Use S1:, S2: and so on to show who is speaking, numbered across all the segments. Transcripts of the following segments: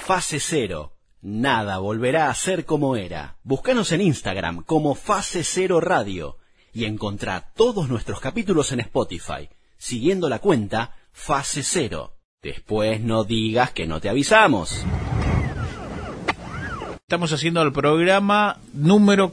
S1: Fase Cero. Nada volverá a ser como era. Búscanos en Instagram como Fase Cero Radio y encontrá todos nuestros capítulos en Spotify, siguiendo la cuenta Fase Cero. Después no digas que no te avisamos.
S2: Estamos haciendo el programa número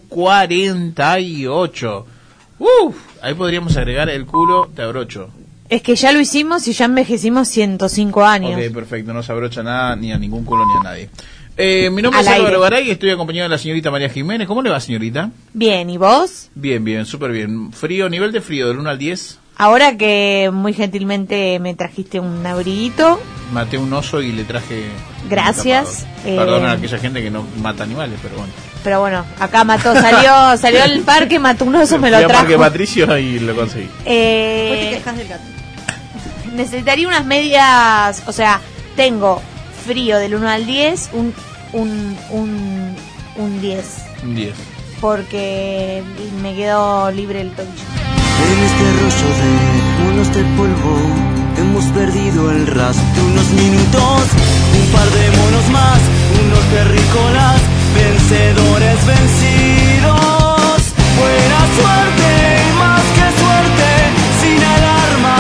S2: 48. Ahí podríamos agregar el culo de abrocho.
S3: Es que ya lo hicimos y ya envejecimos 105 años.
S2: Ok, perfecto, no se abrocha nada, ni a ningún culo, ni a nadie. Mi nombre es Álvaro Garay y estoy acompañado de la señorita María Jiménez. ¿Cómo le va, señorita?
S3: Bien, ¿y vos?
S2: Bien, súper bien. Frío, nivel de frío, del 1 al 10.
S3: Ahora que muy gentilmente me trajiste un abriguito.
S2: Maté un oso y le traje...
S3: Gracias.
S2: Perdón a aquella gente que no mata animales, pero bueno.
S3: Pero bueno, acá mató, salió al parque, mató un oso, me lo trajo.
S2: Parque Patricio y lo conseguí.
S4: Después te quejas del gato.
S3: Necesitaría unas medias, o sea, tengo frío del 1 al 10, un 10.
S2: Un 10.
S3: Porque me quedó libre el tobillo.
S5: En este arroyo de monos de polvo hemos perdido el rastro unos minutos. Un par de monos más, unos terrícolas, vencedores vencidos. Buena suerte, más que suerte, sin alarma.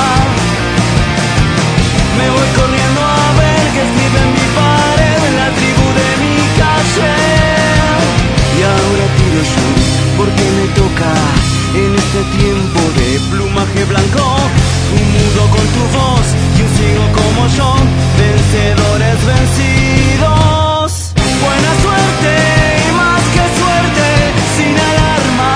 S5: Me voy corriendo a ver que escribe en mi pared, en la tribu de mi calle. Y ahora tiro yo, porque me toca en este tiempo de plumaje blanco. Un mudo con tu voz y un ciego como yo, vencedores vencidos. Buena suerte, más que suerte, sin alarma.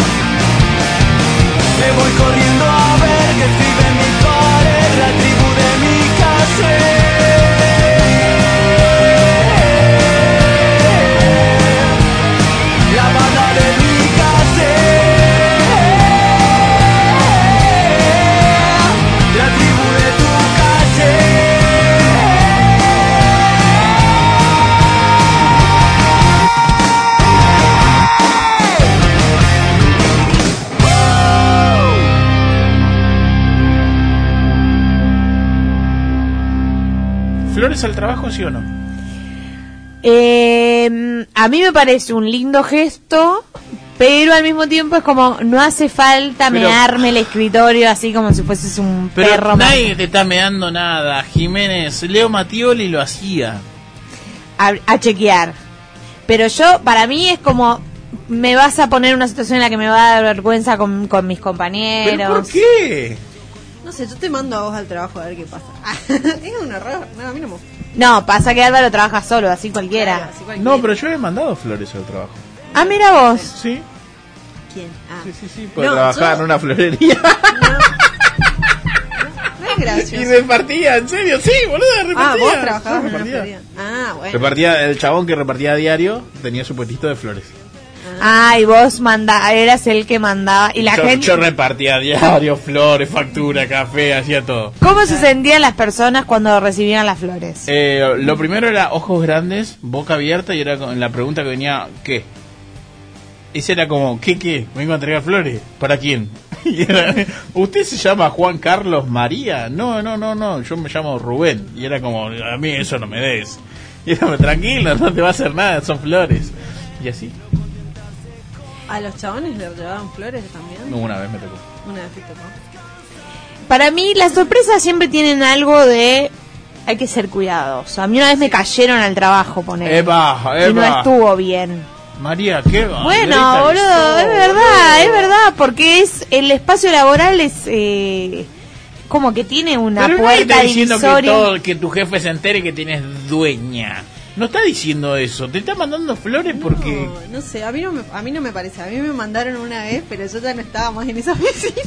S5: Me voy corriendo a ver que escribe en mi pared, la tribu de mi calle. La banda de mi calle. La tribu de tu calle.
S2: ¿Flores al trabajo, sí o no?
S3: A mí me parece un lindo gesto, pero al mismo tiempo es como, no hace falta mearme el escritorio así como si fueses un
S2: Pero
S3: perro.
S2: nadie te está meando nada, Jiménez. Leo Mattioli lo hacía.
S3: A chequear. Pero yo, para mí es como, me vas a poner en una situación en la que me va a dar vergüenza con mis compañeros.
S2: ¿Pero por qué?
S4: No sé, yo te mando a vos al trabajo a ver qué pasa. Es un error. No, a mí no me gusta.
S3: No, pasa que Álvaro trabaja solo, así cualquiera.
S4: Claro, así cualquiera.
S2: No, pero yo he mandado flores al trabajo.
S3: Ah, mira vos.
S2: Sí,
S4: ¿Quién? Ah.
S2: sí, porque
S4: No,
S2: trabajaba
S4: yo-
S2: en una florería.
S4: No es gracioso.
S2: Y repartía, en serio, sí, boludo, repartía.
S4: Ah, vos trabajabas en una
S2: Repartía.
S4: feria. Ah, bueno.
S2: Repartía, el chabón que repartía a diario tenía su puestito de flores.
S3: Ah, y vos eras el que mandaba. Y la gente.
S2: Yo repartía a diario flores, factura, café, hacía todo.
S3: ¿Cómo se sentían las personas cuando recibían las flores?
S2: Lo primero era ojos grandes, boca abierta, y era con la pregunta que venía, ¿qué? Ese era como, ¿qué? ¿Vengo a entregar flores? ¿Para quién? Y era, ¿usted se llama Juan Carlos María? No, yo me llamo Rubén. Y era como, a mí eso no me des. Y era, tranquilo, no te va a hacer nada, son flores. Y así.
S4: ¿A los chabones les llevaban flores también?
S2: Una vez me tocó.
S4: Una vez te tocó.
S3: Para mí, las sorpresas siempre tienen algo de. Hay que ser cuidadosos. A mí una vez me cayeron al trabajo, poner.
S2: Eva.
S3: Y no estuvo bien.
S2: María, ¿qué va?
S3: Bueno, boludo, es verdad, porque el espacio laboral es como que tiene una
S2: Pero
S3: puerta
S2: nadie está diciendo
S3: divisoria.
S2: que tu jefe se entere que tienes dueña. No está diciendo eso, te está mandando flores porque...
S4: No sé, a mí no me parece. A mí me mandaron una vez, pero yo ya no estaba más en esa oficina.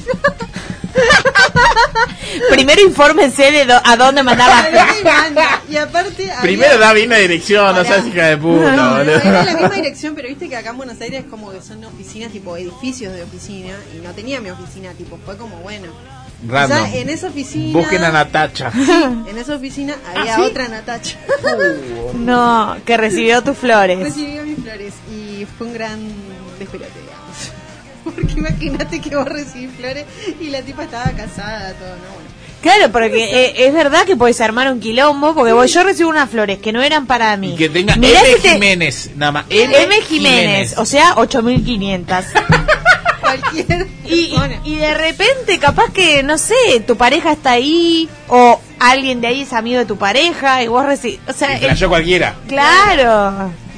S3: Primero infórmense de a dónde mandar las
S4: Y aparte
S2: Primero da bien la dirección, no seas hija de puta,
S4: No,
S2: boludo.
S4: era la misma dirección, pero viste que acá en Buenos Aires como que son oficinas, tipo edificios de oficina, y no tenía mi oficina, tipo, fue como bueno.
S2: Random.
S4: O sea, en esa oficina...
S2: Busquen a Natacha.
S4: Sí, en esa oficina había
S2: ¿sí?
S4: otra Natacha.
S3: No, que recibió tus flores.
S4: Recibió mis flores y fue un gran despelote, digamos. Porque imagínate que vos recibís flores y la tipa estaba casada, todo, ¿no? Bueno.
S3: Claro, porque es verdad que podés armar un quilombo, porque yo recibo unas flores que no eran para mí.
S2: Y que tenga
S3: Mirá
S2: M.
S3: si te-
S2: Jiménez, nada más.
S3: M. Jiménez, o sea, 8.500.
S4: Cualquier
S3: Y,
S4: persona.
S3: y de repente, capaz que, no sé, tu pareja está ahí, o alguien de ahí es amigo de tu pareja, y vos recibís. O sea,
S2: Y flasheó cualquiera.
S3: claro.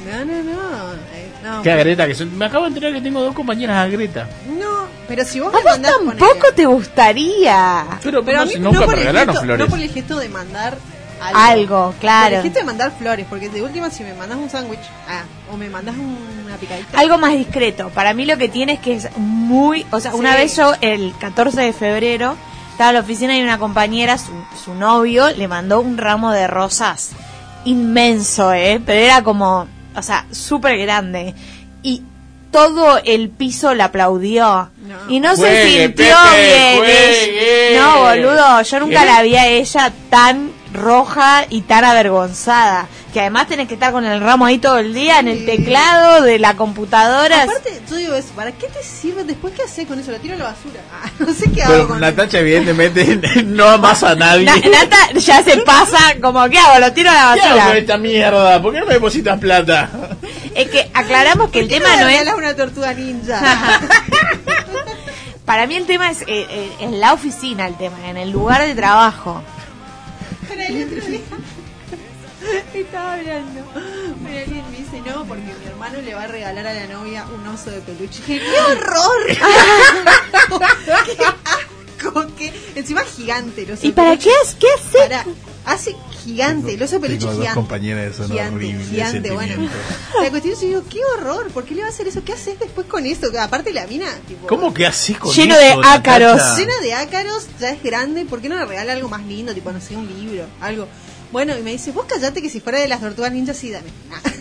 S4: No,
S2: Qué agreta que son. Me acabo de enterar que tengo 2 compañeras agreta.
S4: no, pero si vos
S3: A
S4: me
S3: vos
S4: mandás
S3: tampoco te gustaría
S2: Pero
S4: a
S2: no,
S4: mí
S2: nunca
S4: no
S2: me
S4: por el
S2: regalaron
S4: gesto,
S2: flores.
S4: no por el gesto de mandar
S3: algo,
S4: Por
S3: claro.
S4: el gesto de mandar flores, porque de última si me mandas un sándwich, o me mandas una picadita.
S3: Algo más discreto. Para mí lo que tiene es que es muy... O sea,
S4: Sí.
S3: una vez yo, el 14 de febrero, estaba en la oficina y una compañera, su novio, le mandó un ramo de rosas inmenso, pero era como... O sea, súper grande. Y todo el piso la aplaudió.
S4: No.
S3: Y no se
S2: Juegue,
S3: sintió
S2: Pepe,
S3: bien.
S2: juegue.
S3: No, boludo, yo nunca
S2: ¿Qué?
S3: la vi a ella tan roja y tan avergonzada. Que además tenés que estar con el ramo ahí todo el día en el
S4: Sí.
S3: teclado de la computadora.
S4: Aparte, yo digo eso, ¿para qué te sirve? Después, ¿qué haces con eso? Lo tiro a la basura. No sé qué hago
S2: Pero
S4: con
S2: Natacha evidentemente no amasa a nadie.
S3: Nata ya se pasa como, ¿qué hago? Lo tiro a la
S2: ¿Qué hago con
S3: basura.
S2: esta mierda? ¿Por qué no me depositas plata?
S3: Es que aclaramos que el
S4: ¿Por qué
S3: tema
S4: me
S3: no es...
S4: regalas una tortuga ninja?
S3: Para mí el tema es en la oficina, el tema, en el lugar de trabajo.
S4: Para el otro día estaba hablando. Pero alguien me dice no, porque mi hermano le va a regalar a la novia un oso de peluche. Y dije, ¡qué horror! ¡Qué asco! Que encima es gigante el oso
S3: ¿Y
S4: de
S3: para
S4: peluche.
S3: qué hace?
S4: Pará, hace gigante, el oso de peluche
S2: Tengo dos
S4: gigante.
S2: compañeras que son
S4: Gigante,
S2: horribles de
S4: gigante, bueno.
S2: sentimientos.
S4: La cuestión es que digo, qué horror, ¿por qué le va a hacer eso? ¿Qué haces después con eso? Que aparte la mina, tipo,
S2: ¿Cómo que así con
S3: Lleno
S2: eso,
S3: de ácaros.
S2: Natacha?
S4: llena de ácaros, ya es grande, ¿por qué no le regala algo más lindo? Tipo, no sé, un libro, algo. Bueno, y me dice, vos callate que si fuera de las tortugas ninjas, sí, dame.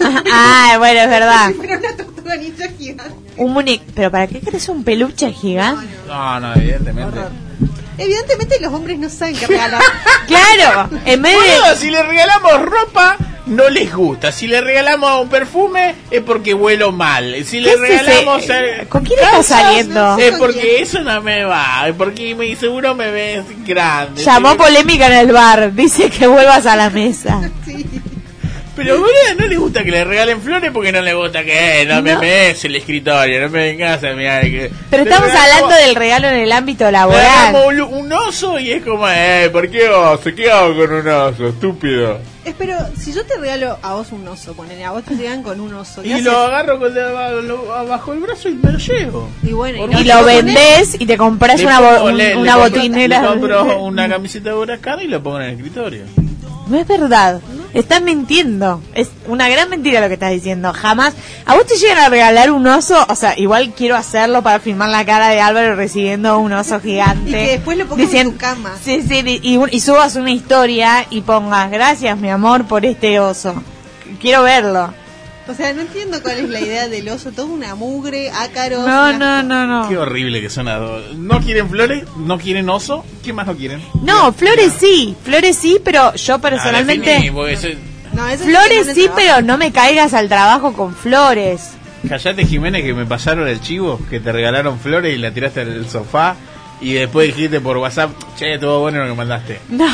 S3: Ah, bueno, es verdad.
S4: Si fuera una tortuga ninja gigante.
S3: Un muñeco. ¿Pero para qué querés un peluche gigante?
S2: No, evidentemente.
S4: Horror. Evidentemente los hombres no saben qué regalar.
S3: Claro, en vez
S2: Boludo,
S3: de...
S2: si le regalamos ropa, no les gusta. Si le regalamos un perfume, es porque huelo mal. Si le
S3: ¿Qué es
S2: regalamos...
S3: ese? ¿Con quién estás
S2: calzas,
S3: saliendo?
S2: Es
S4: ¿Con
S2: porque
S4: quién?
S2: eso no me va. Es porque seguro me ves grande.
S3: Llamó
S2: Sí.
S3: polémica en el bar. Dice que vuelvas a la mesa.
S4: Sí.
S2: Pero boludo, no le gusta que le regalen flores porque no le gusta que no me
S3: No.
S2: ves el escritorio, no me vengas a mirar que...
S3: Pero
S2: Le
S3: estamos
S2: regalamos-
S3: hablando del regalo en el ámbito
S2: le
S3: laboral.
S2: regalamos un oso y es como, ¿por qué oso? ¿Qué hago con un oso? Estúpido.
S4: Pero si yo te regalo a vos un oso, ponele, a vos te llegan con un oso. ¿qué
S2: Y
S4: haces?
S2: lo agarro abajo el brazo y me lo llevo.
S4: Y bueno,
S2: Por
S3: Y
S2: un-
S3: lo vendés y te compras
S2: Le
S3: una,
S2: pongo- le
S3: una
S2: compro-
S3: botinera.
S2: Le compro una camiseta de Huracán y lo pongo en el escritorio.
S3: No es verdad. Estás mintiendo. Es una gran mentira lo que estás diciendo. Jamás. ¿A vos te llegan a regalar un oso? O sea, igual quiero hacerlo para filmar la cara de Álvaro recibiendo un oso gigante.
S4: Y que después lo pongas en tu cama.
S3: Sí, sí, y subas una historia y pongas, gracias mi amor por este oso. Quiero verlo.
S4: O sea, no entiendo cuál es la idea del oso, todo una mugre, ácaros.
S3: No,
S4: una-
S3: no.
S2: Qué horrible que son a dos. ¿No quieren flores? ¿No quieren oso? ¿Qué más no quieren?
S3: No, flores sí, pero yo personalmente...
S2: Definí, porque eso-
S4: No, eso
S3: Flores
S4: no
S3: sí,
S4: trabajo.
S3: pero no me caigas al trabajo con flores.
S2: Callate, Jiménez, que me pasaron el chivo, que te regalaron flores y la tiraste al sofá y después dijiste por WhatsApp, che, todo bueno lo que mandaste.
S3: No.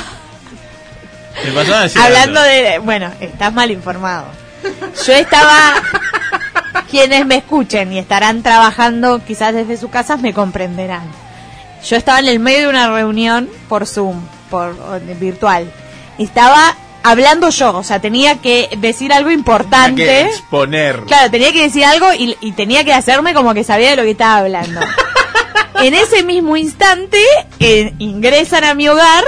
S2: Te pasaron a decir
S3: Hablando
S2: algo.
S3: de... Bueno, estás mal informado. Yo estaba... Quienes me escuchen y estarán trabajando quizás desde sus casas me comprenderán. Yo estaba en el medio de una reunión por Zoom, por virtual. Estaba hablando yo, o sea, tenía que decir algo
S2: Hay que
S3: importante.
S2: exponer.
S3: Claro, tenía que decir algo y tenía que hacerme como que sabía de lo que estaba hablando. En ese mismo instante ingresan a mi hogar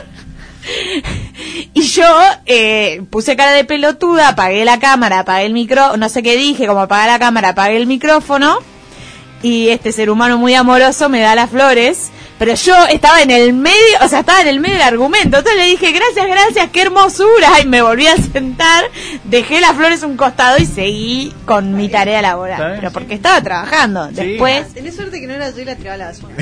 S3: y yo puse cara de pelotuda, apagué la cámara, apagué el micrófono, no sé qué dije, como apagué la cámara, apagué el micrófono y este ser humano muy amoroso me da las flores, pero yo estaba en el medio, o sea, estaba en el medio del argumento, entonces le dije, gracias, qué hermosura, y me volví a sentar, dejé las flores a un costado y seguí con mi tarea
S2: ¿Está
S3: laboral,
S2: bien?
S3: pero porque estaba trabajando.
S2: Sí.
S3: Después
S4: Tenés suerte que no era yo y la tiraba a la basura.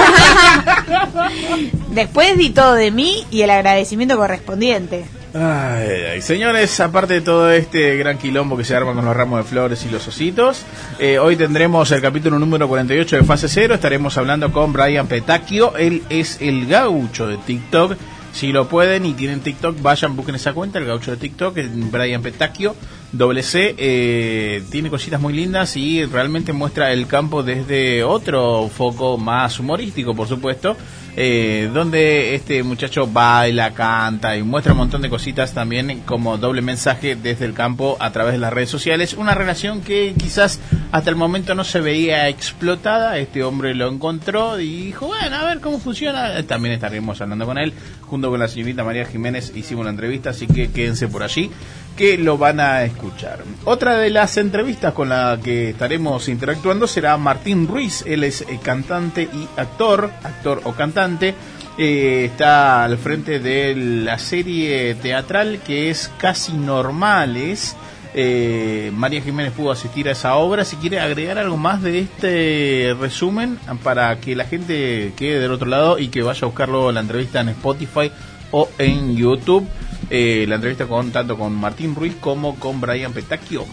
S3: Después di todo de mí y el agradecimiento correspondiente.
S2: Ay, señores, aparte de todo este gran quilombo que se arma con los ramos de flores y los ositos, hoy tendremos el capítulo número 48 de Fase Cero. Estaremos hablando con Brian Petacchio. Él es el gaucho de TikTok Si lo pueden y tienen TikTok, vayan, busquen esa cuenta, el gaucho de TikTok, Brian Petacchio, C. Tiene cositas muy lindas y realmente muestra el campo desde otro foco más humorístico, por supuesto, donde este muchacho baila, canta y muestra un montón de cositas también como doble mensaje desde el campo a través de las redes sociales. Una relación que quizás hasta el momento no se veía explotada. Este hombre lo encontró y dijo, bueno, a ver cómo funciona. También estaremos hablando con él. Junto con la señorita María Jiménez hicimos una entrevista, así que quédense por allí, que lo van a escuchar. Otra de las entrevistas con la que estaremos interactuando será Martín Ruiz. Él es cantante y actor o cantante. Está al frente de la serie teatral que es Casi Normales. María Jiménez pudo asistir a esa obra. Si quiere agregar algo más de este resumen para que la gente quede del otro lado y que vaya a buscarlo la entrevista en Spotify o en YouTube, la entrevista tanto con Martín Ruiz como con Brian Petacchio.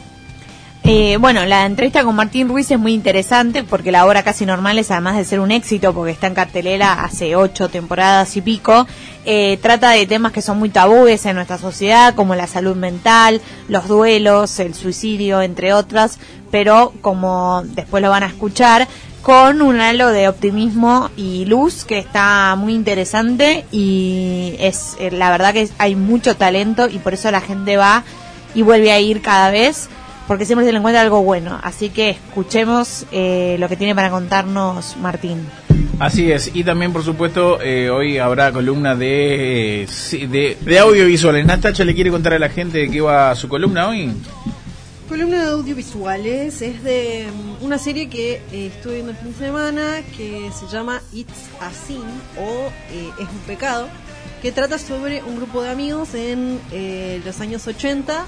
S3: Bueno, la entrevista con Martín Ruiz es muy interesante porque la obra Casi Normales, además de ser un éxito porque está en cartelera hace 8 temporadas y pico, trata de temas que son muy tabúes en nuestra sociedad, como la salud mental, los duelos, el suicidio, entre otras, pero como después lo van a escuchar, con un halo de optimismo y luz que está muy interesante y es la verdad que hay mucho talento y por eso la gente va y vuelve a ir cada vez, porque siempre se le encuentra algo bueno. Así que escuchemos lo que tiene para contarnos Martín.
S2: Así es, y también por supuesto hoy habrá columna de audiovisuales. Natacha le quiere contar a la gente de qué va su columna hoy.
S4: Columna de audiovisuales es de una serie que estuve viendo el fin de semana que se llama It's a Sin o Es un pecado, que trata sobre un grupo de amigos en los años 80,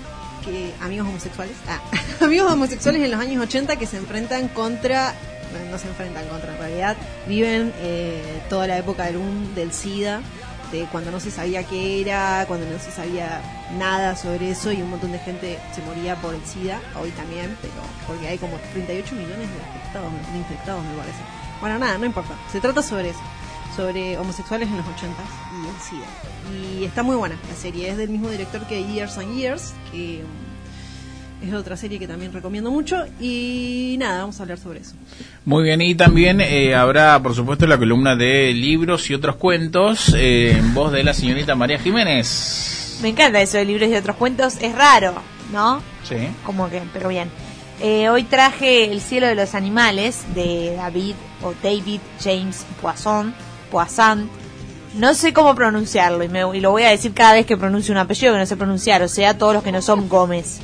S4: amigos homosexuales en los años 80 que se enfrentan contra, no se enfrentan contra, en realidad viven toda la época del SIDA, de cuando no se sabía qué era, cuando no se sabía nada sobre eso y un montón de gente se moría por el SIDA, hoy también, pero porque hay como 38 millones de infectados me parece. Bueno, nada, no importa, se trata sobre eso, sobre homosexuales en los 80 y el SIDA. Y está muy buena la serie, es del mismo director que Years and Years, que es otra serie que también recomiendo mucho. Y nada, vamos a hablar sobre eso.
S2: Muy bien, y también habrá, por supuesto, la columna de libros y otros cuentos en voz de la señorita María Jiménez.
S3: Me encanta eso de libros y otros cuentos, es raro, ¿no?
S2: Sí.
S3: Como que, pero bien. Hoy traje El cielo de los animales de David James Poisson. No sé cómo pronunciarlo y lo voy a decir cada vez que pronuncie un apellido que no sé pronunciar, o sea, todos los que no son Gómez.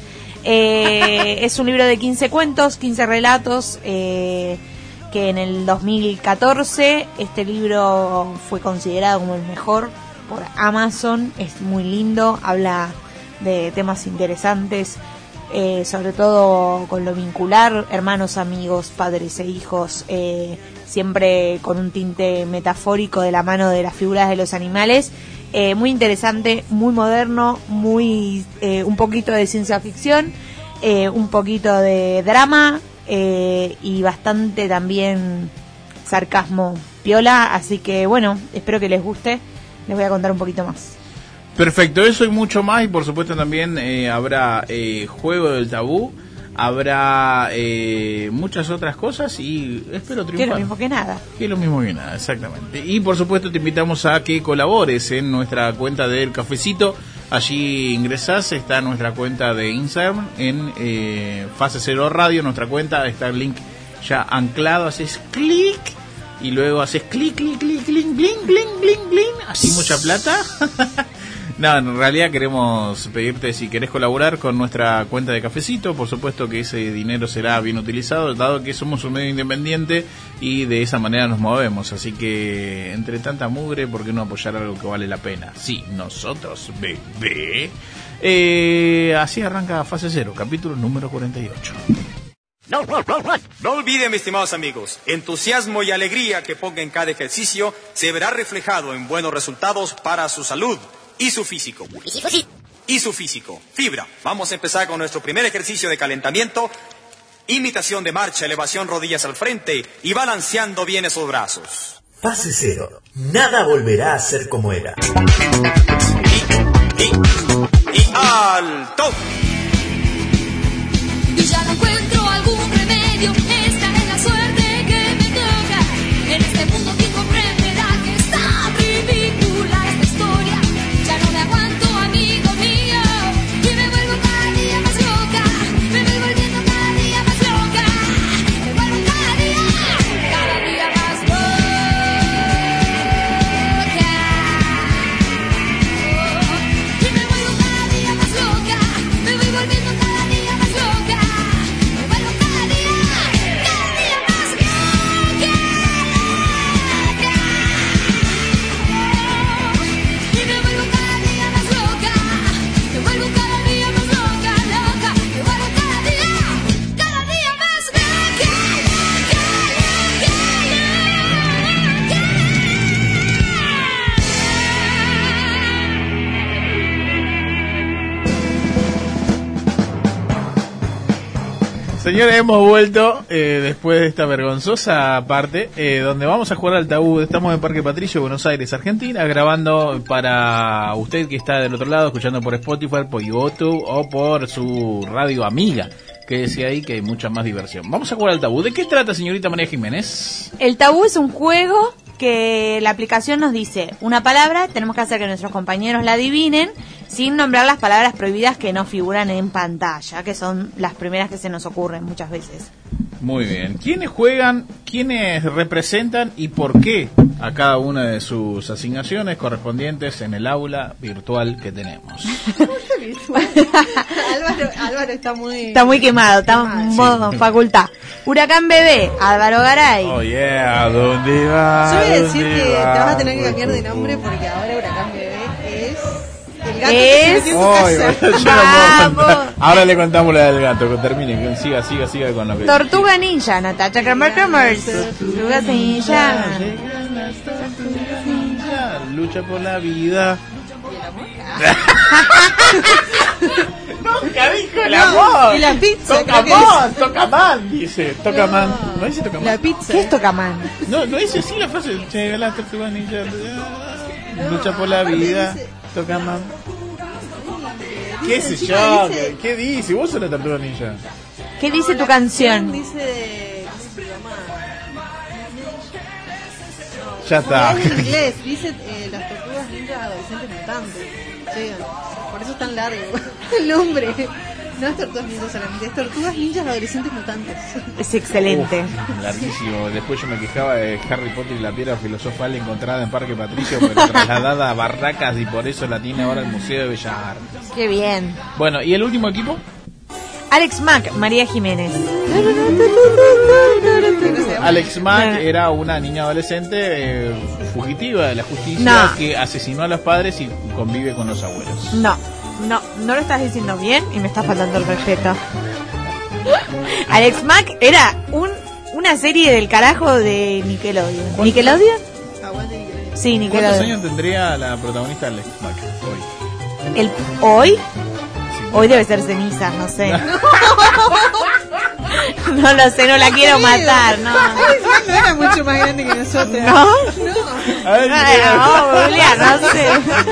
S3: Es un libro de 15 cuentos, 15 relatos, que en el 2014 este libro fue considerado como el mejor por Amazon. Es muy lindo, habla de temas interesantes, sobre todo con lo vincular, hermanos, amigos, padres e hijos, siempre con un tinte metafórico de la mano de las figuras de los animales. Muy interesante, muy moderno, muy un poquito de ciencia ficción, un poquito de drama y bastante también sarcasmo piola, así que bueno, espero que les guste. Les voy a contar un poquito más.
S2: Perfecto, eso y mucho más, y por supuesto también habrá Juego del Tabú, habrá muchas otras cosas y espero triunfar.
S3: Que es lo mismo que nada.
S2: Que es lo mismo que nada, exactamente. Y por supuesto te invitamos a que colabores en nuestra cuenta del Cafecito. Allí ingresás, está nuestra cuenta de Instagram en Fase Cero Radio, nuestra cuenta, está el link ya anclado, haces clic y luego haces clic, clic, clic, clic, bling, bling, bling, bling, así mucha plata. No, en realidad queremos pedirte si querés colaborar con nuestra cuenta de Cafecito. Por supuesto que ese dinero será bien utilizado, dado que somos un medio independiente y de esa manera nos movemos. Así que, entre tanta mugre, ¿por qué no apoyar algo que vale la pena? Sí, nosotros, bebé. Así arranca Fase Cero, capítulo número 48.
S6: No olviden, mis estimados amigos, entusiasmo y alegría que ponga en cada ejercicio se verá reflejado en buenos resultados para su salud. Y su físico. Fibra. Vamos a empezar con nuestro primer ejercicio de calentamiento. Imitación de marcha, elevación rodillas al frente y balanceando bien esos brazos.
S7: Fase cero. Nada volverá a ser como era.
S6: Y alto.
S8: Y ya no encuentro algún remedio. Esta es la suerte que me toca. En este mundo que comprenderá que está ridícula esta historia. Ya no me aguanto, amigo mío. Y me vuelvo cada día más loca. Me voy volviendo cada día más loca. Me vuelvo cada día más loca. Y me vuelvo cada día más loca. Me voy volviendo cada día más loca. Me vuelvo cada día más loca. Y me vuelvo cada día más loca. Me vuelvo cada día más loca, loca. Me vuelvo cada día más
S2: Señores, hemos vuelto después de esta vergonzosa parte donde vamos a jugar al tabú. Estamos en Parque Patricio, Buenos Aires, Argentina, grabando para usted que está del otro lado, escuchando por Spotify, por YouTube o por su radio amiga, que decía ahí que hay mucha más diversión. Vamos a jugar al tabú. ¿De qué trata, señorita María Jiménez?
S3: El tabú es un juego que la aplicación nos dice una palabra, tenemos que hacer que nuestros compañeros la adivinen sin nombrar las palabras prohibidas que no figuran en pantalla, que son las primeras que se nos ocurren muchas veces.
S2: Muy bien. ¿Quiénes juegan, quiénes representan y por qué a cada una de sus asignaciones correspondientes en el aula virtual que tenemos?
S4: Álvaro está muy...
S3: Está muy quemado, está en modo facultad. Huracán Bebé, Álvaro Garay.
S2: Oh yeah, ¿dónde va?
S4: Yo voy a decir
S2: ¿Dónde
S4: que te
S2: va?
S4: vas a tener que cambiar de nombre porque ahora Huracán Bebé es el gato
S3: Es-
S4: que se metió en tu
S2: Ay,
S4: casa.
S2: yo no puedo
S3: Vamos.
S2: contar. Ahora le contamos la del gato, que termine, que siga con lo que...
S3: Tortuga Ninja, Natacha Kramer. Tortuga Ninja.
S2: Llegan las tortugas ninja, lucha por la vida. Nunca dijo el
S4: No,
S2: amor.
S4: y la pizza,
S2: Toca
S4: creo que
S2: man, toca man, dice. Toca man. ¿No dice toca
S4: La
S2: man?
S4: pizza.
S3: ¿Qué es Tocaman?
S2: No dice así la frase. Llegan las tortugas ninja, lucha por la vida. Toca man. ¿Qué sé
S4: encima
S2: yo?
S4: dice-
S2: ¿Qué dice? Vos sos la tortuga ninja.
S3: ¿Qué dice tu
S4: La
S3: canción?
S4: Dice de... ¿Cómo se llama?
S2: Ya está.
S4: Es en inglés, dice las tortugas ninjas adolescentes mutantes. Llegan. Por eso es tan largo el nombre. No es tortugas ninjas solamente, es tortugas ninjas adolescentes mutantes.
S3: Es excelente.
S2: Uf, larguísimo. Después yo me quejaba de Harry Potter y la piedra filosofal encontrada en Parque Patricio, pero trasladada a Barracas, y por eso la tiene ahora el Museo de Bellas Artes.
S3: Qué bien.
S2: Bueno, ¿y el último equipo?
S3: Alex Mack, María Jiménez.
S2: Alex Mack era una niña adolescente fugitiva de la justicia
S3: No.
S2: que asesinó a los padres y convive con los abuelos.
S3: No lo estás diciendo bien y me está faltando el respeto. Alex Mack era una serie del carajo de Nickelodeon. ¿Nickelodeon?
S4: Aguante Nickelodeon.
S3: Sí,
S2: ¿Cuántos
S3: Nickelodeon.
S2: años tendría la protagonista Alex Mack hoy?
S3: ¿Hoy?
S2: Sí.
S3: Hoy debe ser ceniza, no sé. No lo sé, no la quiero matar, no.
S4: No era mucho más grande que nosotros.
S3: ¿No?
S2: A ver,
S3: No, Julia, no sé.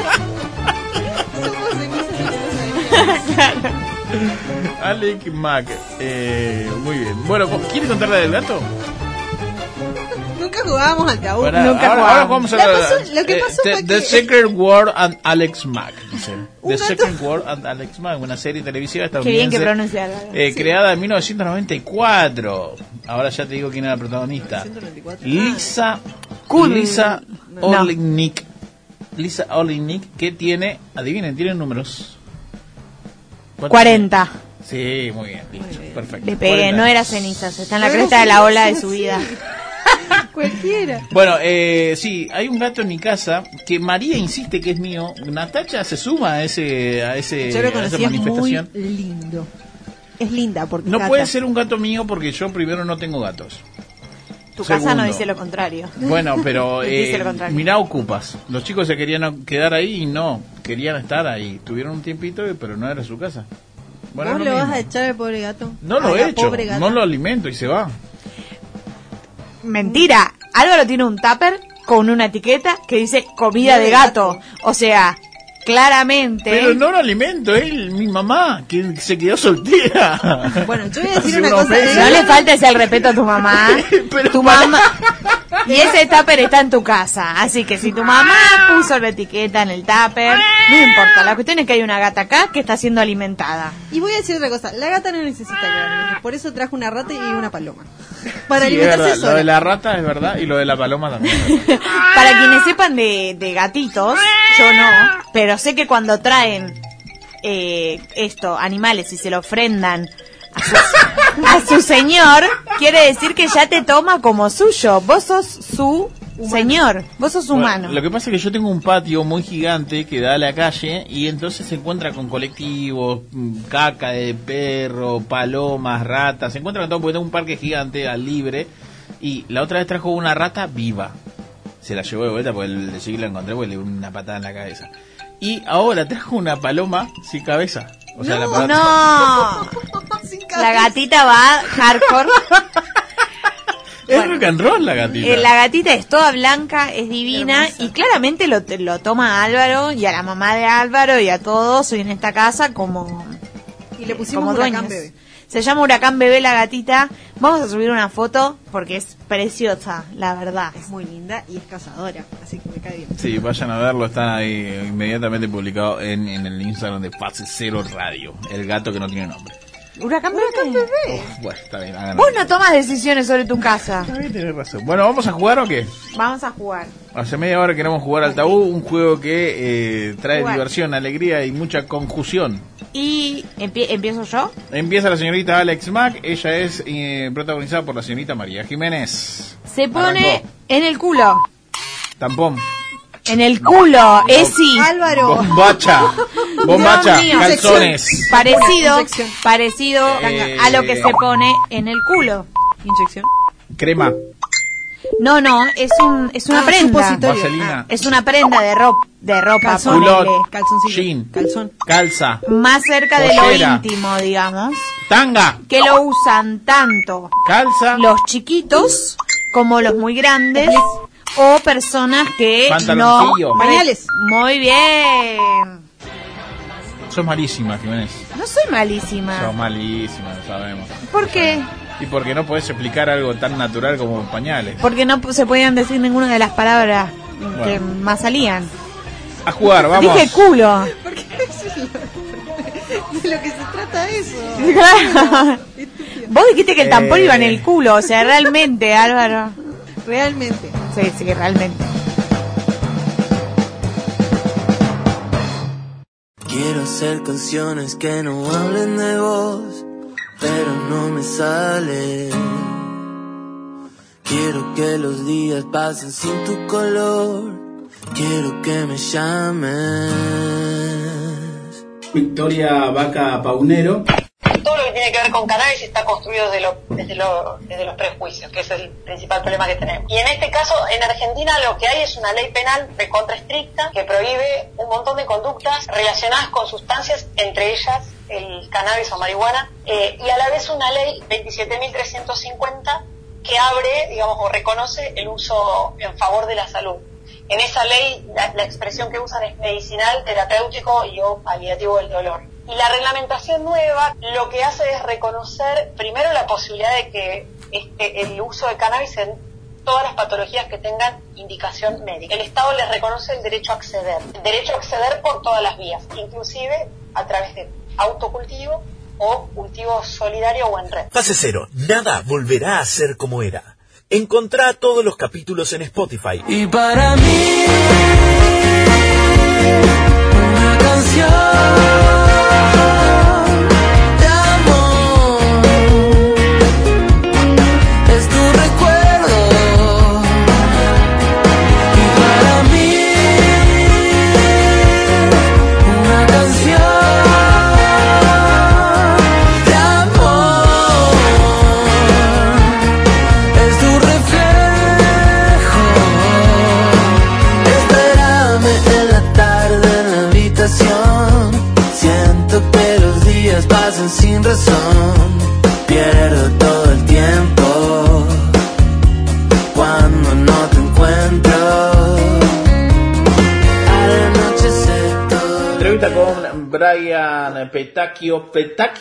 S4: Somos cenizas y no lo sabemos.
S2: Alex Mack. Muy bien. Bueno, ¿quiere contar la del gato?
S4: Nunca jugábamos al tabú.
S2: Pará,
S3: nunca
S2: ahora
S3: jugamos.
S2: vamos a
S4: Lo que pasó fue
S2: The
S4: que-
S2: Secret War and Alex Mack, dice.
S4: Un
S2: The
S4: gato-
S2: Secret War and Alex Mack, una serie televisiva
S3: Qué
S2: estadounidense
S3: bien que pronunciar.
S2: creada en 1994. Ahora ya te digo quién era la protagonista.
S4: 194.
S2: Lisa
S3: No.
S2: Olinick. Lisa Olinick, que tiene, adivinen, tienen números. ¿Cuántos?
S3: 40.
S2: Sí, muy bien, listo, perfecto.
S3: Le pegué,
S2: 40.
S3: no era cenizas, está en la
S4: No era
S3: cresta de la ola de
S4: cenizas,
S3: su
S4: sí.
S3: vida.
S4: Cualquiera.
S2: Bueno, sí, hay un gato en mi casa que María insiste que es mío. Natacha se suma a ese
S4: Yo lo
S2: a esa
S4: conocí, es muy
S2: manifestación.
S4: lindo. Es linda porque
S2: No
S4: Cata.
S2: puede ser un gato mío porque yo primero no tengo gatos.
S3: Tu casa
S2: Segundo.
S3: no dice lo contrario.
S2: Bueno, pero
S3: Dice lo contrario.
S2: mirá ocupas. Los chicos se querían quedar ahí y no, querían estar ahí. Tuvieron un tiempito, pero no era su casa. Bueno,
S4: ¿Vos
S2: es
S4: lo
S2: lo
S4: vas
S2: mismo.
S4: a echar al pobre gato?
S2: No lo
S4: A
S2: he
S4: la
S2: hecho,
S4: pobre gata.
S2: no lo alimento y se va.
S3: Mentira. Álvaro tiene un tupper con una etiqueta que dice comida de gato. O sea, claramente...
S2: Pero no lo alimento, mi mamá, que se quedó soltera.
S4: Bueno, yo voy a decir
S2: Hace
S4: una
S2: unos
S4: cosa.
S2: meses.
S3: No le faltes el respeto a tu mamá.
S2: Pero
S3: Tu mamá... Y ese tupper está en tu casa. Así que si tu mamá puso la etiqueta en el tupper, no importa. La cuestión es que hay una gata acá que está siendo alimentada.
S4: Y voy a decir otra cosa. La gata no necesita que la alimentes. Por eso trajo una rata y una paloma. Para
S2: Sí, es
S4: alimentarse
S2: verdad,
S4: sola.
S2: lo de la rata es verdad y lo de la paloma también. es verdad.
S3: Para quienes sepan de gatitos, yo no, pero sé que cuando traen animales y se lo ofrendan a su señor, quiere decir que ya te toma como suyo. Vos sos su señor, vos sos humano.
S2: Bueno, lo que pasa es que yo tengo un patio muy gigante que da a la calle y entonces se encuentra con colectivos, caca de perro, palomas, ratas, se encuentra con todo porque tengo un parque gigante al libre y la otra vez trajo una rata viva. Se la llevó de vuelta porque el chico la encontré porque le dio una patada en la cabeza. Y ahora trajo una paloma sin cabeza. O sea, la paloma...
S3: No,
S4: Sin
S3: la
S4: cabeza.
S3: gatita va hardcore.
S2: Es rock and roll la gatita.
S3: La gatita es toda blanca, es divina.
S4: Hermosa.
S3: Y claramente lo toma a Álvaro y a la mamá de Álvaro y a todos hoy en esta casa como
S4: Y le pusimos
S3: como
S4: Huracán
S3: dueños.
S4: Bebé.
S3: Se llama Huracán Bebé la gatita. Vamos a subir una foto porque es preciosa, la verdad.
S4: Es muy linda y es cazadora. Así que me cae bien.
S2: Sí, vayan a verlo, está ahí inmediatamente publicado en el Instagram de Fase Cero Radio. El gato que no tiene nombre.
S3: Huracán Bebé.
S2: Bueno, está bien, háganlo.
S3: Vos no tomas decisiones sobre tu casa.
S2: Está bien, tenés razón. Bueno, ¿vamos a jugar o qué?
S3: Vamos a jugar.
S2: Hace media hora queremos jugar al tabú, un juego que trae
S3: Jugar.
S2: diversión, alegría y mucha confusión.
S3: Y empiezo yo.
S2: Empieza la señorita Alex Mack, ella es protagonizada por la señorita María Jiménez.
S3: Se pone
S2: Arrancó.
S3: en el culo.
S2: Tampón,
S3: En el culo, Esi.
S4: Álvaro.
S2: bombacha,
S3: Dios mío.
S2: calzones,
S3: Parecido,
S4: Inyección.
S3: parecido a lo que se pone en el culo.
S4: Inyección.
S2: crema,
S3: No, es una prenda.
S4: supositorio.
S2: vaselina,
S3: Es una prenda de ropa,
S4: Calzón.
S3: ponele.
S2: culot,
S4: Calzoncillo.
S2: jean,
S4: Calzón.
S2: calza,
S3: Más cerca de
S2: Pollera.
S3: lo íntimo, digamos,
S2: tanga,
S3: que lo usan tanto
S2: calza,
S3: los chiquitos como los muy grandes o personas que no...
S2: Pantaloncillo.
S4: Pañales.
S3: Muy bien.
S2: sos malísima, Jiménez.
S3: No soy malísima.
S2: Sos malísima, lo sabemos.
S3: ¿Por qué?
S2: Y porque no podés explicar algo tan natural como pañales.
S3: Porque no se podían decir ninguna de las palabras que
S2: Bueno.
S3: más salían.
S2: A jugar, vamos.
S3: Dije culo.
S4: Porque eso es de lo que se trata eso.
S3: Claro. Vos dijiste que el tampón iba en
S2: Eh.
S3: el culo, o sea, realmente, Álvaro.
S4: Realmente.
S3: Sí, realmente.
S5: Quiero hacer canciones que no hablen de vos, pero no me sale. Quiero que los días pasen sin tu color. Quiero que me llames.
S9: Victoria Vaca Paunero.
S10: Todo lo que tiene que ver con cannabis está construido desde los prejuicios, que es el principal problema que tenemos. Y en este caso, en Argentina lo que hay es una ley penal recontra estricta que prohíbe un montón de conductas relacionadas con sustancias, entre ellas el cannabis o marihuana, y a la vez una ley 27.350 que abre, digamos, o reconoce el uso en favor de la salud. En esa ley la expresión que usan es medicinal, terapéutico y o paliativo del dolor. Y la reglamentación nueva lo que hace es reconocer primero la posibilidad de que el uso de cannabis en todas las patologías que tengan indicación médica. El Estado les reconoce el derecho a acceder por todas las vías, inclusive a través de autocultivo o cultivo solidario o en red.
S7: Fase Cero, nada volverá a ser como era. Encontrá todos los capítulos en Spotify.
S5: Y para mí, una canción de amor es tu recuerdo. Y para mí, una canción de amor es tu reflejo. Espérame en la tarde en la habitación. Siento que los días pasan sin razón. Pierdo todo el tiempo cuando no te encuentro.
S2: Brian Petacchio,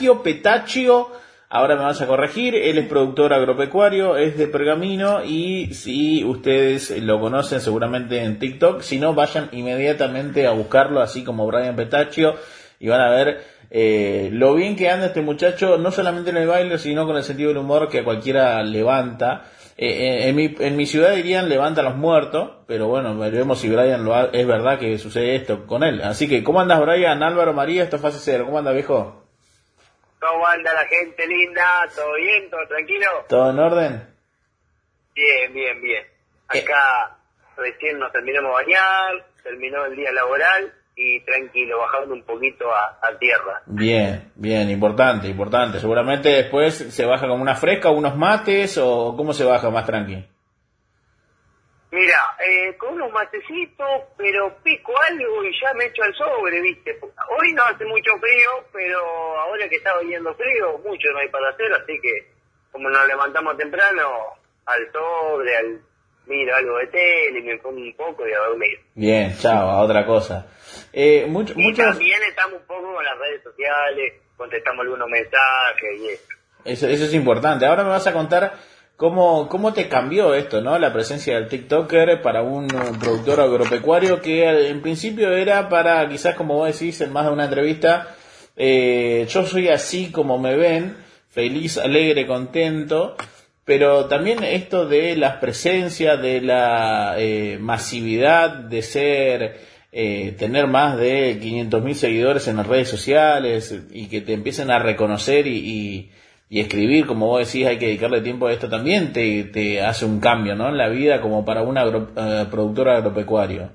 S2: ahora me vas a corregir, él es productor agropecuario, es de Pergamino, y si ustedes lo conocen seguramente en TikTok, si no, vayan inmediatamente a buscarlo, así como Brian Petacchio, y van a ver lo bien que anda este muchacho, no solamente en el baile, sino con el sentido del humor que a cualquiera levanta. En mi ciudad dirían levanta a los muertos, pero bueno, veremos si Brian es verdad que sucede esto con él. Así que, ¿cómo andas, Brian? Álvaro, María, esto es Fase Cero. ¿Cómo anda, viejo?
S11: ¿Cómo anda la gente linda? ¿Todo bien? ¿Todo tranquilo?
S2: ¿Todo en orden?
S11: Bien. Acá recién nos terminamos de bañar, terminó el día laboral y tranquilo, bajando un poquito a tierra.
S2: Bien, importante. Seguramente después se baja como una fresca, unos mates, o ¿cómo se baja más tranqui?
S11: Mira, con unos matecitos, pero pico algo y ya me echo al sobre, ¿viste? Hoy no hace mucho frío, pero ahora que está oyendo frío, mucho no hay para hacer, así que como nos levantamos temprano, al sobre, miro algo de tele, me pongo un poco y a dormir.
S2: Bien, chao, a otra cosa.
S11: Y también estamos un poco con las redes sociales, contestamos algunos mensajes y eso.
S2: Eso es importante. Ahora me vas a contar cómo te cambió esto, ¿no? La presencia del TikToker para un productor agropecuario que en principio era para, quizás como vos decís en más de una entrevista, yo soy así como me ven, feliz, alegre, contento. Pero también esto de las presencias, de la masividad, de tener más de 500.000 seguidores en las redes sociales y que te empiecen a reconocer y escribir, como vos decís, hay que dedicarle tiempo a esto también, te hace un cambio, ¿no? En la vida como para un productor agropecuario.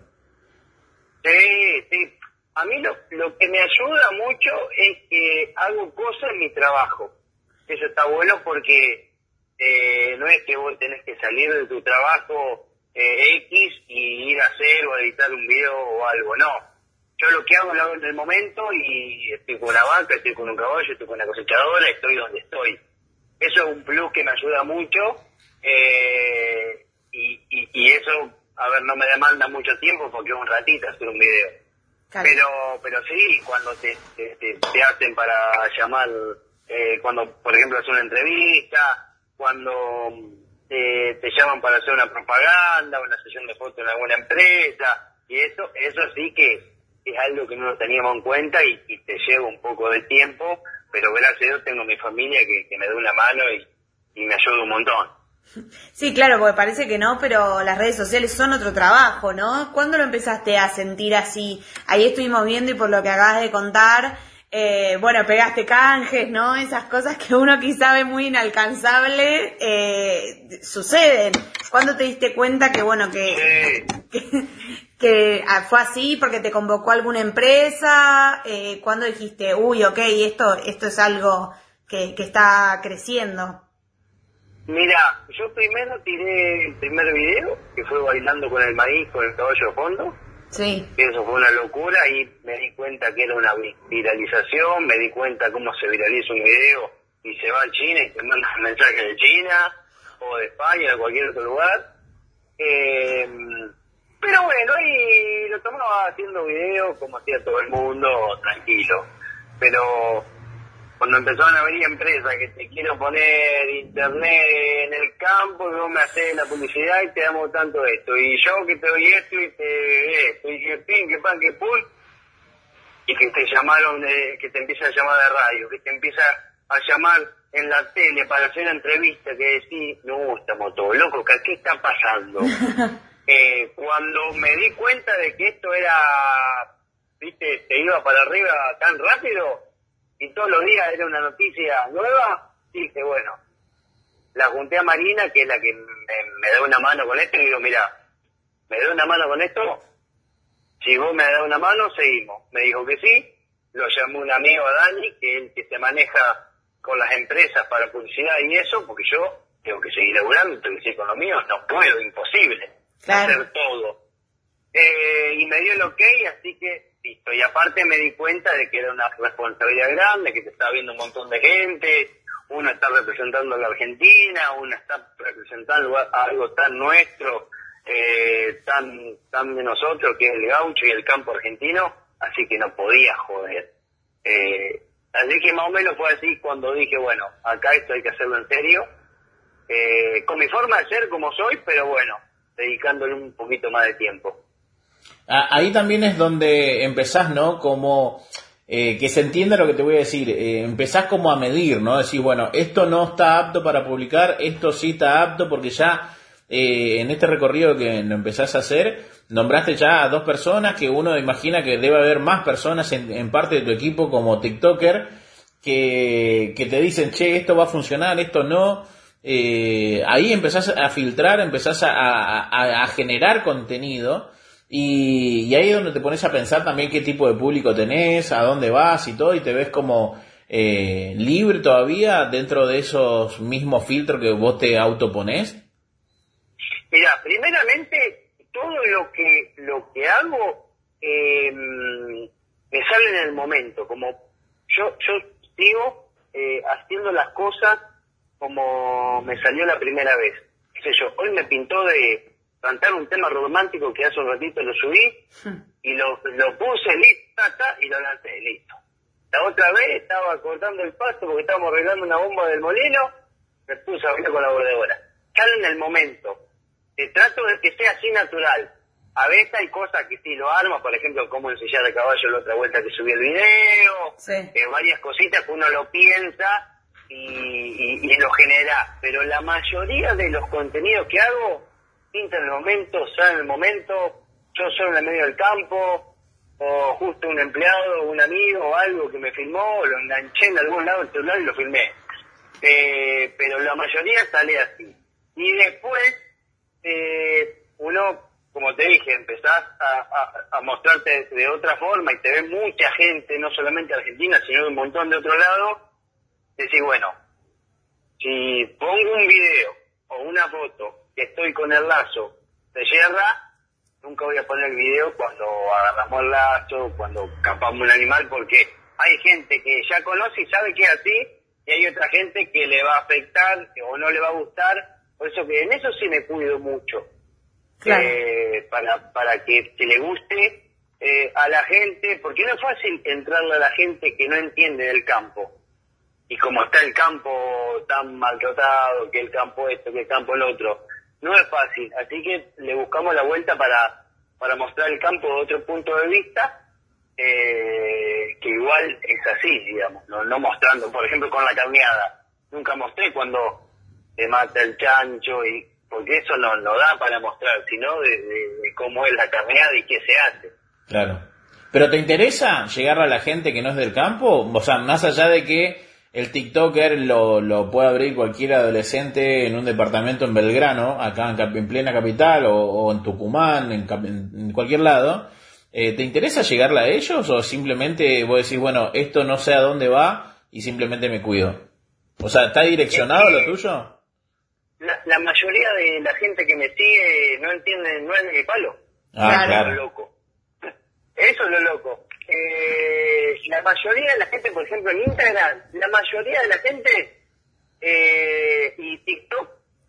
S11: Sí. A mí lo que me ayuda mucho es que hago cosas en mi trabajo. Eso está bueno porque no es que vos tenés que salir de tu trabajo X y ir a hacer o a editar un video o algo, no. Yo lo que hago lo hago en el momento y estoy con una vaca, estoy con un caballo, estoy con una cosechadora, estoy donde estoy. Eso es un plus que me ayuda mucho y eso, a ver, no me demanda mucho tiempo porque es un ratito hacer un video. Claro. Pero sí, cuando te hacen para llamar, cuando por ejemplo haces una entrevista, cuando te llaman para hacer una propaganda, una sesión de fotos en alguna empresa, y eso sí que es algo que no lo teníamos en cuenta y te lleva un poco de tiempo, pero gracias a Dios tengo mi familia que me da una mano y me ayuda un montón.
S3: Sí, claro, porque parece que no, pero las redes sociales son otro trabajo, ¿no? ¿Cuándo lo empezaste a sentir así? Ahí estuvimos viendo y por lo que acabas de contar, bueno, pegaste canjes, ¿no? Esas cosas que uno quizá ve muy inalcanzable, suceden. ¿Cuándo te diste cuenta que, bueno, que fue así porque te convocó alguna empresa? ¿Cuándo dijiste, uy, ok, esto es algo que está creciendo?
S11: Mira, yo primero tiré el primer video, que fue bailando con el maíz, con el caballo de fondo.
S3: Sí.
S11: Eso fue una locura y me di cuenta que era una viralización, me di cuenta cómo se viraliza un video y se va a China y te mandan mensajes de China o de España o de cualquier otro lugar. Pero bueno, y lo tomaba haciendo videos como hacía todo el mundo, tranquilo. Pero cuando empezaron a venir empresas que te quiero poner internet en el campo y vos me haces la publicidad y te damos tanto esto, y yo que te doy esto y que pin, que pan, que pul, y que te llamaron, que te empieza a llamar de radio, que te empieza a llamar en la tele para hacer una entrevista, que decís, no, estamos todos locos, ¿qué está pasando? Cuando me di cuenta de que esto era, viste, te iba para arriba tan rápido, y todos los días era una noticia nueva, dije, bueno, la junté a Marina, que es la que me da una mano con esto, y digo, mira, ¿me da una mano con esto? Si vos me das una mano, seguimos. Me dijo que sí, lo llamó un amigo a Dani, que es el que se maneja con las empresas para publicidad y eso, porque yo tengo que seguir laburando, tengo que seguir con lo mío, no puedo, imposible, hacer todo. Y me dio el ok, así que listo. Y aparte me di cuenta de que era una responsabilidad grande, que te estaba viendo un montón de gente, uno está representando a la Argentina, uno está representando algo tan nuestro, tan de nosotros, que es el gaucho y el campo argentino, así que no podía joder. Así que más o menos fue así cuando dije, bueno, acá esto hay que hacerlo en serio, con mi forma de ser como soy, pero bueno, dedicándole un poquito más de tiempo.
S2: Ahí también es donde empezás, ¿no? Como que se entienda lo que te voy a decir. Empezás como a medir, ¿no? Decís, bueno, esto no está apto para publicar, esto sí está apto, porque ya en este recorrido que lo empezás a hacer, nombraste ya a 2 personas, que uno imagina que debe haber más personas en parte de tu equipo como TikToker, que te dicen, che, esto va a funcionar, esto no. Ahí empezás a filtrar, empezás a generar contenido. Y ahí es donde te pones a pensar también qué tipo de público tenés, a dónde vas y todo, y te ves como libre todavía dentro de esos mismos filtros que vos te autoponés.
S11: Mira, primeramente, todo lo que hago me sale en el momento, como yo sigo haciendo las cosas como me salió la primera vez. Qué sé yo, hoy me pintó de cantar un tema romántico que hace un ratito lo subí y lo puse, listo, y lo lancé, listo. La otra vez estaba cortando el pasto porque estábamos arreglando una bomba del molino, me puse a bailar con la bordadora. Sale en el momento. Trato de que sea así natural. A veces hay cosas que sí lo armo, por ejemplo, cómo ensillar a caballo la otra vuelta que subí el video,
S3: sí.
S11: Varias cositas que uno lo piensa y lo genera. Pero la mayoría de los contenidos que hago, pinta en el momento, sale en el momento, yo soy en el medio del campo, o justo un empleado, un amigo o algo que me filmó, lo enganché en algún lado del celular y lo filmé. Pero la mayoría sale así. Y después, uno, como te dije, empezás a mostrarte de otra forma y te ve mucha gente, no solamente Argentina, sino de un montón de otro lado. Decís, bueno, si pongo un video o una foto que estoy con el lazo de yerra, nunca voy a poner el video cuando agarramos el lazo, cuando capamos un animal, porque hay gente que ya conoce y sabe que es así, y hay otra gente que le va a afectar o no le va a gustar. Por eso que en eso sí me cuido mucho. Claro. Para que le guste a la gente, porque no es fácil entrarle a la gente que no entiende del campo. Y como está el campo tan maltratado, que el campo esto, que el campo el otro, no es fácil. Así que le buscamos la vuelta para mostrar el campo de otro punto de vista, que igual es así, digamos, no mostrando, por ejemplo, con la carneada. Nunca mostré cuando se mata el chancho, y porque eso no da para mostrar, sino de cómo es la carneada y qué se hace.
S2: Claro. ¿Pero te interesa llegar a la gente que no es del campo? O sea, más allá de que el TikToker lo puede abrir cualquier adolescente en un departamento en Belgrano, acá en plena capital, o en Tucumán, en cualquier lado, ¿te interesa llegarle a ellos o simplemente vos decís, bueno, esto no sé a dónde va y simplemente me cuido? O sea, ¿está direccionado lo tuyo?
S11: La mayoría de la gente que me sigue no entiende, no es de mi palo.
S2: Claro.
S11: Lo loco. Eso es lo loco. La mayoría de la gente, por ejemplo, en Instagram, la mayoría de la gente y TikTok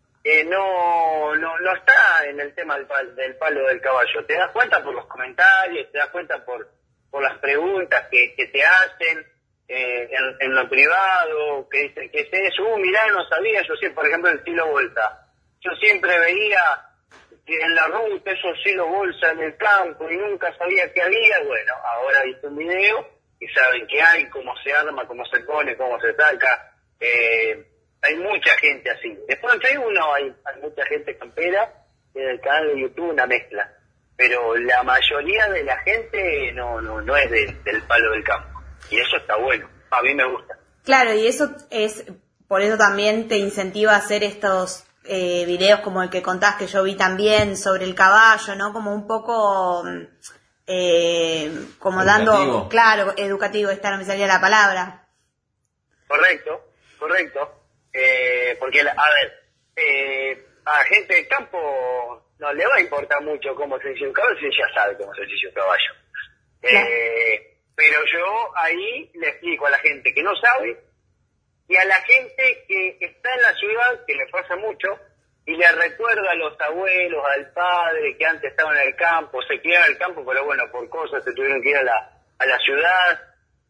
S11: no está en el tema del palo del caballo. Te das cuenta por los comentarios, te das cuenta por las preguntas que te hacen en lo privado, que dicen que es eso, mirá, no sabía, yo siempre, por ejemplo, el Silo Bolsa. Yo siempre veía que en la ruta esos Silo Bolsa en el campo y nunca sabía qué había. Bueno, ahora hice un video y saben qué hay, cómo se arma, cómo se pone, cómo se saca. Hay mucha gente así. Después en Facebook no, hay mucha gente campera, y en el canal de YouTube una mezcla. Pero la mayoría de la gente no es del palo del campo. Y eso está bueno, a mí me gusta.
S3: Claro, y eso es, por eso también te incentiva a hacer estos videos como el que contás, que yo vi también, sobre el caballo, ¿no? Como un poco, como educativo. Dando, claro, educativo, esta no me salía la palabra.
S11: Correcto. Porque, a ver, a gente del campo no le va a importar mucho cómo se ensucia un caballo, si ya sabe cómo se ensucia un caballo. Claro. Pero yo ahí le explico a la gente que no sabe y a la gente que está en la ciudad, que le pasa mucho, y le recuerda a los abuelos, al padre que antes estaban en el campo, se criaron en el campo, pero bueno, por cosas se tuvieron que ir a la ciudad.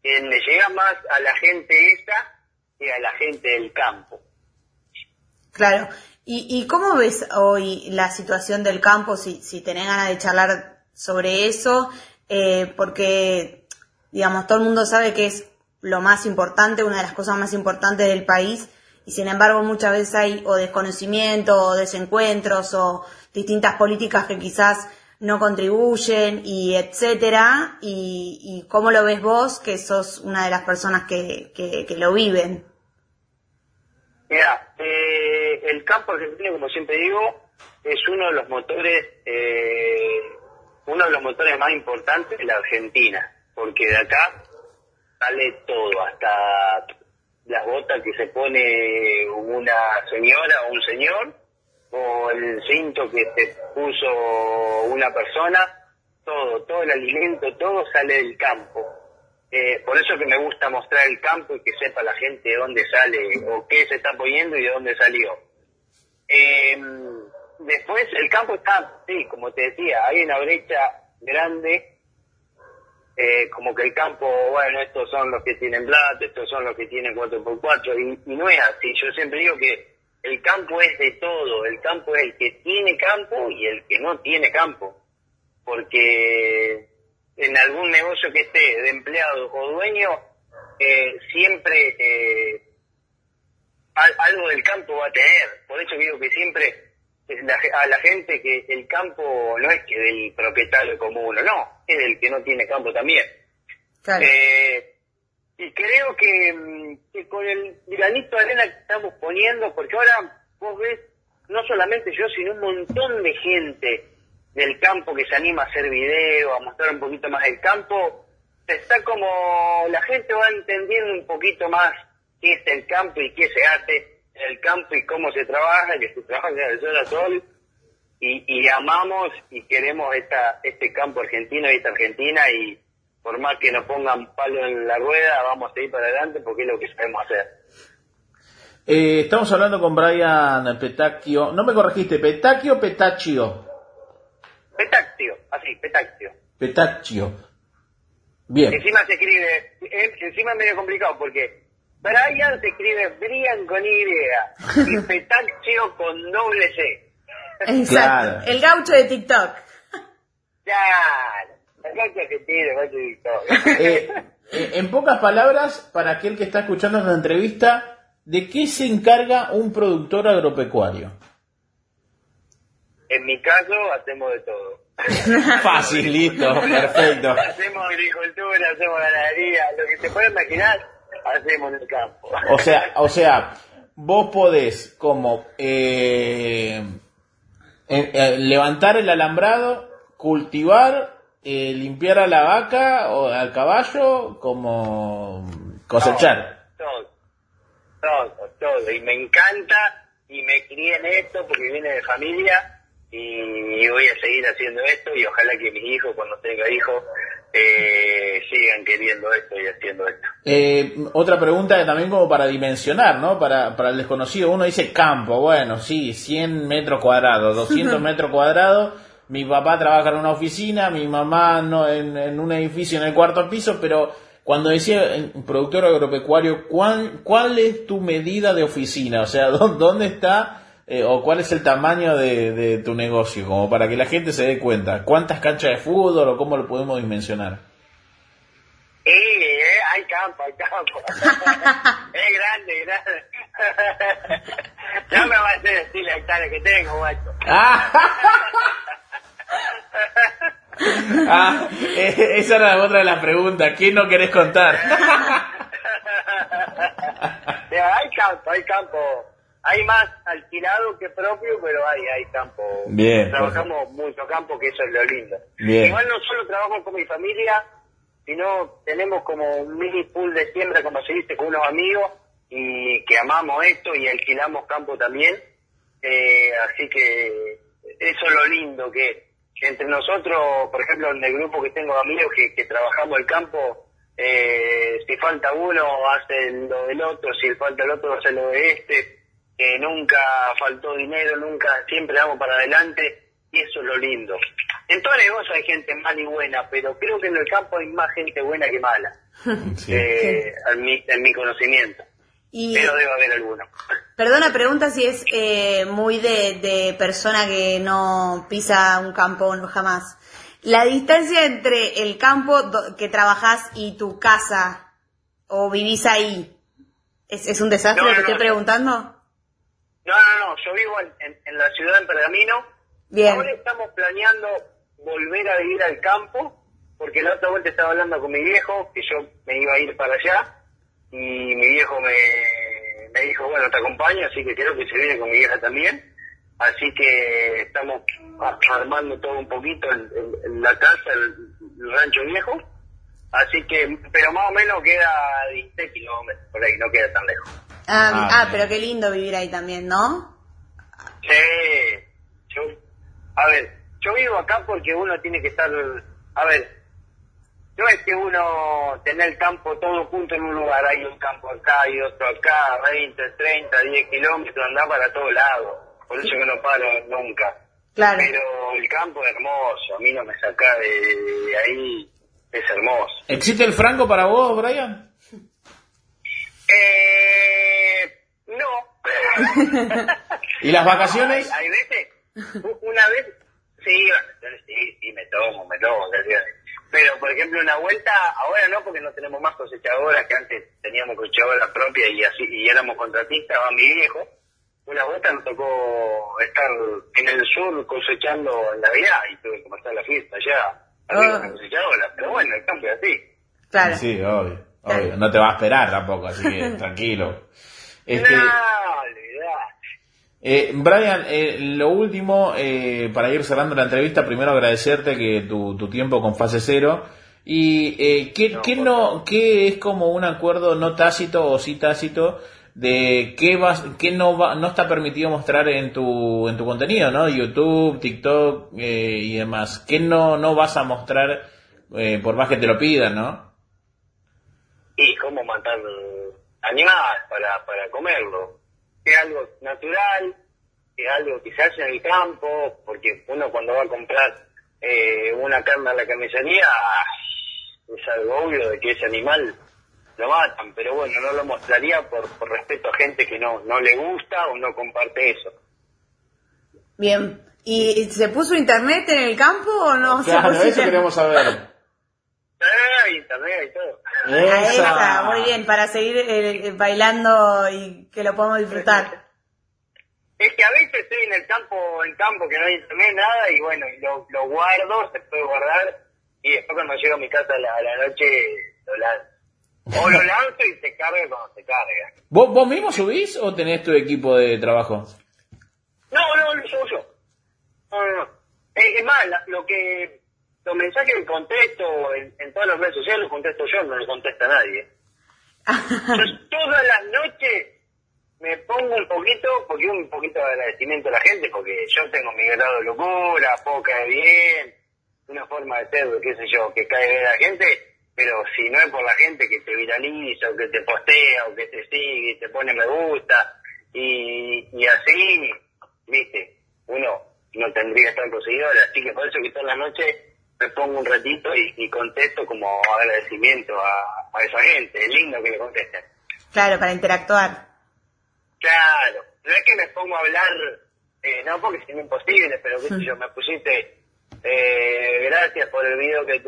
S11: le llega más a la gente esa que a la gente del campo.
S12: Claro. ¿Y cómo ves hoy la situación del campo, si tenés ganas de charlar sobre eso? Porque, digamos, todo el mundo sabe que es lo más importante, una de las cosas más importantes del país, y sin embargo muchas veces hay o desconocimiento, o desencuentros, o distintas políticas que quizás no contribuyen, y etcétera. ¿Y cómo lo ves vos, que sos una de las personas que lo viven?
S11: Mira, el campo argentino, como siempre digo, es uno de los motores más importantes de la Argentina, porque de acá sale todo, hasta las botas que se pone una señora o un señor, o el cinto que se puso una persona, todo el alimento, todo sale del campo. Por eso que me gusta mostrar el campo y que sepa la gente de dónde sale o qué se está poniendo y de dónde salió. Después el campo está, sí, como te decía, hay una brecha grande, como que el campo, bueno, estos son los que tienen plata, estos son los que tienen 4x4, y no es así. Yo siempre digo que el campo es de todo, el campo es el que tiene campo y el que no tiene campo, porque en algún negocio que esté de empleado o dueño, siempre algo del campo va a tener. Por eso digo que siempre a la gente que el campo no es que del propietario como uno, no, es del que no tiene campo también.
S12: Claro.
S11: Y creo que con el granito de arena que estamos poniendo, porque ahora vos ves, no solamente yo, sino un montón de gente del campo que se anima a hacer video, a mostrar un poquito más el campo, está como, la gente va entendiendo un poquito más qué es el campo y qué se hace en el campo y cómo se trabaja, que se trabaja del sol a sol, y amamos y queremos este campo argentino y esta Argentina, y por más que nos pongan palo en la rueda, vamos a seguir para adelante porque es lo que sabemos hacer.
S2: Estamos hablando con Brian Petacchio. No me corregiste, ¿Petacchio o Petacchio?
S11: Petacchio, así, Petacchio.
S2: Petacchio. Bien.
S11: Encima se escribe, encima es medio complicado porque Brian se escribe Brian con Y y Petacchio con doble C.
S12: Exacto,
S2: Claro.
S12: El gaucho de TikTok.
S11: Claro, el gaucho argentino, el gaucho de TikTok.
S2: En pocas palabras, para aquel que está escuchando esta entrevista, ¿de qué se encarga un productor agropecuario?
S11: En mi caso, hacemos de todo.
S2: Fácil, listo, perfecto.
S11: Hacemos agricultura, hacemos ganadería, lo que te puedas imaginar, hacemos en el campo.
S2: O sea, vos podés como levantar el alambrado, cultivar, limpiar a la vaca o al caballo, como cosechar.
S11: Todo. Y me encanta y me crié en esto porque viene de familia. Y voy a seguir haciendo esto y ojalá que mis hijos, cuando tenga hijos, sigan queriendo esto y haciendo esto.
S2: Otra pregunta también como para dimensionar, ¿no? Para el desconocido, uno dice campo, bueno, sí, 100 metros cuadrados, 200 metros cuadrados, mi papá trabaja en una oficina, mi mamá no, en un edificio en el cuarto piso, pero cuando decía productor agropecuario, ¿cuál es tu medida de oficina? O sea, ¿dónde está? ¿O cuál es el tamaño de tu negocio? Como para que la gente se dé cuenta. ¿Cuántas canchas de fútbol o cómo lo podemos dimensionar?
S11: Hay campo. Es grande. Ya me va a hacer decir la hectárea que tengo, guacho.
S2: Esa era otra de las preguntas. ¿Qué no querés contar?
S11: Hay campo. Hay más alquilado que propio, pero hay campo.
S2: Bien.
S11: Trabajamos mucho campo, que eso es lo lindo.
S2: Bien.
S11: Igual no solo trabajo con mi familia, sino tenemos como un mini pool de siembra, como se dice, con unos amigos, y que amamos esto y alquilamos campo también. Así que eso es lo lindo, que entre nosotros, por ejemplo, en el grupo que tengo de amigos que trabajamos el campo, si falta uno, hace lo del otro, si falta el otro, hace lo de este. Nunca faltó dinero, siempre vamos para adelante, y eso es lo lindo. En todo negocio hay gente mala y buena, pero creo que en el campo hay más gente buena que mala, en mi conocimiento. Pero debe haber alguno.
S12: Perdona, pregunta si es muy de persona que no pisa un campo jamás. La distancia entre el campo que trabajás y tu casa, o vivís ahí, ¿es un desastre lo que estoy preguntando?
S11: No, yo vivo en la ciudad de Pergamino.
S12: Bien.
S11: Ahora estamos planeando volver a vivir al campo, porque la otra vuelta estaba hablando con mi viejo, que yo me iba a ir para allá, y mi viejo me dijo, bueno, te acompaño, así que creo que se viene con mi vieja también. Así que estamos armando todo un poquito en la casa, el rancho viejo. Así que, pero más o menos queda 16 kilómetros por ahí, no queda tan lejos.
S12: Pero qué lindo vivir ahí también, ¿no?
S11: Sí. Yo vivo acá porque uno tiene que estar, no es que uno tener el campo todo junto en un lugar, hay un campo acá y otro acá, 20, 30, 10 kilómetros, andar para todos lados, por eso que no paro nunca.
S12: Claro.
S11: Pero el campo es hermoso, a mí no me saca de ahí, es hermoso.
S2: ¿Existe el franco para vos, Brian?
S11: No.
S2: ¿Y las vacaciones?
S11: Hay veces, una vez, sí, me tomo, pero por ejemplo una vuelta, ahora no porque no tenemos más cosechadoras, que antes teníamos cosechadoras propias y éramos contratistas, va mi viejo, una vuelta nos tocó estar en el sur cosechando en Navidad y tuve que pasar la fiesta allá, arriba de la cosechadora, pero bueno, el campo es así.
S12: Claro.
S2: Sí, obvio, no te va a esperar tampoco, así que tranquilo. Brian, lo último, para ir cerrando la entrevista, primero agradecerte que tu tiempo con Fase Cero y ¿qué es como un acuerdo no tácito o sí tácito de qué no está permitido mostrar en tu contenido, ¿no? YouTube, TikTok y demás. ¿Qué no vas a mostrar por más que te lo pidan, no?
S11: Y cómo matar animales para comerlo. Que es algo natural, que es algo que se hace en el campo, porque uno cuando va a comprar una carne a la carnicería es algo obvio de que ese animal lo matan, pero bueno, no lo mostraría por respeto a gente que no le gusta o no comparte eso.
S12: Bien, ¿y se puso internet en el campo o no?
S2: Claro, eso queremos saber.
S11: Internet y todo.
S12: Ahí está, muy bien, para seguir bailando y que lo podamos disfrutar.
S11: Es que a veces estoy en campo que no hay internet, nada, y bueno, y lo guardo, se puede guardar, y después cuando llego a mi casa a la noche lo lanzo. O lo lanzo y se carga cuando se carga.
S2: ¿Vos mismo subís o tenés tu equipo de trabajo?
S11: No, lo subo yo. No. Es más, los mensajes que contesto en todas las redes sociales los contesto yo, no lo contesta nadie. Yo todas las noches me pongo un poquito de agradecimiento a la gente, porque yo tengo mi grado de locura, puedo caer bien, una forma de ser, qué sé yo, que cae bien a la gente, pero si no es por la gente que te viraliza, o que te postea, o que te sigue, y te pone me gusta, y así, viste, uno no tendría tantos seguidores, así que por eso que todas las noches me pongo un ratito y contesto como agradecimiento a esa gente. Es lindo que le contesten.
S12: Claro, para interactuar.
S11: Claro, no es que me pongo a hablar, no porque es imposible, pero qué sé yo, me pusiste gracias por el video que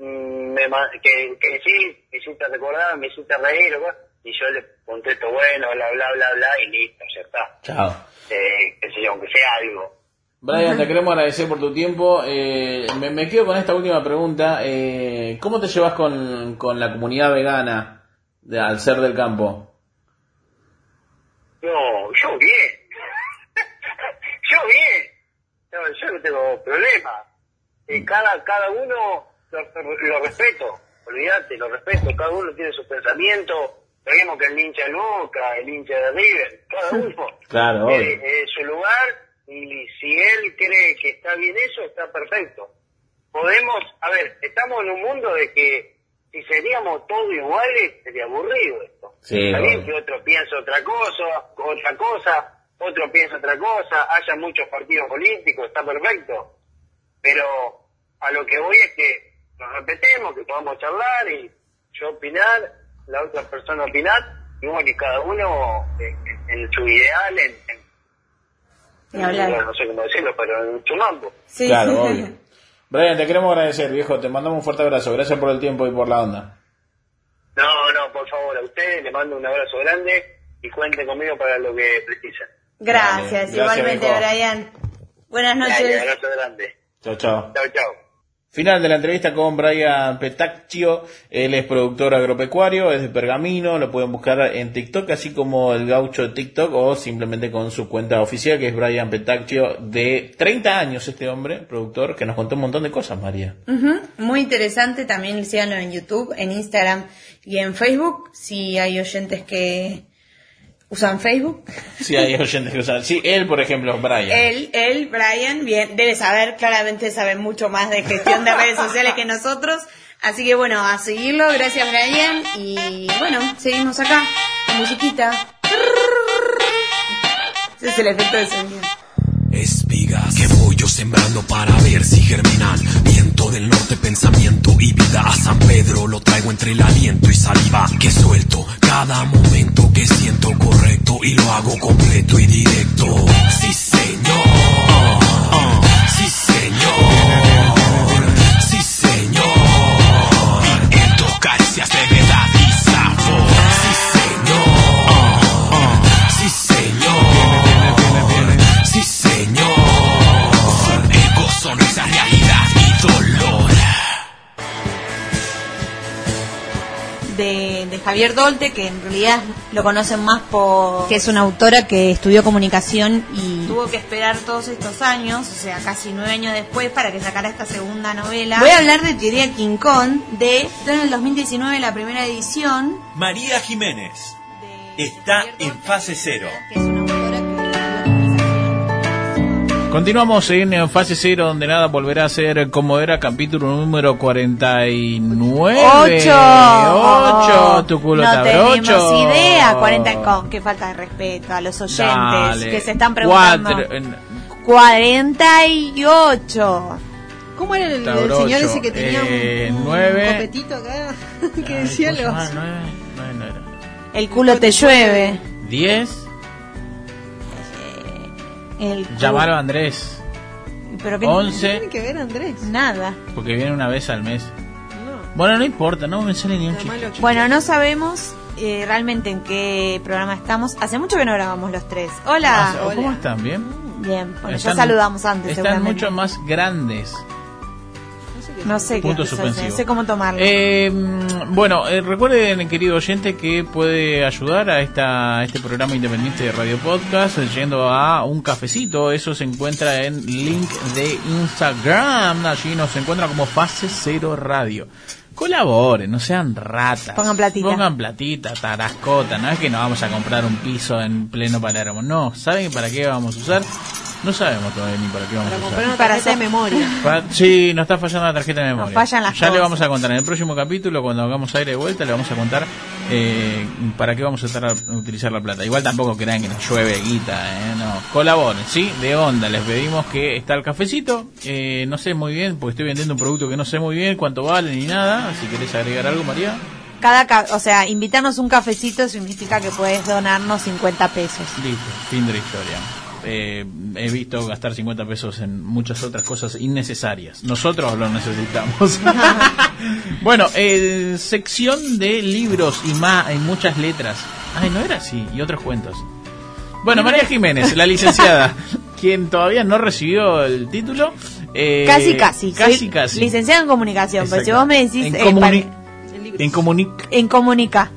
S11: hiciste recordar, me hiciste reír, y yo le contesto bueno, bla, bla, bla, bla, y listo, ya está.
S2: Chao.
S11: Qué sé yo, aunque sea algo.
S2: Brian, te queremos agradecer por tu tiempo. Me quedo con esta última pregunta. ¿Cómo te llevas con la comunidad vegana al ser del campo?
S11: No, yo bien. Yo no tengo problema. Cada uno lo respeto. Olvídate, lo respeto. Cada uno tiene su pensamiento. Sabemos que el hincha de Boca, el hincha de River, cada uno
S2: claro,
S11: tiene su lugar. Y si él cree que está bien eso, está perfecto. Estamos en un mundo de que si seríamos todos iguales, sería aburrido esto.
S2: Sí,
S11: Está bien que otro piensa otra cosa, otro piensa otra cosa, haya muchos partidos políticos, está perfecto. Pero a lo que voy es que nos respetemos, que podamos charlar y yo opinar, la otra persona opinar, y bueno, y cada uno en su ideal, no sé cómo decirlo, pero en su mambo.
S12: Sí.
S2: Claro, obvio. Brian, te queremos agradecer, viejo, te mandamos un fuerte abrazo, gracias por el tiempo y por la onda.
S11: No, por favor, a ustedes les mando un abrazo grande y cuenten conmigo para lo que precisen.
S12: Gracias, igualmente,
S2: viejo.
S12: Brian. Buenas noches.
S11: Dale, abrazo grande.
S2: Chao, chao.
S11: Chao.
S2: Final de la entrevista con Brian Petacchio, él es productor agropecuario, es de Pergamino, lo pueden buscar en TikTok, así como el gaucho de TikTok, o simplemente con su cuenta oficial, que es Brian Petacchio, de 30 años este hombre, productor, que nos contó un montón de cosas, María.
S12: Muy interesante, también síganlo en YouTube, en Instagram y en Facebook, si hay oyentes que usan Facebook.
S2: Sí, hay oyentes que usan. Sí, él, por ejemplo, Brian.
S12: Él, Brian, bien, debe saber, claramente sabe mucho más de gestión de redes sociales que nosotros. Así que bueno, a seguirlo, gracias Brian. Y bueno, seguimos acá, con musiquita. Ese es el efecto de sonido.
S13: Espigas que voy yo sembrando para ver si germinan. Viento del norte, pensamiento y vida. A San Pedro lo traigo entre el aliento y saliva que suelto cada momento que siento correcto y lo hago completo y directo. Sí señor, sí señor, sí señor. En tu caricias de verdad y sabor. Sí señor, sí señor. Sí, señor. El gozo no es la realidad y dolor.
S12: De Javier Dolte, que en realidad lo conocen más por...
S3: Que es una autora que estudió comunicación y...
S12: Tuvo que esperar todos estos años, o sea, casi 9 años después, para que sacara esta segunda novela. Voy a hablar de Teoría King Kong, en el 2019 la primera edición.
S7: María Jiménez está en fase cero.
S2: Continuamos en fase cero, donde nada volverá a ser como era, capítulo número 49. 8. Tu culo
S3: no tenemos
S2: 8.
S3: idea. 40 con qué falta de respeto a los oyentes.
S2: Dale.
S3: Que se están preguntando. 48.
S4: ¿Cómo era el
S2: Tabrocho,
S4: señor ese que tenía un
S2: 9.
S4: copetito acá? Que decía los...
S2: 9 no era.
S3: El culo te llueve.
S2: 10. Llamar a Andrés.
S3: Pero
S2: 11.
S4: ¿Qué tiene que ver Andrés?
S3: Nada.
S2: Porque viene una vez al mes.
S4: No.
S2: Bueno, no importa, no me sale ni un chiste.
S3: Bueno, no sabemos realmente en qué programa estamos. Hace mucho que no grabamos los tres. Hola.
S2: ¿Cómo están? ¿Bien?
S3: Bien, bueno, ya saludamos antes.
S2: Están mucho más grandes.
S3: No sé
S2: Punto
S3: qué
S2: suspensivo.
S3: no sé cómo tomarlo.
S2: Bueno, recuerden, querido oyente, que puede ayudar a este programa independiente de Radio Podcast yendo a un cafecito. Eso se encuentra en link de Instagram. Allí nos encuentra como Fase Cero Radio. Colaboren, no sean ratas.
S3: Pongan
S2: platita, tarascota. No es que nos vamos a comprar un piso en pleno Palermo. No, ¿saben para qué vamos a usar? No sabemos todavía ni para qué vamos a usar.
S4: Comprar una tarjeta de memoria.
S2: Sí, nos está fallando la tarjeta de memoria.
S3: Nos fallan las
S2: ya
S3: cosas.
S2: Le vamos a contar en el próximo capítulo, cuando hagamos aire de vuelta, le vamos a contar para qué vamos a utilizar la plata. Igual tampoco crean que nos llueve guita, no. Colaboren, ¿sí? De onda, les pedimos que está el cafecito. No sé muy bien, porque estoy vendiendo un producto que no sé muy bien cuánto vale ni nada. Si querés agregar algo, María.
S3: O sea, invitarnos un cafecito significa que puedes donarnos 50 pesos.
S2: Listo, fin de la historia. He visto gastar 50 pesos en muchas otras cosas innecesarias. Nosotros lo necesitamos. Bueno, sección de libros y muchas letras. Ay, no era así. Y otros cuentos. Bueno, María Jiménez, la licenciada, quien todavía no recibió el título.
S3: Casi. Soy licenciada en comunicación. Pero si vos me decís... En comunica.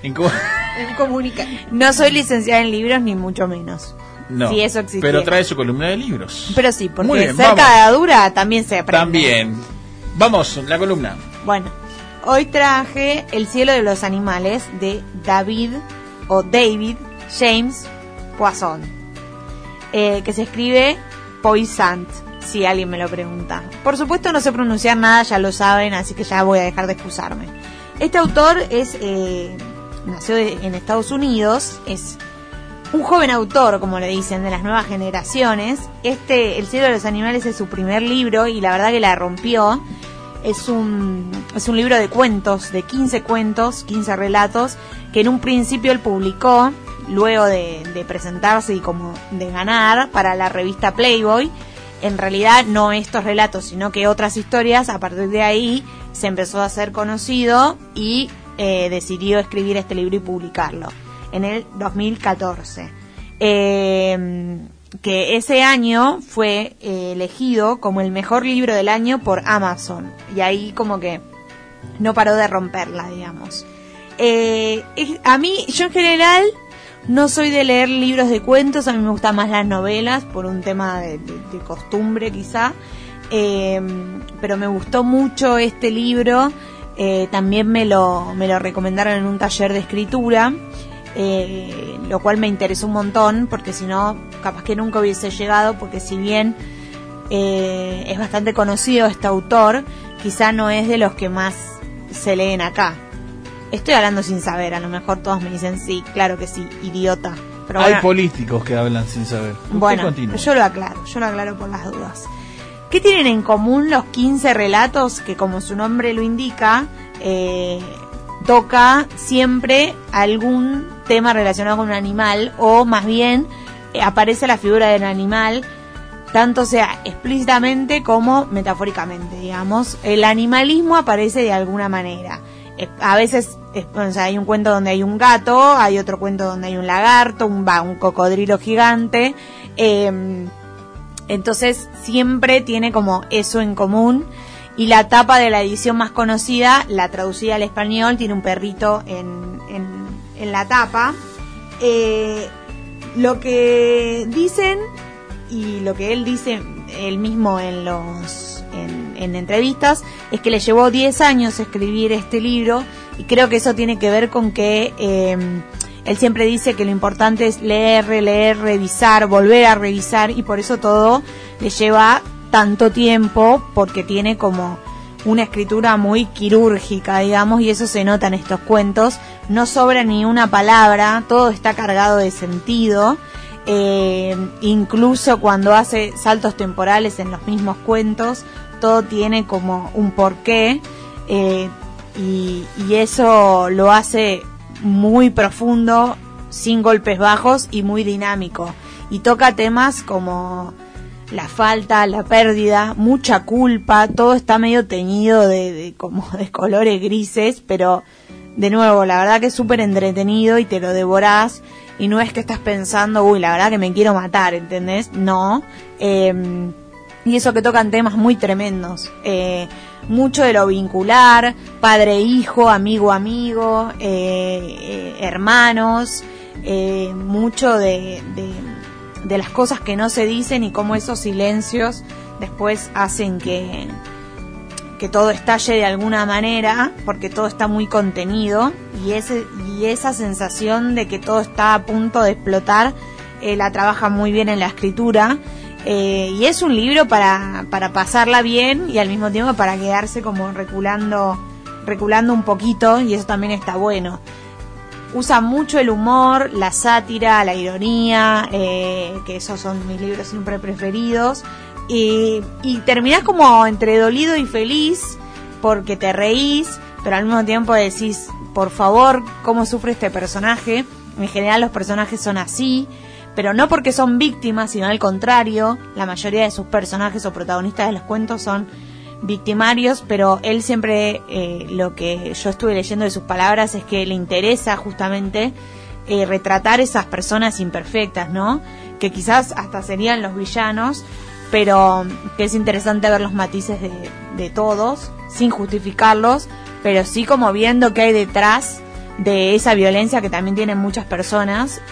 S3: No soy licenciada en libros, ni mucho menos.
S2: No,
S3: si eso existiera.
S2: Pero trae su columna de libros.
S3: Pero sí, porque
S2: bien,
S3: cerca
S2: vamos.
S3: de la dura también se aprende.
S2: También. Vamos, la columna.
S3: Bueno, hoy traje El cielo de los animales de David James Poisson, que se escribe Poissant, si alguien me lo pregunta. Por supuesto no sé pronunciar nada, ya lo saben, así que ya voy a dejar de excusarme. Este autor nació en Estados Unidos, es un joven autor, como le dicen, de las nuevas generaciones. El cielo de los animales es su primer libro y la verdad que la rompió. Es un libro de cuentos, de 15 cuentos, 15 relatos, que en un principio él publicó, luego de presentarse y como de ganar para la revista Playboy. En realidad no estos relatos, sino que otras historias. A partir de ahí se empezó a hacer conocido y decidió escribir este libro y publicarlo en el 2014. Que ese año fue elegido como el mejor libro del año por Amazon. Y ahí como que no paró de romperla, digamos. A mí, yo en general no soy de leer libros de cuentos, a mí me gustan más las novelas, por un tema de costumbre quizá. Pero me gustó mucho este libro. También me lo recomendaron en un taller de escritura. Lo cual me interesó un montón, porque si no, capaz que nunca hubiese llegado, porque si bien es bastante conocido este autor, quizá no es de los que más se leen acá. Estoy hablando sin saber, a lo mejor todos me dicen sí, claro que sí, idiota. Pero
S2: hay
S3: bueno,
S2: políticos que hablan sin saber.
S3: Bueno, yo lo aclaro por las dudas. ¿Qué tienen en común los 15 relatos que, como su nombre lo indica, toca siempre algún tema relacionado con un animal, o más bien aparece la figura del animal, tanto sea explícitamente como metafóricamente, digamos? El animalismo aparece de alguna manera. A veces o sea, hay un cuento donde hay un gato, hay otro cuento donde hay un lagarto, un cocodrilo gigante. Entonces siempre tiene como eso en común. Y la tapa de la edición más conocida, la traducida al español, tiene un perrito en la tapa. Lo que dicen y lo que él dice él mismo en entrevistas es que le llevó 10 años escribir este libro, y creo que eso tiene que ver con que él siempre dice que lo importante es leer, revisar, volver a revisar, y por eso todo le lleva tanto tiempo, porque tiene como una escritura muy quirúrgica, digamos, y eso se nota en estos cuentos. No sobra ni una palabra, todo está cargado de sentido. Incluso cuando hace saltos temporales en los mismos cuentos, todo tiene como un porqué, y eso lo hace muy profundo, sin golpes bajos, y muy dinámico, y toca temas como la falta, la pérdida, mucha culpa. Todo está medio teñido de colores grises, pero de nuevo, la verdad que es súper entretenido y te lo devorás, y no es que estás pensando, uy, la verdad que me quiero matar, ¿entendés? No. Y eso que tocan temas muy tremendos. Mucho de lo vincular, padre-hijo, amigo-amigo, hermanos, mucho de las cosas que no se dicen, y cómo esos silencios después hacen que todo estalle de alguna manera, porque todo está muy contenido, y esa sensación de que todo está a punto de explotar, la trabaja muy bien en la escritura. Y es un libro para pasarla bien, y al mismo tiempo para quedarse como reculando un poquito, y eso también está bueno. Usa mucho el humor, la sátira, la ironía, que esos son mis libros siempre preferidos, y terminás como entre dolido y feliz, porque te reís, pero al mismo tiempo decís, por favor, cómo sufre este personaje. En general los personajes son así, pero no porque son víctimas, sino al contrario, la mayoría de sus personajes o protagonistas de los cuentos son victimarios, pero él siempre, lo que yo estuve leyendo de sus palabras, es que le interesa justamente retratar esas personas imperfectas, ¿no? Que quizás hasta serían los villanos, pero que es interesante ver los matices de todos, sin justificarlos, pero sí como viendo qué hay detrás de esa violencia que también tienen muchas personas.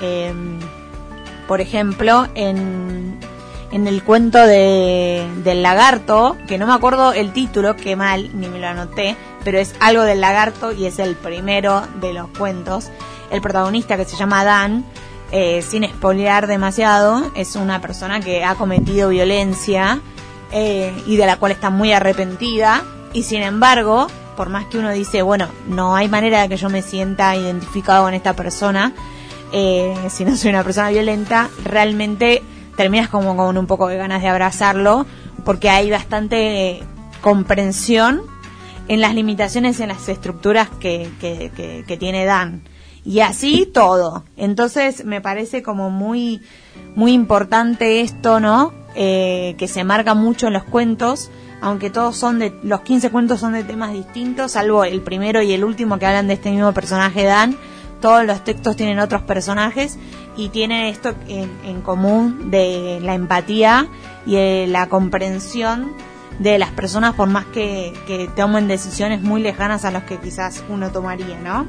S3: Por ejemplo, en el cuento del lagarto, que no me acuerdo el título, qué mal, ni me lo anoté, pero es algo del lagarto y es el primero de los cuentos. El protagonista, que se llama Dan, sin spoilear demasiado, es una persona que ha cometido violencia y de la cual está muy arrepentida, y sin embargo, por más que uno dice, bueno, no hay manera de que yo me sienta identificado con esta persona, si no soy una persona violenta, realmente terminas como con un poco de ganas de abrazarlo, porque hay bastante comprensión en las limitaciones, en las estructuras que tiene Dan. Y así todo. Entonces me parece como muy importante esto, ¿no? Que se marca mucho en los cuentos, aunque los 15 cuentos son de temas distintos, salvo el primero y el último que hablan de este mismo personaje Dan. Todos los textos tienen otros personajes y tienen esto en común de la empatía y la comprensión de las personas, por más que tomen decisiones muy lejanas a las que quizás uno tomaría, ¿no?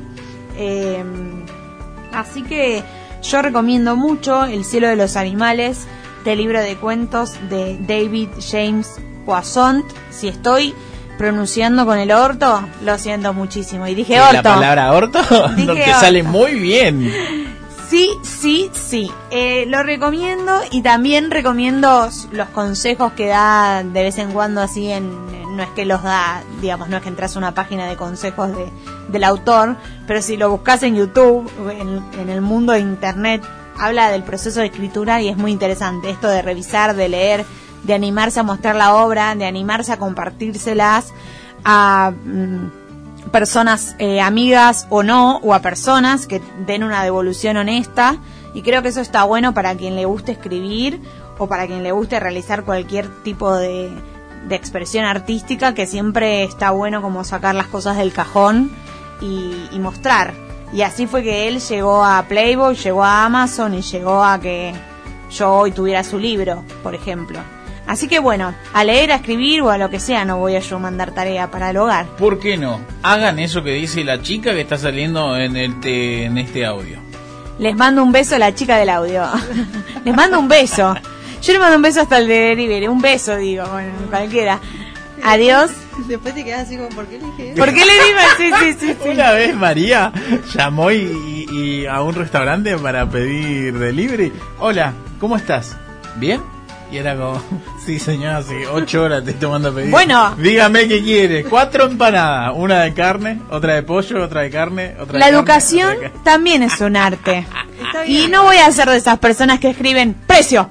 S3: Así que yo recomiendo mucho El cielo de los animales, este libro de cuentos de David James Poisson. Si estoy pronunciando con el orto, lo siento muchísimo. Y dije orto.
S2: La palabra orto no te sale muy bien.
S3: Sí. Lo recomiendo, y también recomiendo los consejos que da de vez en cuando, así no es que los da, digamos, no es que entras a una página de consejos del autor, pero si lo buscas en YouTube, en el mundo de internet, habla del proceso de escritura y es muy interesante. Esto de revisar, de leer, de animarse a mostrar la obra, de animarse a compartírselas a personas amigas o no, o a personas que den una devolución honesta, y creo que eso está bueno para quien le guste escribir o para quien le guste realizar cualquier tipo de expresión artística, que siempre está bueno como sacar las cosas del cajón y mostrar. Y así fue que él llegó a Playboy, llegó a Amazon y llegó a que yo hoy tuviera su libro, por ejemplo. Así que bueno, a leer, a escribir o a lo que sea, no voy a yo mandar tarea para el hogar.
S2: ¿Por qué no? Hagan eso que dice la chica que está saliendo en este audio.
S3: Les mando un beso a la chica del audio. Les mando un beso. Yo le mando un beso hasta el de delivery. Un beso, digo, bueno, cualquiera. Adiós.
S4: Después te quedas así como, ¿por qué le dije eso?
S3: ¿Por qué le dije? Sí.
S2: Una vez María llamó y a un restaurante para pedir delivery. Hola, ¿cómo estás? ¿Bien? Y era como, sí señora, hace 8 horas te estoy tomando pedido.
S3: Bueno.
S2: Dígame qué quiere. 4 empanadas. Una de carne, otra de pollo, otra de carne, otra de
S3: La
S2: carne,
S3: educación también es un arte. Y no voy a ser de esas personas que escriben precio.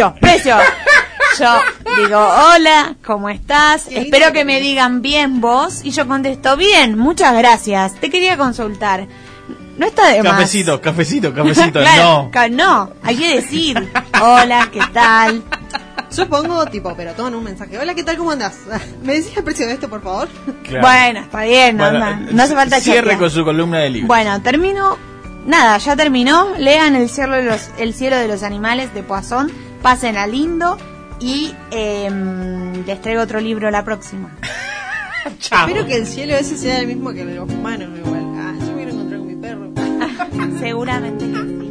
S3: Yo digo, hola, ¿cómo estás? Espero que me digan bien vos. Y yo contesto, bien, muchas gracias. Te quería consultar. No está de más.
S2: Cafecito,
S3: claro, no, hay que decir, hola, ¿qué tal?
S4: Yo pongo pero toman un mensaje. Hola, ¿qué tal? ¿Cómo andás? ¿Me decís el precio de esto, por favor?
S2: Claro.
S3: Bueno, está bien, no hace falta
S2: cierre
S3: chatear.
S2: con su columna de libros.
S3: Bueno, ya terminó. Lean El cielo de los animales de Poisson. Pasen a lindo y les traigo otro libro la próxima.
S2: Chao.
S4: Espero que el cielo ese sea el mismo que el de los humanos igual. Yo me quiero encontrar con mi perro.
S3: Seguramente que sí.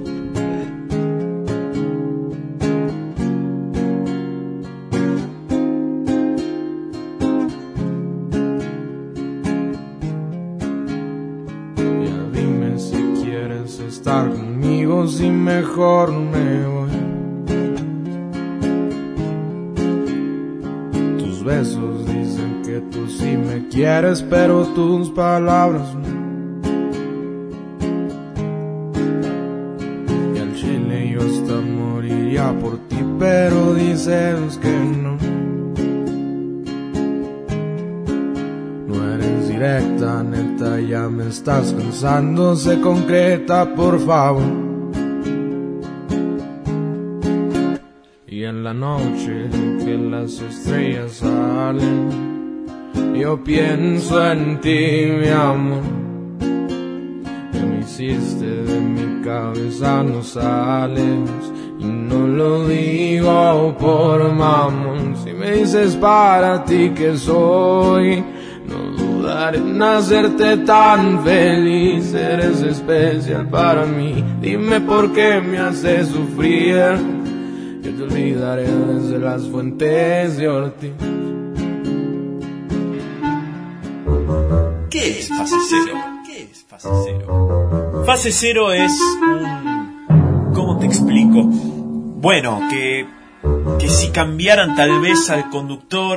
S14: Estar conmigo, si mejor me voy. Tus besos dicen que tú sí me quieres, pero tus palabras no. Y al chile yo hasta moriría por ti, pero dices que no. No eres directa, neta, ya me estás cansando, sé concreta, por favor. Y en la noche que las estrellas salen, yo pienso en ti, mi amor. Que me hiciste de mi cabeza, no sales. Y no lo digo por mamón. Si me dices para ti que soy, no dudaré en hacerte tan feliz. Eres especial para mí. Dime por qué me haces sufrir. Yo te olvidaré desde las fuentes de Ortiz.
S7: ¿Qué es fase cero? Fase cero es un... ¿Cómo te explico? Bueno, que si cambiaran tal vez al conductor...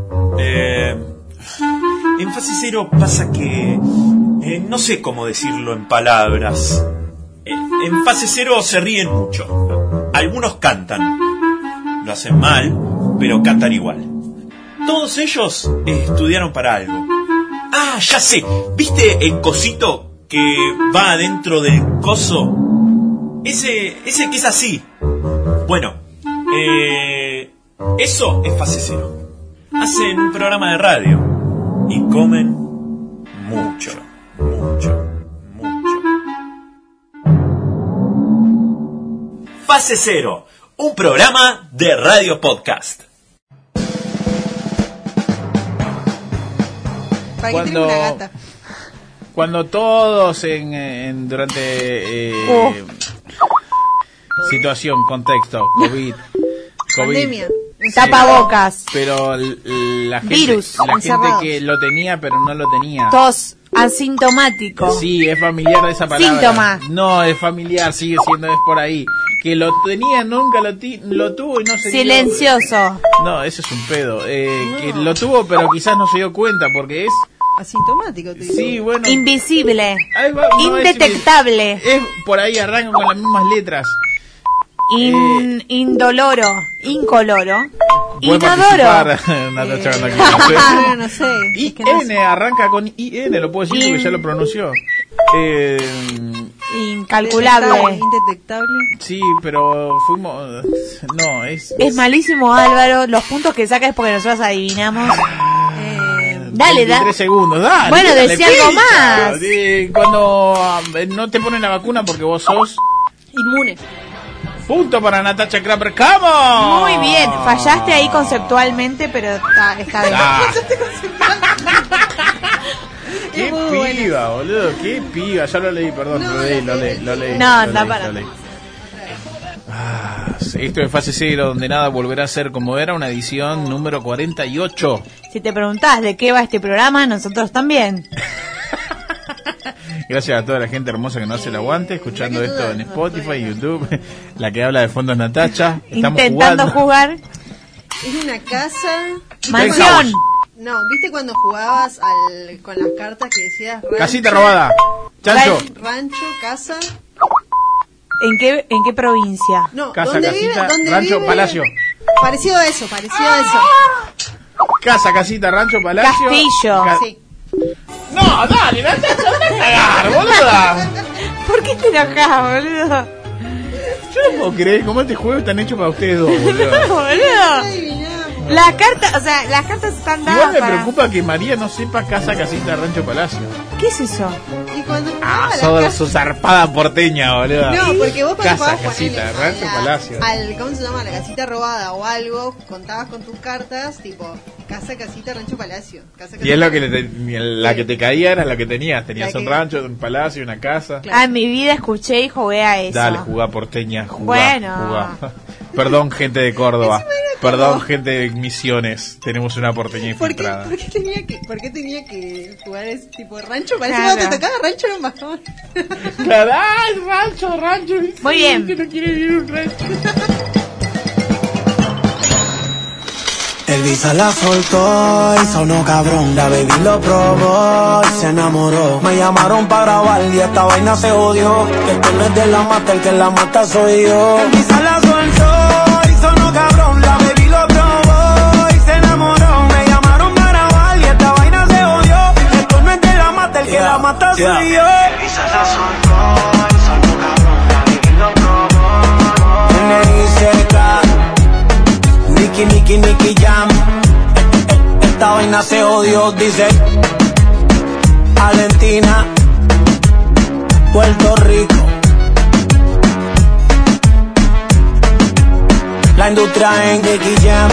S7: En fase cero pasa que... no sé cómo decirlo en palabras. En Fase Cero se ríen mucho. Algunos cantan. Lo hacen mal, pero cantan igual. Todos ellos estudiaron para algo. Ah, ya sé. ¿Viste el cosito que va adentro del coso? Ese que es así. Bueno, eso es Fase Cero. Hacen un programa de radio y comen mucho, mucho, mucho. Fase Cero, un programa de radio podcast.
S4: ¿Para qué tengo una gata?
S2: Cuando todos durante situación, contexto, COVID,
S4: Pandemia.
S3: Tapabocas.
S2: Pero la gente,
S3: Virus.
S2: la gente
S3: Encerrados.
S2: que lo tenía pero no lo tenía.
S3: Tos asintomático.
S2: Sí, es familiar de esa palabra.
S3: Síntoma.
S2: No, es familiar, sigue siendo, es por ahí. Que lo tenía, nunca lo tuvo y no se
S3: Silencioso.
S2: No, eso es un pedo. Que lo tuvo pero quizás no se dio cuenta porque es...
S4: Asintomático, te digo.
S2: Sí, bueno.
S3: Invisible.
S2: Ahí va, no,
S3: Indetectable.
S2: es por ahí arranca con las mismas letras.
S3: Indoloro. Incoloro.
S2: Puede
S3: Inodoro.
S2: participar, Natacha, cuando quiera.
S4: No sé. es que no
S2: IN,
S4: sé.
S2: arranca con IN, lo puedo decir porque ya lo pronunció.
S3: Incalculable.
S4: Indetectable.
S2: Sí, pero fuimos... No, es...
S3: Es malísimo, Álvaro. Los puntos que saca es porque nosotros adivinamos. Dale,
S2: 23 segundos, dale.
S3: Bueno,
S2: dale,
S3: decía algo
S2: picha.
S3: más.
S2: Cuando no te ponen la vacuna porque vos sos...
S4: Inmune.
S2: Punto para Natacha Kraper. ¡Vamos!
S3: Muy bien. Fallaste ahí conceptualmente, pero está bien.
S2: Ah, qué
S4: muy buena.
S2: piba, boludo, qué piba. Ya lo leí, perdón,
S4: No,
S2: lo leí.
S3: No,
S2: lo
S3: no,
S2: leí,
S3: para.
S2: lo leí. Esto es Fase Cero, donde nada volverá a ser como era, una edición número 48.
S3: Si te preguntás de qué va este programa, nosotros también.
S2: Gracias a toda la gente hermosa que nos hace el aguante, escuchando esto en Spotify, YouTube. La que habla de fondo es Natacha. Estamos
S3: Intentando
S2: jugando.
S3: jugar.
S4: Es una casa.
S3: Mansión.
S4: No, ¿viste cuando jugabas con las cartas que decías rancho?
S2: Casita robada. Chancho.
S4: Rancho, casa.
S3: ¿En qué provincia?
S4: No,
S2: Casa,
S4: ¿dónde
S2: casita,
S4: vive? ¿Dónde
S2: rancho,
S4: vive?
S2: palacio.
S4: Parecido a eso, parecido a eso.
S2: Casa, casita, rancho, palacio.
S3: Castillo.
S4: Sí.
S2: No, dale, Natacha, anda a cagar, boluda.
S3: ¿Por qué te enojás, boludo?
S2: Yo no puedo creer cómo este juego están hecho para ustedes dos, boludo.
S3: Boludo. Las cartas, o sea, las cartas están dadas
S2: Igual me
S3: para...
S2: preocupa que María no sepa casa, casita, rancho, palacio.
S3: ¿Qué es eso?
S4: Y cuando
S2: Ah,
S4: jugaba las
S2: sos zarpada porteña, boludo.
S4: No, porque vos cuando
S2: Casa,
S4: jugabas
S2: casita,
S4: ponele
S2: rancho, palacio.
S4: ¿cómo se llama? La casita robada o algo, contabas con tus cartas, tipo, casa, casita, rancho, palacio. Casa,
S2: Y es lo que la que te caía era la que tenías. Tenías
S4: La
S2: un
S4: que-
S2: rancho, un palacio, una casa.
S3: Ah, en mi vida escuché y jugué a eso.
S2: Dale, jugá porteña, jugá.
S3: Bueno.
S2: Jugá. Perdón, gente de Córdoba.
S4: Encima era
S2: Perdón,
S4: como-
S2: gente de Misiones. Tenemos una porteña
S4: ¿Por qué,
S2: infiltrada.
S4: por qué tenía que jugar ese tipo de rancho? Parece
S3: Claro.
S4: que cuando te tocaba rancho era un bajón.
S2: Claro, ¡ay, rancho, rancho!
S3: Muy bien.
S2: Que no quiere vivir un rancho.
S5: Elvisa la soltó y sonó cabrón. La baby lo probó y se enamoró. Me llamaron para grabar y esta vaina se odió. Que esto no es de la mata, el que la mata soy yo. Elvisa la soltó y sonó cabrón. La baby lo probó y se enamoró. Me llamaron para grabar y esta vaina se odió. Que esto no es de la mata, el que la mata soy yo. Elvisa la soltó y sonó cabrón. La baby lo probó. N-I-C-K. Nicky Jam. Esta vaina se odió, dice Valentina, Puerto Rico. La industria en Nicky Jam.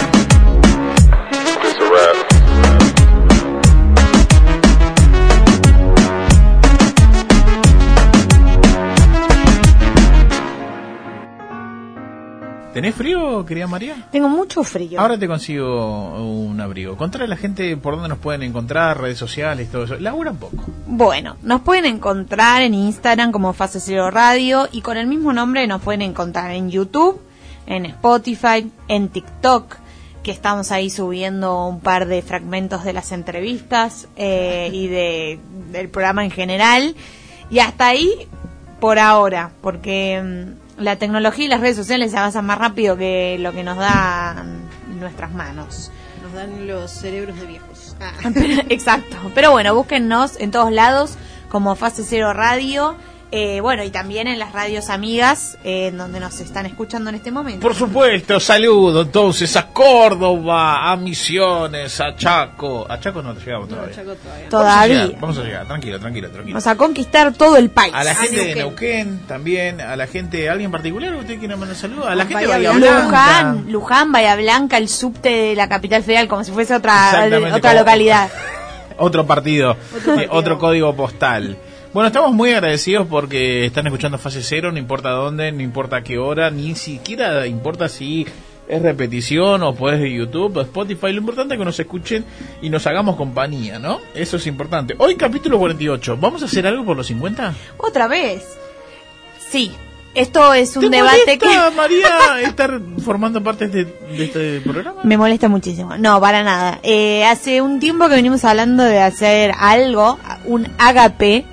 S2: ¿Tenés frío, querida María?
S3: Tengo mucho frío.
S2: Ahora te consigo un abrigo. Contale a la gente por dónde nos pueden encontrar, redes sociales, todo eso. Labura un poco.
S3: Bueno, nos pueden encontrar en Instagram como Fase Cero Radio y con el mismo nombre nos pueden encontrar en YouTube, en Spotify, en TikTok, que estamos ahí subiendo un par de fragmentos de las entrevistas y del programa en general. Y hasta ahí por ahora, porque la tecnología y las redes sociales se avanzan más rápido que lo que nos dan nuestras manos.
S4: Nos dan los cerebros de viejos.
S3: Exacto. Pero bueno, búsquennos en todos lados como Fase Cero Radio. Bueno, y también en las radios amigas, donde nos están escuchando en este momento.
S2: Por supuesto, saludo entonces a Córdoba, a Misiones, a Chaco. A Chaco no llegamos todavía.
S4: No, Chaco todavía.
S2: Vamos a llegar, tranquilo.
S3: Vamos a conquistar todo el país.
S2: A la gente de Neuquén también, a la gente, ¿alguien particular que usted quiere mandar saludos? A la gente de Bahía Blanca.
S3: Luján, Bahía Blanca, el subte de la capital federal, como si fuese otra localidad.
S2: Otro partido, otro código postal. Bueno, estamos muy agradecidos porque están escuchando Fase Cero, no importa dónde, no importa qué hora, ni siquiera importa si es repetición o podés de YouTube o Spotify. Lo importante es que nos escuchen y nos hagamos compañía, ¿no? Eso es importante. Hoy capítulo 48, ¿vamos a hacer algo por los 50?
S3: ¿Otra vez? Sí. Esto es un debate que...
S2: María, estar formando parte de este programa?
S3: Me molesta muchísimo. No, para nada. Hace un tiempo que venimos hablando de hacer algo, un agape.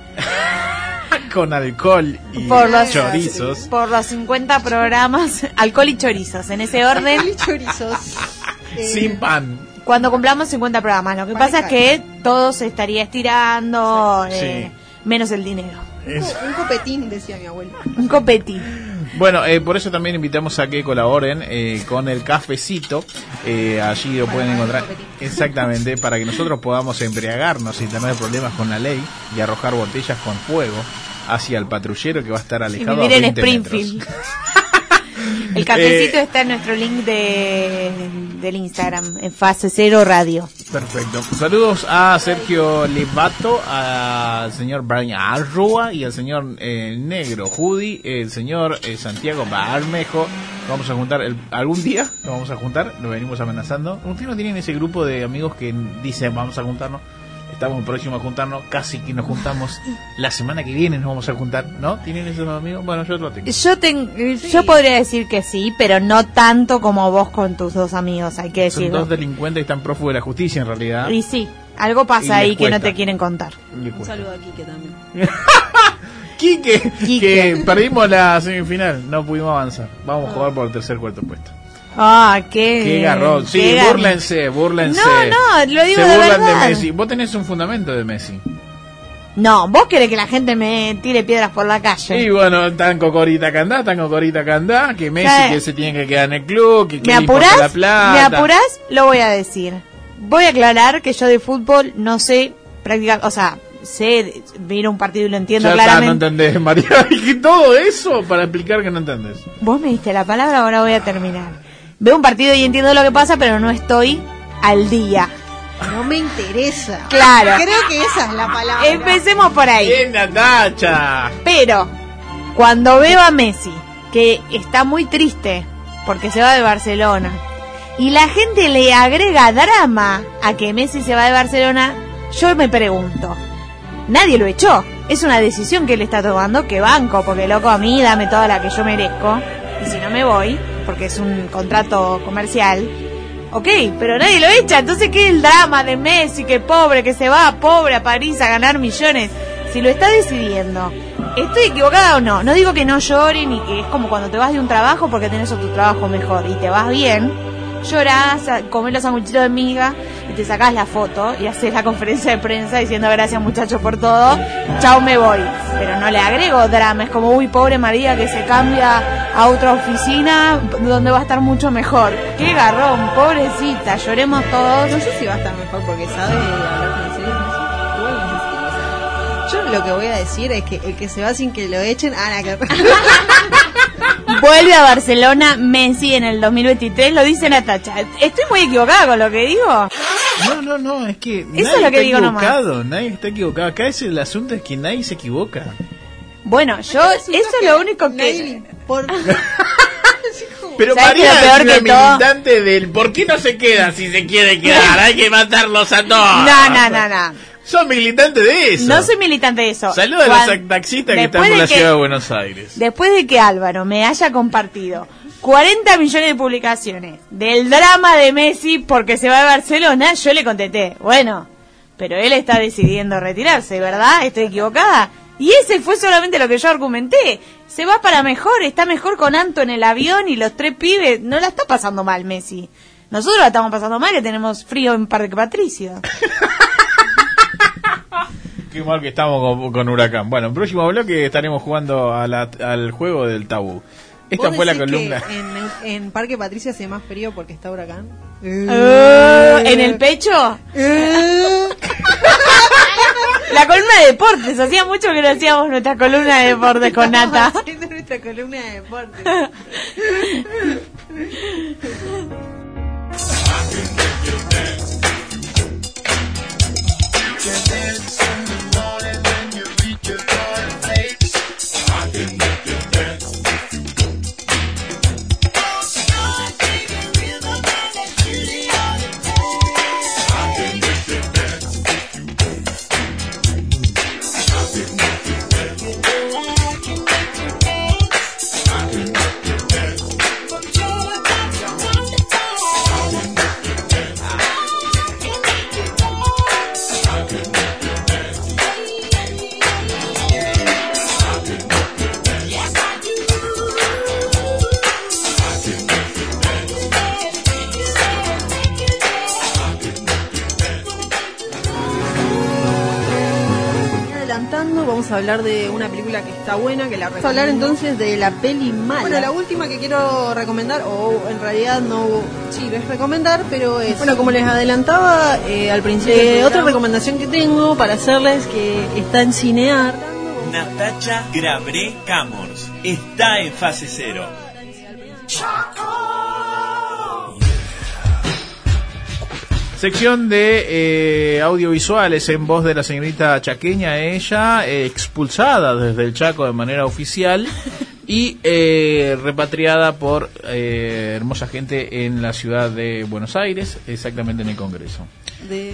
S2: Con alcohol y chorizos.
S3: Por los 50 programas, alcohol y chorizos, en ese orden.
S4: Alcohol y chorizos.
S2: Sin pan.
S3: Cuando cumplamos 50 programas. Lo que pasa es que todo se estaría estirando, menos el dinero.
S4: Un copetín, decía mi abuelo.
S3: Un copetín.
S2: Bueno, por eso también invitamos a que colaboren con el cafecito. Allí lo pueden encontrar. Exactamente, para que nosotros podamos embriagarnos sin tener problemas con la ley y arrojar botellas con fuego hacia el patrullero que va a estar alejado
S3: y vivir
S2: a 20
S3: en Springfield.
S2: Metros.
S3: El cafecito está en nuestro link del Instagram, en Fase Cero Radio.
S2: Perfecto. Saludos a Sergio Levato, al señor Brian Arrua y al señor Negro Judy, el señor Santiago Barmejo. Vamos a juntar algún día, lo vamos a juntar, lo venimos amenazando. ¿Ustedes no tienen ese grupo de amigos que dicen vamos a juntarnos? Estamos próximos a juntarnos, casi que nos juntamos la semana que viene, nos vamos a juntar, ¿no? ¿Tienen esos amigos? Bueno, yo lo tengo.
S3: Yo podría decir que sí, pero no tanto como vos con tus dos amigos, hay que decirlo.
S2: Son dos delincuentes y están prófugos de la justicia en realidad.
S3: Y sí, algo pasa ahí que no te quieren contar.
S4: Un saludo a Quique también.
S2: Quique, que perdimos la semifinal, no pudimos avanzar. Vamos a jugar por el tercer cuarto puesto.
S3: Qué
S2: garrón. Sí, búrlense.
S3: No, lo digo
S2: se
S3: de
S2: burlan
S3: verdad.
S2: de Messi. Vos tenés un fundamento de Messi.
S3: No, vos querés que la gente me tire piedras por la calle.
S2: Y bueno, tan cocorita candá, que Messi que se tiene que quedar en el club, que
S3: ¿Me apurás? La plata. ¿Me apurás? Lo voy a decir. Voy a aclarar que yo de fútbol no sé practicar, o sea, sé ver un partido y lo entiendo
S2: ya
S3: claramente.
S2: No entendés, María. Dije todo eso para explicar que no entendés.
S3: Vos me diste la palabra, ahora voy a terminar. Veo un partido y entiendo lo que pasa, pero no estoy al día.
S4: No me interesa.
S3: Claro.
S4: Creo que esa es la palabra.
S3: Empecemos por ahí.
S2: Bien, Natacha.
S3: Pero, cuando veo a Messi, que está muy triste porque se va de Barcelona, y la gente le agrega drama a que Messi se va de Barcelona, yo me pregunto, nadie lo echó. Es una decisión que él está tomando, que banco, porque loco, a mí dame toda la que yo merezco, y si no me voy, porque es un contrato comercial, ok, pero nadie lo echa. Entonces, ¿qué es el drama de Messi? Que pobre, que se va pobre a París a ganar millones. Si lo está decidiendo, ¿estoy equivocada o no? No digo que no lloren y que es como cuando te vas de un trabajo porque tenés otro trabajo mejor y te vas bien, llorás, comés los sanguchitos de miga y te sacás la foto y haces la conferencia de prensa diciendo gracias muchachos por todo, chao me voy. Pero no le agrego drama, es como uy pobre María que se cambia a otra oficina donde va a estar mucho mejor. Qué garrón, pobrecita, lloremos todos.
S4: No sé si va a estar mejor porque sabe hablar francés. Igual no sé si lo sabe. Yo lo que voy a decir es que el que se va sin que lo echen,
S3: vuelve a Barcelona Messi en el 2023, lo dice Natacha. ¿Estoy muy equivocada con lo que digo?
S2: No, es que
S3: eso es lo que digo
S2: equivocado,
S3: nomás.
S2: Nadie está equivocado. Acá el asunto es que nadie se equivoca.
S3: Bueno, eso es lo único que...
S2: Pero María es una militante del ¿por qué no se queda si se quiere quedar? Hay que matarlos a todos.
S3: No.
S2: Son militantes de eso.
S3: No soy militante de eso.
S2: Saludos a los taxistas que están por la ciudad de Buenos Aires.
S3: Después de que Álvaro me haya compartido 40 millones de publicaciones del drama de Messi porque se va de Barcelona, yo le contesté, bueno, pero él está decidiendo retirarse, ¿verdad? ¿Estoy equivocada? Y ese fue solamente lo que yo argumenté. Se va para mejor, está mejor con Anto en el avión y los 3 pibes. No la está pasando mal Messi. Nosotros la estamos pasando mal, que tenemos frío en Parque Patricio.
S2: Qué mal que estamos con Huracán. Bueno, en próximo bloque estaremos jugando al juego del tabú. Esta
S4: ¿Vos
S2: fue la
S4: decís
S2: columna.
S4: que en Parque Patricio hace más frío porque está Huracán?
S3: ¿En el pecho? La columna de deportes. Hacía mucho que no hacíamos nuestra columna de deportes con Nata.
S4: Estamos haciendo nuestra columna de deportes. Vamos a hablar de una película que está buena, que la recomiendo. Vamos a hablar entonces de la peli mala. Bueno, la última que quiero recomendar, o en realidad no, sí, es recomendar, pero es... Bueno, como les adelantaba al principio, otra recomendación que tengo para hacerles que está en Cinear.
S7: Natacha Grabré Camors está en fase 0.
S2: Sección de audiovisuales en voz de la señorita chaqueña, ella expulsada desde el Chaco de manera oficial y repatriada por hermosa gente en la ciudad de Buenos Aires, exactamente en el Congreso.
S4: En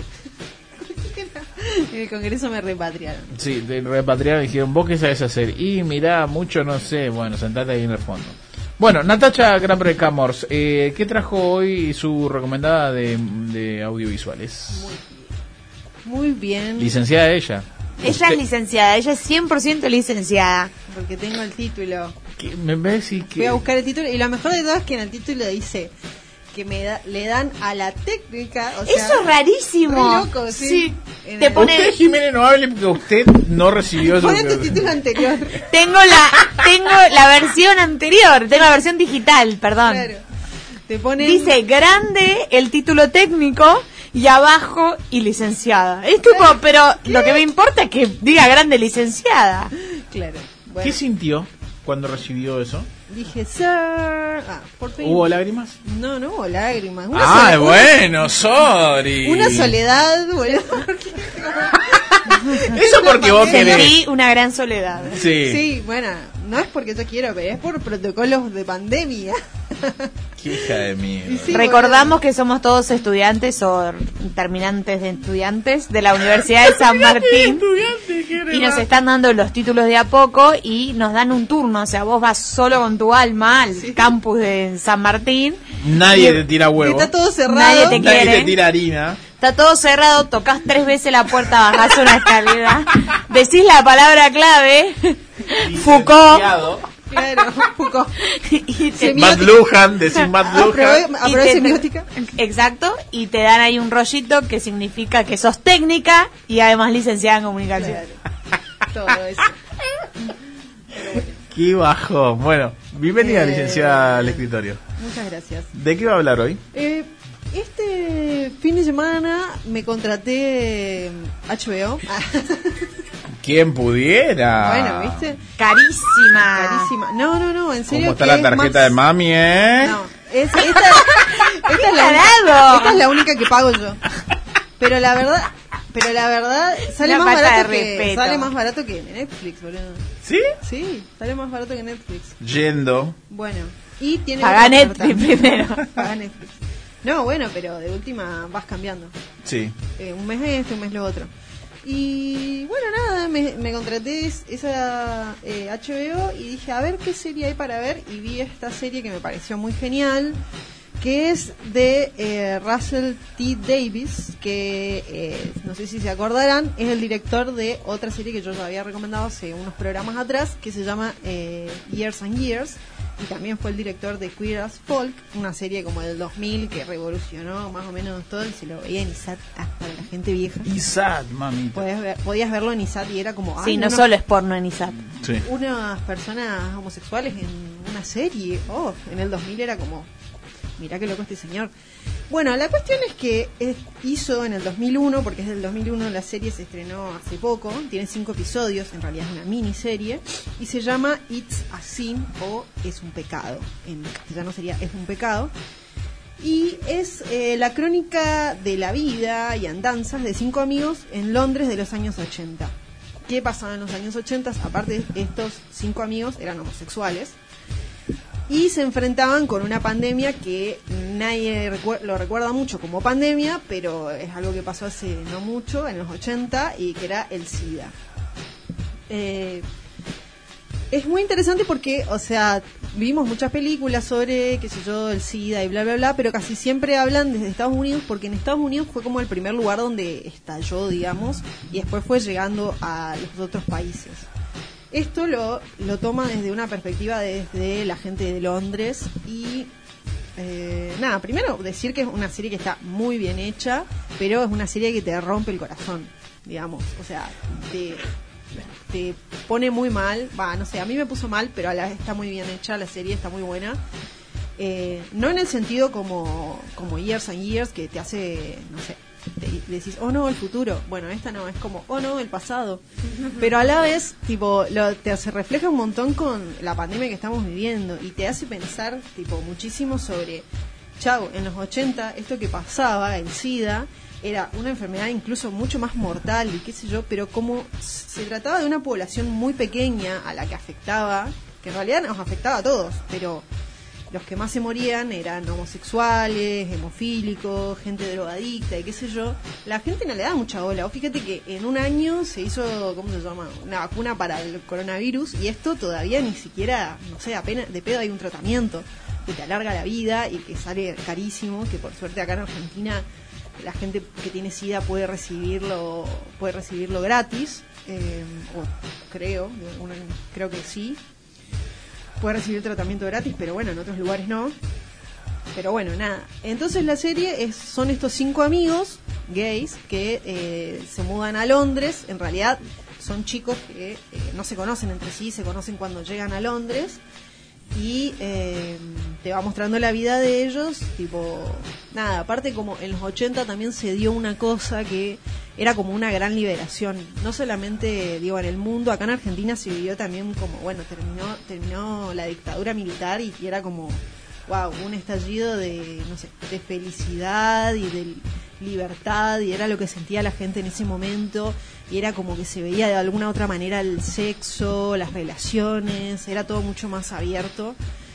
S4: el Congreso me repatriaron.
S2: Sí, de repatriaron y dijeron, ¿vos qué sabés hacer? Y mirá, mucho no sé, bueno, sentate ahí en el fondo. Bueno, Natacha Grabré Camors, ¿qué trajo hoy su recomendada de audiovisuales?
S4: Muy bien.
S2: Licenciada ella.
S3: Ella es licenciada, ella es 100% licenciada.
S4: Porque tengo el título.
S2: ¿Me ves? Y
S4: Voy a buscar el título y lo mejor de todo es que en el título dice que le dan a la técnica. O sea,
S3: eso es rarísimo.
S4: Re loco, sí.
S3: Te pone...
S2: Usted, Jiménez, no hable porque usted no recibió eso.
S4: Pone tu título anterior.
S3: Tengo la versión anterior, tengo la versión digital, perdón.
S4: Claro. Te ponen...
S3: Dice grande el título técnico y abajo y licenciada. Es tipo, pero lo que me importa es que diga grande licenciada.
S4: Claro. Bueno.
S2: ¿Qué sintió cuando recibió eso?
S4: Dije, sir. Por fin.
S2: ¿Hubo lágrimas?
S4: No hubo lágrimas.
S2: Bueno, sorry.
S4: Una soledad, bueno.
S2: Eso porque vos querés.
S3: Sí, una gran soledad.
S2: Sí,
S4: bueno, no es porque yo quiero, pero es por protocolos de pandemia.
S2: Qué hija de mierda.
S3: Sí, recordamos que somos todos estudiantes o terminantes de estudiantes de la Universidad de San Martín y nos están dando los títulos de a poco y nos dan un turno, o sea, vos vas solo con tu alma al campus de San Martín.
S2: Nadie te tira huevo.
S4: Está todo cerrado.
S3: Nadie
S2: te tira harina.
S3: Está todo cerrado, tocas 3 veces la puerta, bajás una escalera, decís la palabra clave, Foucault.
S4: Claro, Foucault.
S2: Matt Lujan, decís Matt Lujan.
S4: Aprobé semiótica.
S3: Exacto, y te dan ahí un rollito que significa que sos técnica y además licenciada en comunicación.
S4: Claro. Todo eso.
S2: Qué bajo. Bueno, bienvenida licenciada al escritorio.
S4: Muchas gracias.
S2: ¿De qué va a hablar hoy?
S4: Este fin de semana me contraté HBO.
S2: ¿Quién pudiera?
S4: Bueno, ¿viste?
S3: Carísima.
S4: No, en serio.
S2: ¿Cómo está la tarjeta de mami,
S4: No, esta es la única que pago yo. Pero la verdad sale más barato que Netflix, boludo.
S2: ¿Sí?
S4: Sí, sale más barato que Netflix.
S2: Yendo.
S4: Bueno, y tiene
S3: paga Netflix primero.
S4: Paga Netflix. No, bueno, pero de última vas cambiando.
S2: Sí.
S4: Un mes esto, un mes lo otro. Y bueno, nada, me contraté esa HBO y dije, a ver qué serie hay para ver. Y vi esta serie que me pareció muy genial, que es de Russell T. Davies, que no sé si se acordarán, es el director de otra serie que yo ya había recomendado hace unos programas atrás, que se llama Years and Years, y también fue el director de Queer as Folk, una serie como del 2000 que revolucionó más o menos todo, y se lo veía en ISAT para la gente vieja.
S2: ISAT, mami.
S4: Podías verlo en ISAT y era como...
S3: Sí, no solo es porno en ISAT.
S2: Sí.
S4: Unas personas homosexuales en una serie, en el 2000 era como... Mirá qué loco este señor. Bueno, la cuestión es que hizo en el 2001, porque es del 2001, la serie se estrenó hace poco, tiene 5 episodios, en realidad es una miniserie, y se llama It's a Sin, o Es un pecado. En castellano sería Es un pecado. Y es la crónica de la vida y andanzas de 5 amigos en Londres de los años 80. ¿Qué pasaba en los años 80? Aparte, estos 5 amigos eran homosexuales y se enfrentaban con una pandemia que nadie lo recuerda mucho como pandemia, pero es algo que pasó hace no mucho, en los 80, y que era el SIDA. Es muy interesante porque, o sea, vimos muchas películas sobre, qué sé yo, el SIDA y bla, bla, bla, pero casi siempre hablan desde Estados Unidos, porque en Estados Unidos fue como el primer lugar donde estalló, digamos, y después fue llegando a los otros países. Esto lo toma desde una perspectiva desde la gente de Londres y nada, primero decir que es una serie que está muy bien hecha, pero es una serie que te rompe el corazón, digamos, o sea, te pone muy mal, no sé, a mí me puso mal, pero a la vez está muy bien hecha, la serie está muy buena. No en el sentido como Years and Years, que te hace, no sé, te decís, oh no, el futuro. Bueno, esta no, es como, oh no, el pasado. Pero a la vez, tipo, se refleja un montón con la pandemia que estamos viviendo y te hace pensar, tipo, muchísimo sobre, chau, en los 80, esto que pasaba, el SIDA, era una enfermedad incluso mucho más mortal y qué sé yo, pero como se trataba de una población muy pequeña a la que afectaba, que en realidad nos afectaba a todos, pero los que más se morían eran homosexuales, hemofílicos, gente drogadicta y qué sé yo. La gente no le da mucha bola. O fíjate que en un año se hizo, ¿cómo se llama?, una vacuna para el coronavirus, y esto todavía ni siquiera, no sé, apenas de pedo hay un tratamiento que te alarga la vida y que sale carísimo, que por suerte acá en Argentina la gente que tiene SIDA puede recibirlo gratis, o creo que sí. Puede recibir tratamiento gratis, pero bueno, en otros lugares no. Pero bueno, nada. Entonces la serie son estos 5 amigos gays que se mudan a Londres. En realidad son chicos que no se conocen entre sí, se conocen cuando llegan a Londres. Y te va mostrando la vida de ellos, tipo, nada, aparte como en los 80 también se dio una cosa que era como una gran liberación, no solamente, digo, en el mundo, acá en Argentina se vivió también como, bueno, terminó la dictadura militar y era como, wow, un estallido de, no sé, de felicidad y de libertad, y era lo que sentía la gente en ese momento, y era como que se veía de alguna otra manera el sexo, las relaciones, era todo mucho más abierto.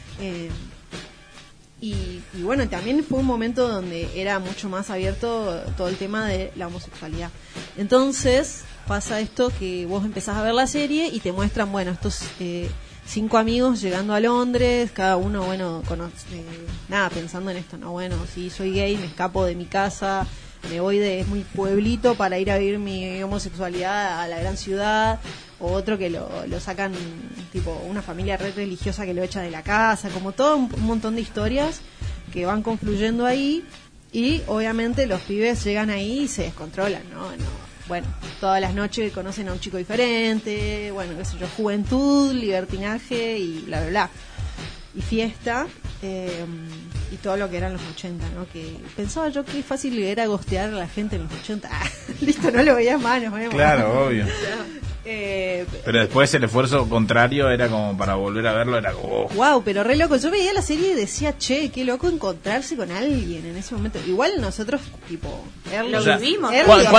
S4: Y bueno, también fue un momento donde era mucho más abierto todo el tema de la homosexualidad. Entonces pasa esto que vos empezás a ver la serie y te muestran, bueno, estos 5 amigos llegando a Londres, cada uno, bueno, pensando en esto, no, bueno, si soy gay me escapo de mi casa, me voy de muy pueblito para ir a vivir mi homosexualidad a la gran ciudad, o otro que lo sacan, tipo una familia red religiosa que lo echa de la casa, como todo un montón de historias que van confluyendo ahí, y obviamente los pibes llegan ahí y se descontrolan, ¿no? Bueno, todas las noches conocen a un chico diferente, bueno, qué sé yo, juventud, libertinaje y bla, bla, bla. Y fiesta, y todo lo que eran los 80, ¿no? Que pensaba yo que fácil era gostear a la gente en los 80. Listo, no lo veías más, nos vemos.
S2: Claro, obvio. Pero después el esfuerzo contrario era como para volver a verlo, era como...
S4: Wow, pero re loco. Yo veía la serie y decía, che, qué loco encontrarse con alguien en ese momento. Igual nosotros, tipo,
S3: lo vivimos.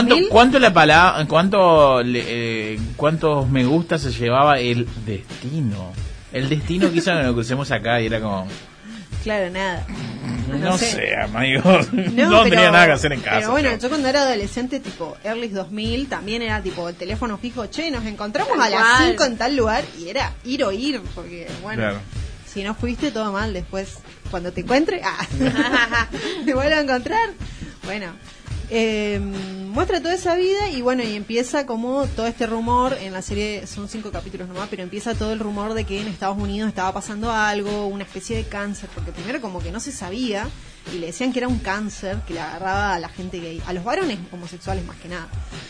S2: ¿Cuántos me gusta se llevaba el destino? El destino que hizo que nos crucemos acá y era como...
S4: Claro, nada.
S2: No sé, amigos. No tenía nada que hacer en casa.
S4: Pero bueno, yo cuando era adolescente, tipo, early 2000, también era tipo el teléfono fijo, che, nos encontramos a las 5 en tal lugar, y era ir o ir, porque bueno, Si no fuiste, todo mal. Después, cuando te encuentre, te vuelvo a encontrar. Bueno, muestra toda esa vida y bueno, y empieza como todo este rumor. En la serie son 5 capítulos nomás, pero empieza todo el rumor de que en Estados Unidos estaba pasando algo, una especie de cáncer, porque primero como que no se sabía y le decían que era un cáncer que le agarraba a la gente gay, a los varones homosexuales más que nada.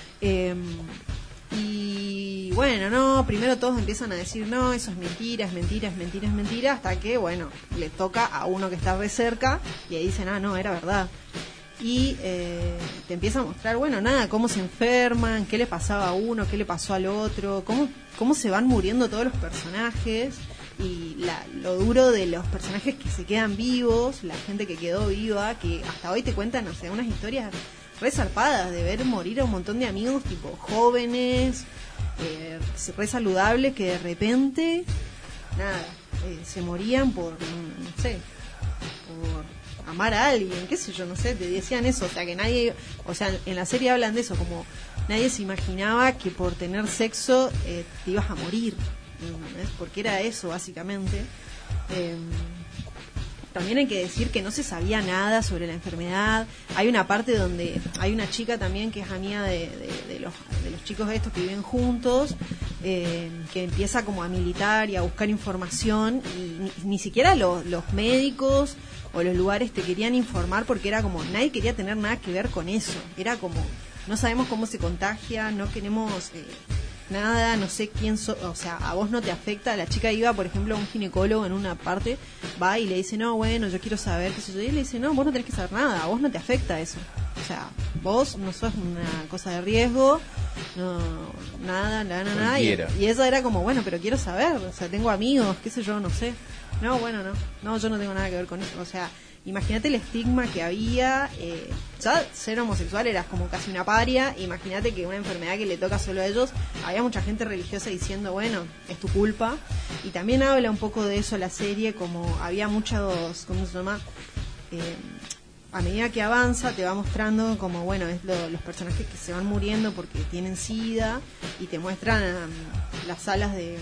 S4: Y bueno, no, primero todos empiezan a decir, no, eso es mentira, es mentira, es mentira, es mentira, hasta que, bueno, le toca a uno que está re cerca y ahí dicen, no, era verdad. Y te empieza a mostrar, bueno, nada, cómo se enferman, qué le pasaba a uno, qué le pasó al otro, cómo se van muriendo todos los personajes y lo duro de los personajes que se quedan vivos, la gente que quedó viva, que hasta hoy te cuentan, o sea, unas historias re zarpadas de ver morir a un montón de amigos tipo jóvenes, re saludables, que de repente nada, se morían por, no sé, por amar a alguien, qué sé yo, no sé, te decían eso, o sea que nadie, o sea, en la serie hablan de eso, como nadie se imaginaba que por tener sexo te ibas a morir, ¿entendés? Porque era eso básicamente. También hay que decir que no se sabía nada sobre la enfermedad. Hay una parte donde hay una chica también que es amiga de los chicos estos que viven juntos, que empieza como a militar y a buscar información y ni siquiera los médicos o los lugares te querían informar porque era como, nadie quería tener nada que ver con eso. Era como, no sabemos cómo se contagia, no queremos nada, no sé quién o sea, a vos no te afecta. La chica iba, por ejemplo, a un ginecólogo en una parte, va y le dice, no, bueno, yo quiero saber qué sé yo, y él le dice, no, vos no tenés que saber nada, a vos no te afecta eso, o sea, vos no sos una cosa de riesgo, no, nada, y eso era como, bueno, pero quiero saber, o sea, tengo amigos, qué sé yo, no sé, no, bueno, no, yo no tengo nada que ver con eso, o sea, imagínate el estigma que había, ya ser homosexual era como casi una paria, imagínate que una enfermedad que le toca solo a ellos, había mucha gente religiosa diciendo, bueno, es tu culpa, y también habla un poco de eso la serie, como había muchos, ¿cómo se llama? A medida que avanza te va mostrando como, bueno, es los personajes que se van muriendo porque tienen SIDA, y te muestran las salas en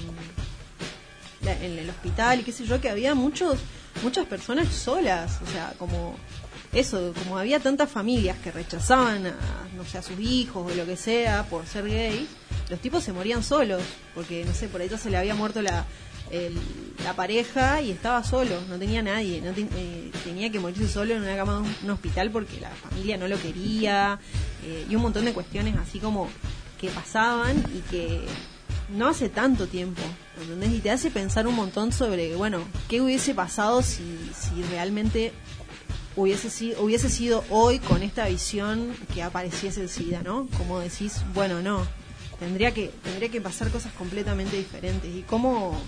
S4: el hospital y qué sé yo, que había muchas personas solas, o sea, como eso, como había tantas familias que rechazaban no sé, a sus hijos o lo que sea por ser gays, los tipos se morían solos, porque no sé, por ahí ya se le había muerto la pareja y estaba solo, no tenía nadie, tenía que morirse solo en una cama de un hospital porque la familia no lo quería, y un montón de cuestiones así como que pasaban y que no hace tanto tiempo, ¿entendés? Y te hace pensar un montón sobre, bueno, qué hubiese pasado si realmente hubiese sido hoy con esta visión que apareciese el SIDA, ¿no? Como decís, bueno, no, tendría que pasar cosas completamente diferentes. Y cómo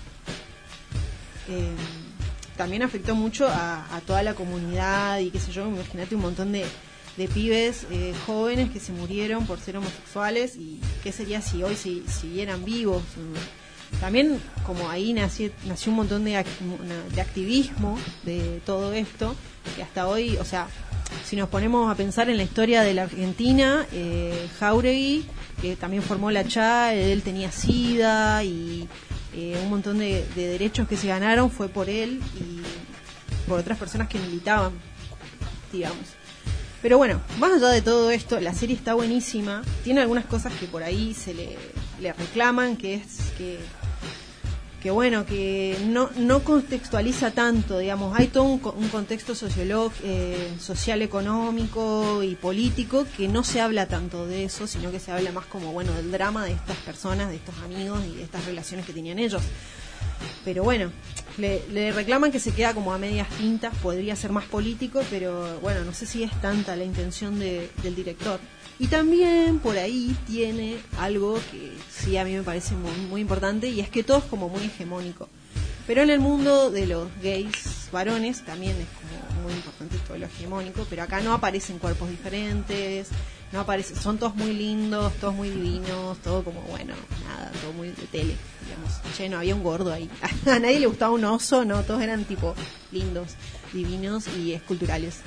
S4: también afectó mucho a toda la comunidad y qué sé yo, imagínate un montón de pibes jóvenes que se murieron por ser homosexuales, y qué sería si hoy siguieran vivos. También como ahí nació un montón de activismo de todo esto, que hasta hoy, o sea, si nos ponemos a pensar en la historia de la Argentina, Jáuregui, que también formó la CHA, él tenía SIDA y un montón de derechos que se ganaron fue por él y por otras personas que militaban, digamos. Pero bueno, más allá de todo esto, la serie está buenísima. Tiene algunas cosas que por ahí se le reclaman, que es que bueno, que no contextualiza tanto, digamos. Hay todo un contexto social, económico y político que no se habla tanto de eso, sino que se habla más como, bueno, del drama de estas personas, de estos amigos y de estas relaciones que tenían ellos. Pero bueno, le reclaman que se queda como a medias tintas, podría ser más político, pero bueno, no sé si es tanta la intención del director. Y también por ahí tiene algo que sí a mí me parece muy, muy importante, y es que todo es como muy hegemónico. Pero en el mundo de los gays varones también es como muy importante todo lo hegemónico, pero acá no aparecen cuerpos diferentes, no aparecen, son todos muy lindos, todos muy divinos, todo como, bueno, nada, todo muy de tele, digamos. Che, no había un gordo ahí. A nadie le gustaba un oso, no, todos eran tipo lindos, divinos y esculturales.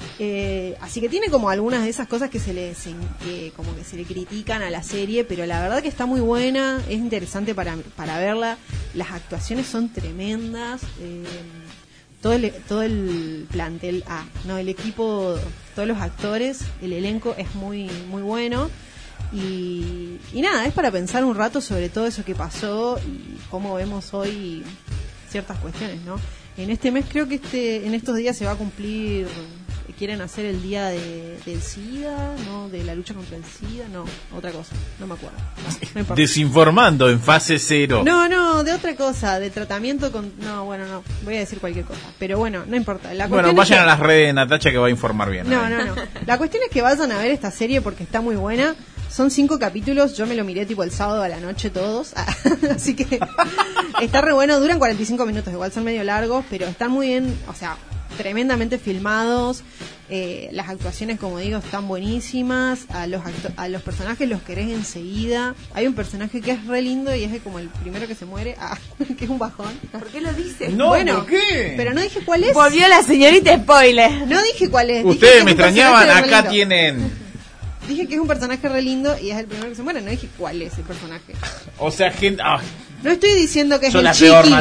S4: Así que tiene como algunas de esas cosas que como que se le critican a la serie, pero la verdad que está muy buena, es interesante para verla. Las actuaciones son tremendas. Todo el plantel el equipo, todos los actores, el elenco es muy muy bueno. Y nada, es para pensar un rato sobre todo eso que pasó y cómo vemos hoy ciertas cuestiones, ¿no? En este mes creo que en estos días se va a cumplir, quieren hacer el día del SIDA, ¿no? De la lucha contra el SIDA, no, otra cosa, no me acuerdo. No importa.
S2: Desinformando en fase 0.
S4: No, de otra cosa, de tratamiento con... No, voy a decir cualquier cosa, pero bueno, no importa.
S2: Bueno, vayan a las redes de Natacha que va a informar bien.
S4: No. La cuestión es que vayan a ver esta serie porque está muy buena. Son 5 capítulos, yo me lo miré tipo el sábado a la noche todos, así que está re bueno, duran 45 minutos, igual son medio largos, pero están muy bien, o sea, tremendamente filmados, las actuaciones, como digo, están buenísimas, a los personajes los querés enseguida. Hay un personaje que es re lindo y es como el primero que se muere, que es un bajón.
S3: ¿Por qué lo dices?
S2: No,
S4: bueno,
S2: ¿por qué?
S4: Pero no dije cuál es.
S3: Volvió la señorita spoiler.
S4: No dije cuál es.
S2: Ustedes me extrañaban, acá tienen...
S4: Dije que es un personaje re lindo y es el primero que se muere, no dije cuál es el personaje.
S2: O sea, gente...
S4: No estoy diciendo que es el
S2: chiqui. Sos la peor,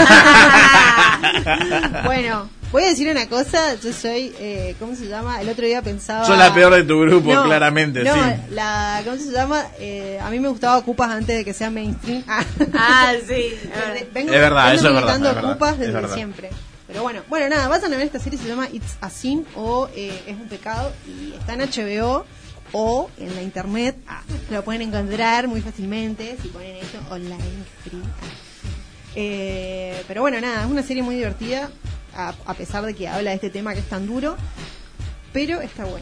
S2: Natacha.
S4: Bueno, voy a decir una cosa, yo soy, ¿cómo se llama? El otro día pensaba...
S2: Sos la peor de tu grupo, claramente,
S4: no,
S2: sí.
S4: ¿Cómo se llama? A mí me gustaba Ocupas antes de que sea mainstream.
S3: Sí.
S4: Vengo
S2: eso es
S4: militando
S2: verdad.
S4: Ocupas desde siempre. Pero bueno, nada, vayan a ver esta serie, se llama It's a Sin o Es un pecado y está en HBO o en la internet, lo pueden encontrar muy fácilmente si ponen esto online free. Pero bueno, nada, es una serie muy divertida a pesar de que habla de este tema que es tan duro, pero está buena.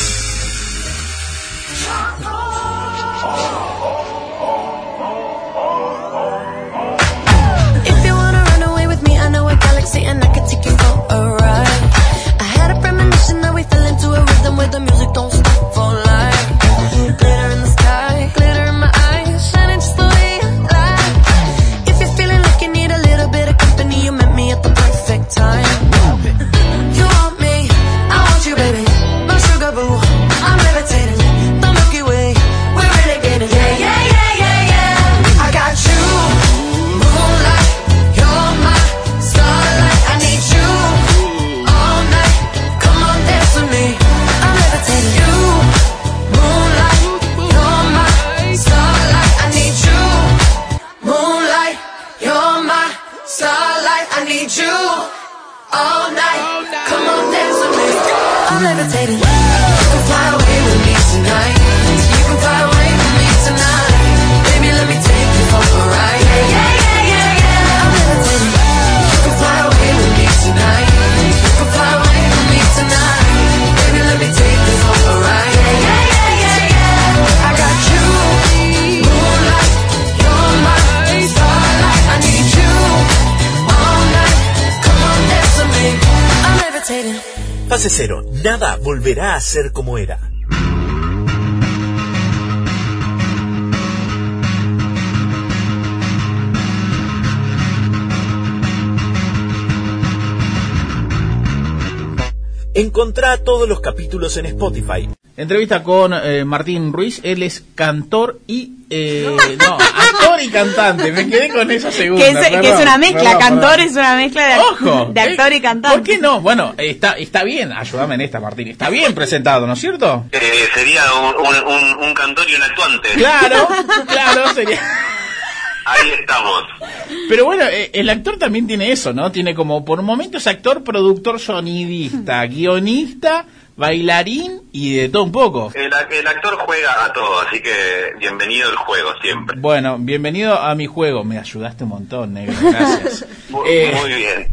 S8: If you wanna run away with me, I know a galaxy and I can take you for a ride. I had a premonition that we fell into a rhythm where the music don't stop for life. Glitter in the sky, glitter in my eyes, shining just the way I like. If you're feeling like you need a little bit of company, you met me at the perfect time. You want me, I want you, baby. My sugar boo, I'm levitating. The Milky Way, we're renegading. Yeah, yeah, yeah, yeah, yeah. I got you, moonlight, you're my starlight. I need you all night. Come on, dance with me. I'm levitating. You, moonlight, you're my starlight. I need you, moonlight, you're my starlight. I need you all night. Come on, dance with me. I'm levitating. You can fly away with me tonight. You can fly away with me tonight. Baby, let me take you for a ride. Yeah, yeah, yeah, yeah, yeah. I'm levitating. You can fly away with me tonight. You can fly away with me tonight. Baby, let me take you for a ride. Yeah, yeah, yeah, yeah, yeah. I got you, moonlight, you're my starlight. I need you all night. Come on, dance with me. I'm levitating.
S7: Fase 0. Nada volverá a ser como era. Encontrá todos los capítulos en Spotify.
S2: Entrevista con Martín Ruiz, él es cantor y... actor y cantante, me quedé con esa segunda.
S3: Que es una mezcla, cantor es una mezcla de actor y cantante.
S2: ¿Por qué no? Bueno, está bien, ayúdame en esta, Martín, está bien presentado, ¿no es cierto?
S11: Sería un cantor y un actuante.
S2: Claro, sería...
S11: Ahí estamos.
S2: Pero bueno, el actor también tiene eso, ¿no? Tiene como por momentos actor, productor, sonidista, guionista, bailarín y de todo un poco.
S11: El actor juega a todo, así que bienvenido al juego siempre.
S2: Bueno, bienvenido a mi juego. Me ayudaste un montón, negro, gracias.
S11: Muy bien.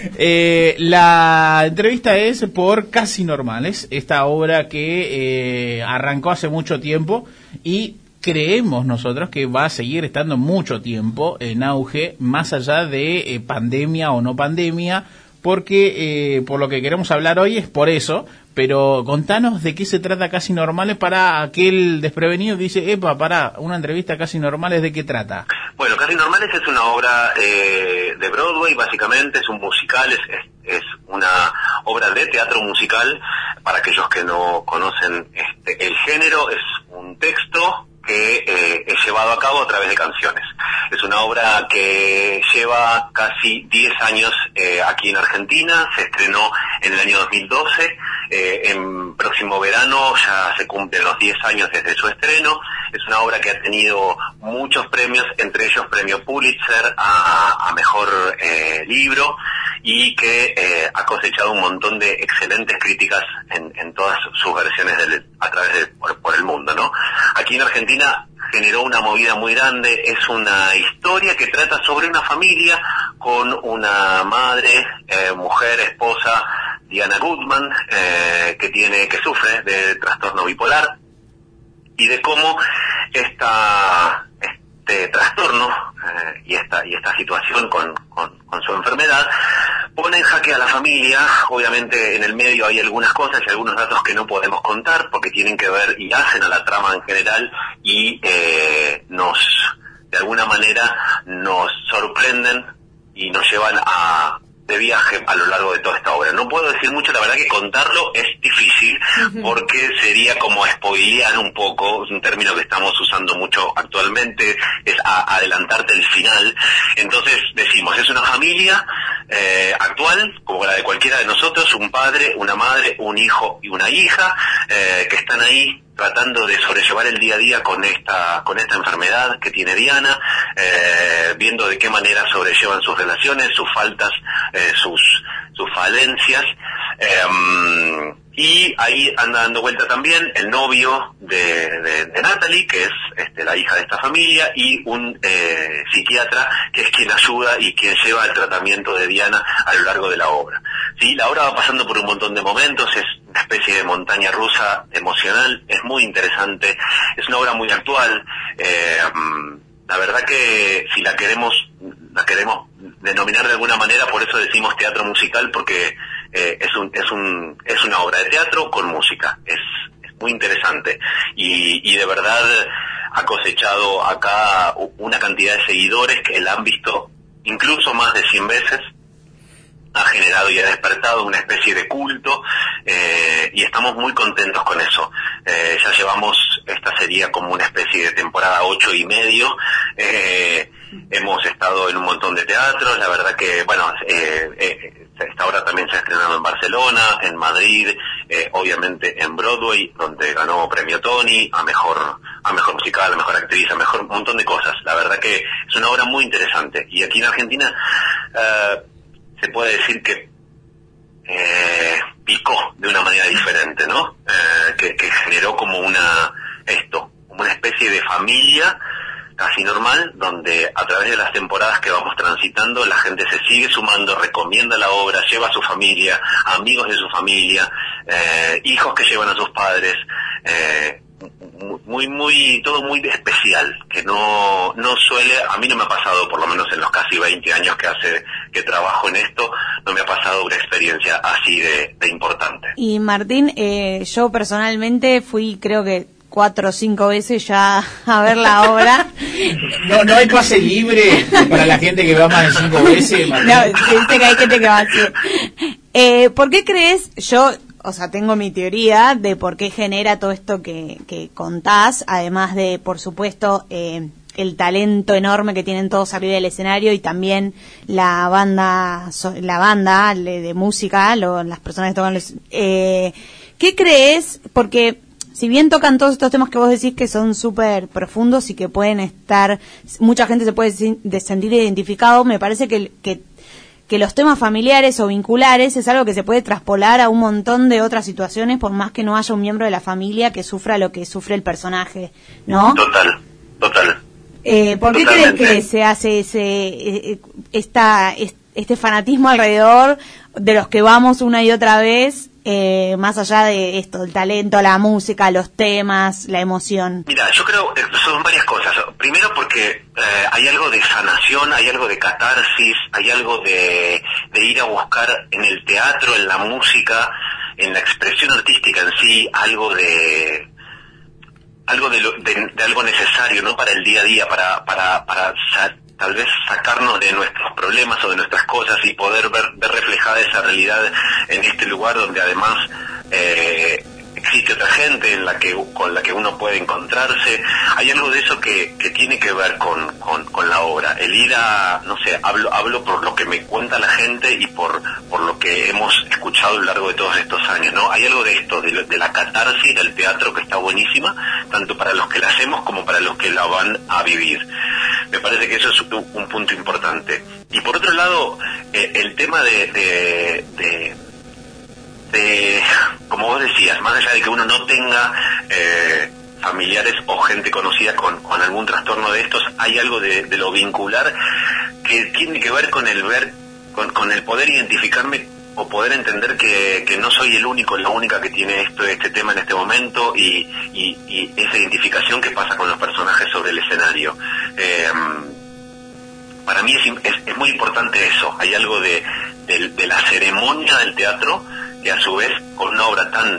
S2: La entrevista es por Casi Normales, esta obra que arrancó hace mucho tiempo y creemos nosotros que va a seguir estando mucho tiempo en auge, más allá de pandemia o no pandemia, porque por lo que queremos hablar hoy es por eso. Pero contanos de qué se trata Casi Normales para aquel desprevenido que dice, epa, pará, una entrevista Casi Normales, ¿de qué trata?
S11: Bueno, Casi Normales es una obra de Broadway, básicamente, es un musical, es una obra de teatro musical
S15: para aquellos que no conocen el género, es un texto que es llevado a cabo a través de canciones. Es una obra que lleva casi 10 años aquí en Argentina, se estrenó en el año 2012, en próximo verano ya se cumplen los 10 años desde su estreno. Es una obra que ha tenido muchos premios, entre ellos premio Pulitzer a mejor libro, y que ha cosechado un montón de excelentes críticas en todas sus versiones a través de por el mundo, ¿no? Aquí en Argentina generó una movida muy grande. Es una historia que trata sobre una familia con una madre, mujer, esposa, Diana Goodman, que sufre de trastorno bipolar, y de cómo este trastorno y esta situación con su enfermedad pone en jaque a la familia. Obviamente en el medio hay algunas cosas y algunos datos que no podemos contar porque tienen que ver y hacen a la trama en general, y de alguna manera nos sorprenden y nos llevan de viaje a lo largo de toda esta obra. No puedo decir mucho, la verdad que contarlo es difícil, porque sería como spoilear un poco, es un término que estamos usando mucho actualmente, es adelantarte el final. Entonces decimos, es una familia actual, como la de cualquiera de nosotros, un padre, una madre, un hijo y una hija, que están ahí tratando de sobrellevar el día a día con esta enfermedad que tiene Diana, viendo de qué manera sobrellevan sus relaciones, sus faltas, sus falencias, y ahí anda dando vuelta también el novio de Natalie, que es la hija de esta familia, y un psiquiatra que es quien ayuda y quien lleva el tratamiento de Diana a lo largo de la obra. Sí, la obra va pasando por un montón de momentos, es una especie de montaña rusa emocional, es muy interesante, es una obra muy actual. La verdad que si la queremos denominar de alguna manera, por eso decimos teatro musical, porque es una obra de teatro con música, es muy interesante, y de verdad ha cosechado acá una cantidad de seguidores que la han visto incluso más de 100 veces. Ha generado y ha despertado una especie de culto, y estamos muy contentos con eso. Ya llevamos, esta sería como una especie de temporada 8 y medio. Hemos estado en un montón de teatros, la verdad que, bueno, esta obra también se ha estrenado en Barcelona, en Madrid, obviamente en Broadway, donde ganó premio Tony, a mejor musical, a mejor actriz, a mejor un montón de cosas. La verdad que es una obra muy interesante. Y aquí en Argentina, se puede decir que picó de una manera diferente, ¿no? Que generó como una especie de familia casi normal, donde a través de las temporadas que vamos transitando, la gente se sigue sumando, recomienda la obra, lleva a su familia, amigos de su familia, hijos que llevan a sus padres, todo muy especial, que no suele, a mí no me ha pasado, por lo menos en los casi 20 años que trabajo en esto, no me ha pasado una experiencia así de importante.
S3: Y Martín, yo personalmente fui, creo que 4 o 5 veces ya a ver la obra.
S2: No hay pase libre para la gente que va más de 5 veces, Martín.
S3: No, viste que hay gente que va así. ¿Por qué crees? Yo, o sea, tengo mi teoría de por qué genera todo esto que contás, además de, por supuesto, el talento enorme que tienen todos arriba del escenario, y también la banda de música, las personas que tocan ¿qué crees? Porque si bien tocan todos estos temas que vos decís que son súper profundos y que pueden estar, mucha gente se puede sentir identificado, me parece que los temas familiares o vinculares es algo que se puede traspolar a un montón de otras situaciones, por más que no haya un miembro de la familia que sufra lo que sufre el personaje, ¿no?
S15: Total.
S3: ¿Por qué crees que se hace este fanatismo alrededor de los que vamos una y otra vez, más allá de esto, el talento, la música, los temas, la emoción?
S15: Mira, yo creo que son varias cosas. Primero porque hay algo de sanación, hay algo de catarsis, hay algo de ir a buscar en el teatro, en la música, en la expresión artística en sí, algo de algo necesario, ¿no? Para el día a día, para tal vez sacarnos de nuestros problemas o de nuestras cosas y poder ver reflejada esa realidad en este lugar donde además existe otra gente con la que uno puede encontrarse. Hay algo de eso que tiene que ver con la obra. El ir a, no sé, hablo por lo que me cuenta la gente y por lo que hemos escuchado a lo largo de todos estos años, ¿no? Hay algo de esto, de la catarsis del teatro que está buenísima, tanto para los que la hacemos como para los que la van a vivir. Me parece que eso es un punto importante. Y por otro lado, el tema de como vos decías, más allá de que uno no tenga familiares o gente conocida con algún trastorno de estos, hay algo de lo vincular que tiene que ver con con el poder identificarme o poder entender que no soy el único, la única que tiene este tema en este momento, y esa identificación que pasa con los personajes sobre el escenario. Para mí es muy importante eso. Hay algo de la ceremonia del teatro que a su vez con una obra tan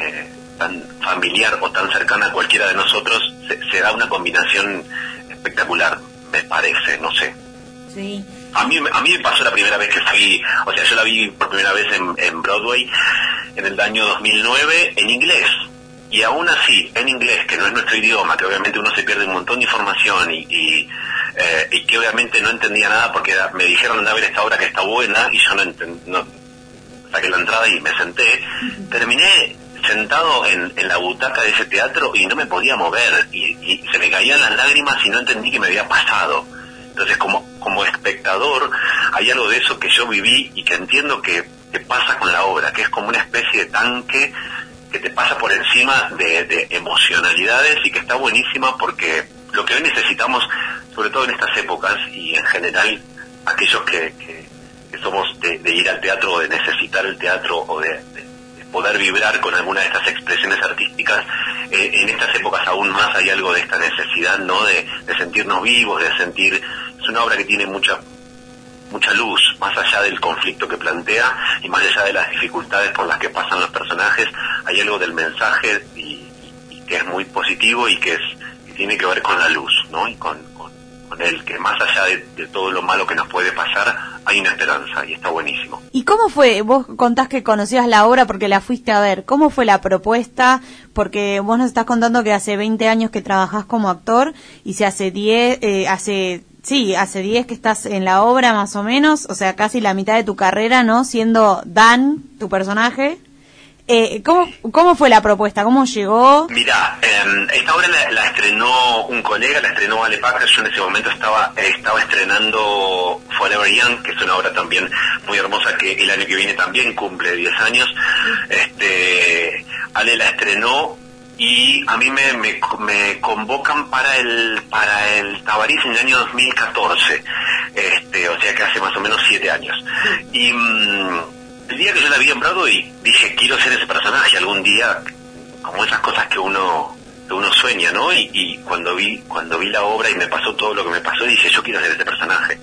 S15: familiar o tan cercana a cualquiera de nosotros se da una combinación espectacular, me parece, no sé.
S12: Sí.
S15: A mí me pasó la primera vez que fui, o sea, yo la vi por primera vez en Broadway en el año 2009 en inglés, y aún así en inglés, que no es nuestro idioma, que obviamente uno se pierde un montón de información y que obviamente no entendía nada porque me dijeron anda a ver esta obra que está buena y yo no saqué la entrada y me senté. Terminé sentado en la butaca de ese teatro y no me podía mover y se me caían las lágrimas y no entendí qué me había pasado. Entonces como espectador hay algo de eso que yo viví y que entiendo que pasa con la obra, que es como una especie de tanque que te pasa por encima de emocionalidades y que está buenísima, porque lo que hoy necesitamos, sobre todo en estas épocas y en general aquellos que somos de ir al teatro o de necesitar el teatro o de poder vibrar con alguna de estas expresiones artísticas, en estas épocas aún más hay algo de esta necesidad, ¿no? De sentirnos vivos, de sentir. Es una obra que tiene mucha luz, más allá del conflicto que plantea y más allá de las dificultades por las que pasan los personajes. Hay algo del mensaje y que es muy positivo y que tiene que ver con la luz, ¿no? Y con el que más allá de todo lo malo que nos puede pasar hay una esperanza, y está buenísimo.
S3: ¿Y cómo fue? Vos contás que conocías la obra porque la fuiste a ver. ¿Cómo fue la propuesta? Porque vos nos estás contando que hace 20 años que trabajás como actor y si hace 10 que estás en la obra más o menos, o sea, casi la mitad de tu carrera, ¿no? Siendo Dan, tu personaje. ¿Cómo fue la propuesta? ¿Cómo llegó?
S15: Mira, esta obra la estrenó un colega, la estrenó Ale Packer. Yo en ese momento estaba estrenando Forever Young, que es una obra también muy hermosa que el año que viene también cumple 10 años. Ale la estrenó y a mí me convocan para el Tabarís en el año 2014, o sea que hace más o menos 7 años. Y el día que yo la vi en Broadway dije, quiero ser ese personaje algún día, como esas cosas que uno sueña, ¿no? Y cuando vi la obra y me pasó todo lo que me pasó, dije, yo quiero ser ese personaje.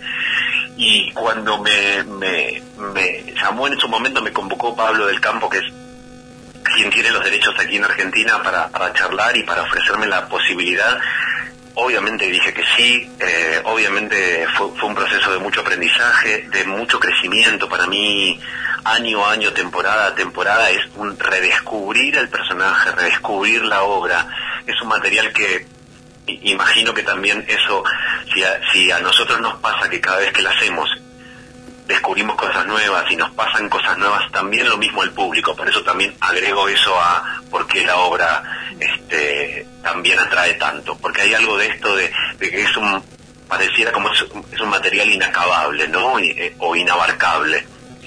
S15: Y cuando me llamó en su momento, me convocó Pablo del Campo, que es quien tiene los derechos aquí en Argentina, para charlar y para ofrecerme la posibilidad. Obviamente dije que sí. Obviamente fue un proceso de mucho aprendizaje, de mucho crecimiento. Para mí, año a año, temporada a temporada, es un redescubrir el personaje, redescubrir la obra. Es un material que imagino que también eso, si a nosotros nos pasa que cada vez que la hacemos descubrimos cosas nuevas y nos pasan cosas nuevas, también lo mismo el público. Por eso también agrego eso a por qué la obra también atrae tanto, porque hay algo de esto de que pareciera como es un material inacabable, ¿no? O inabarcable.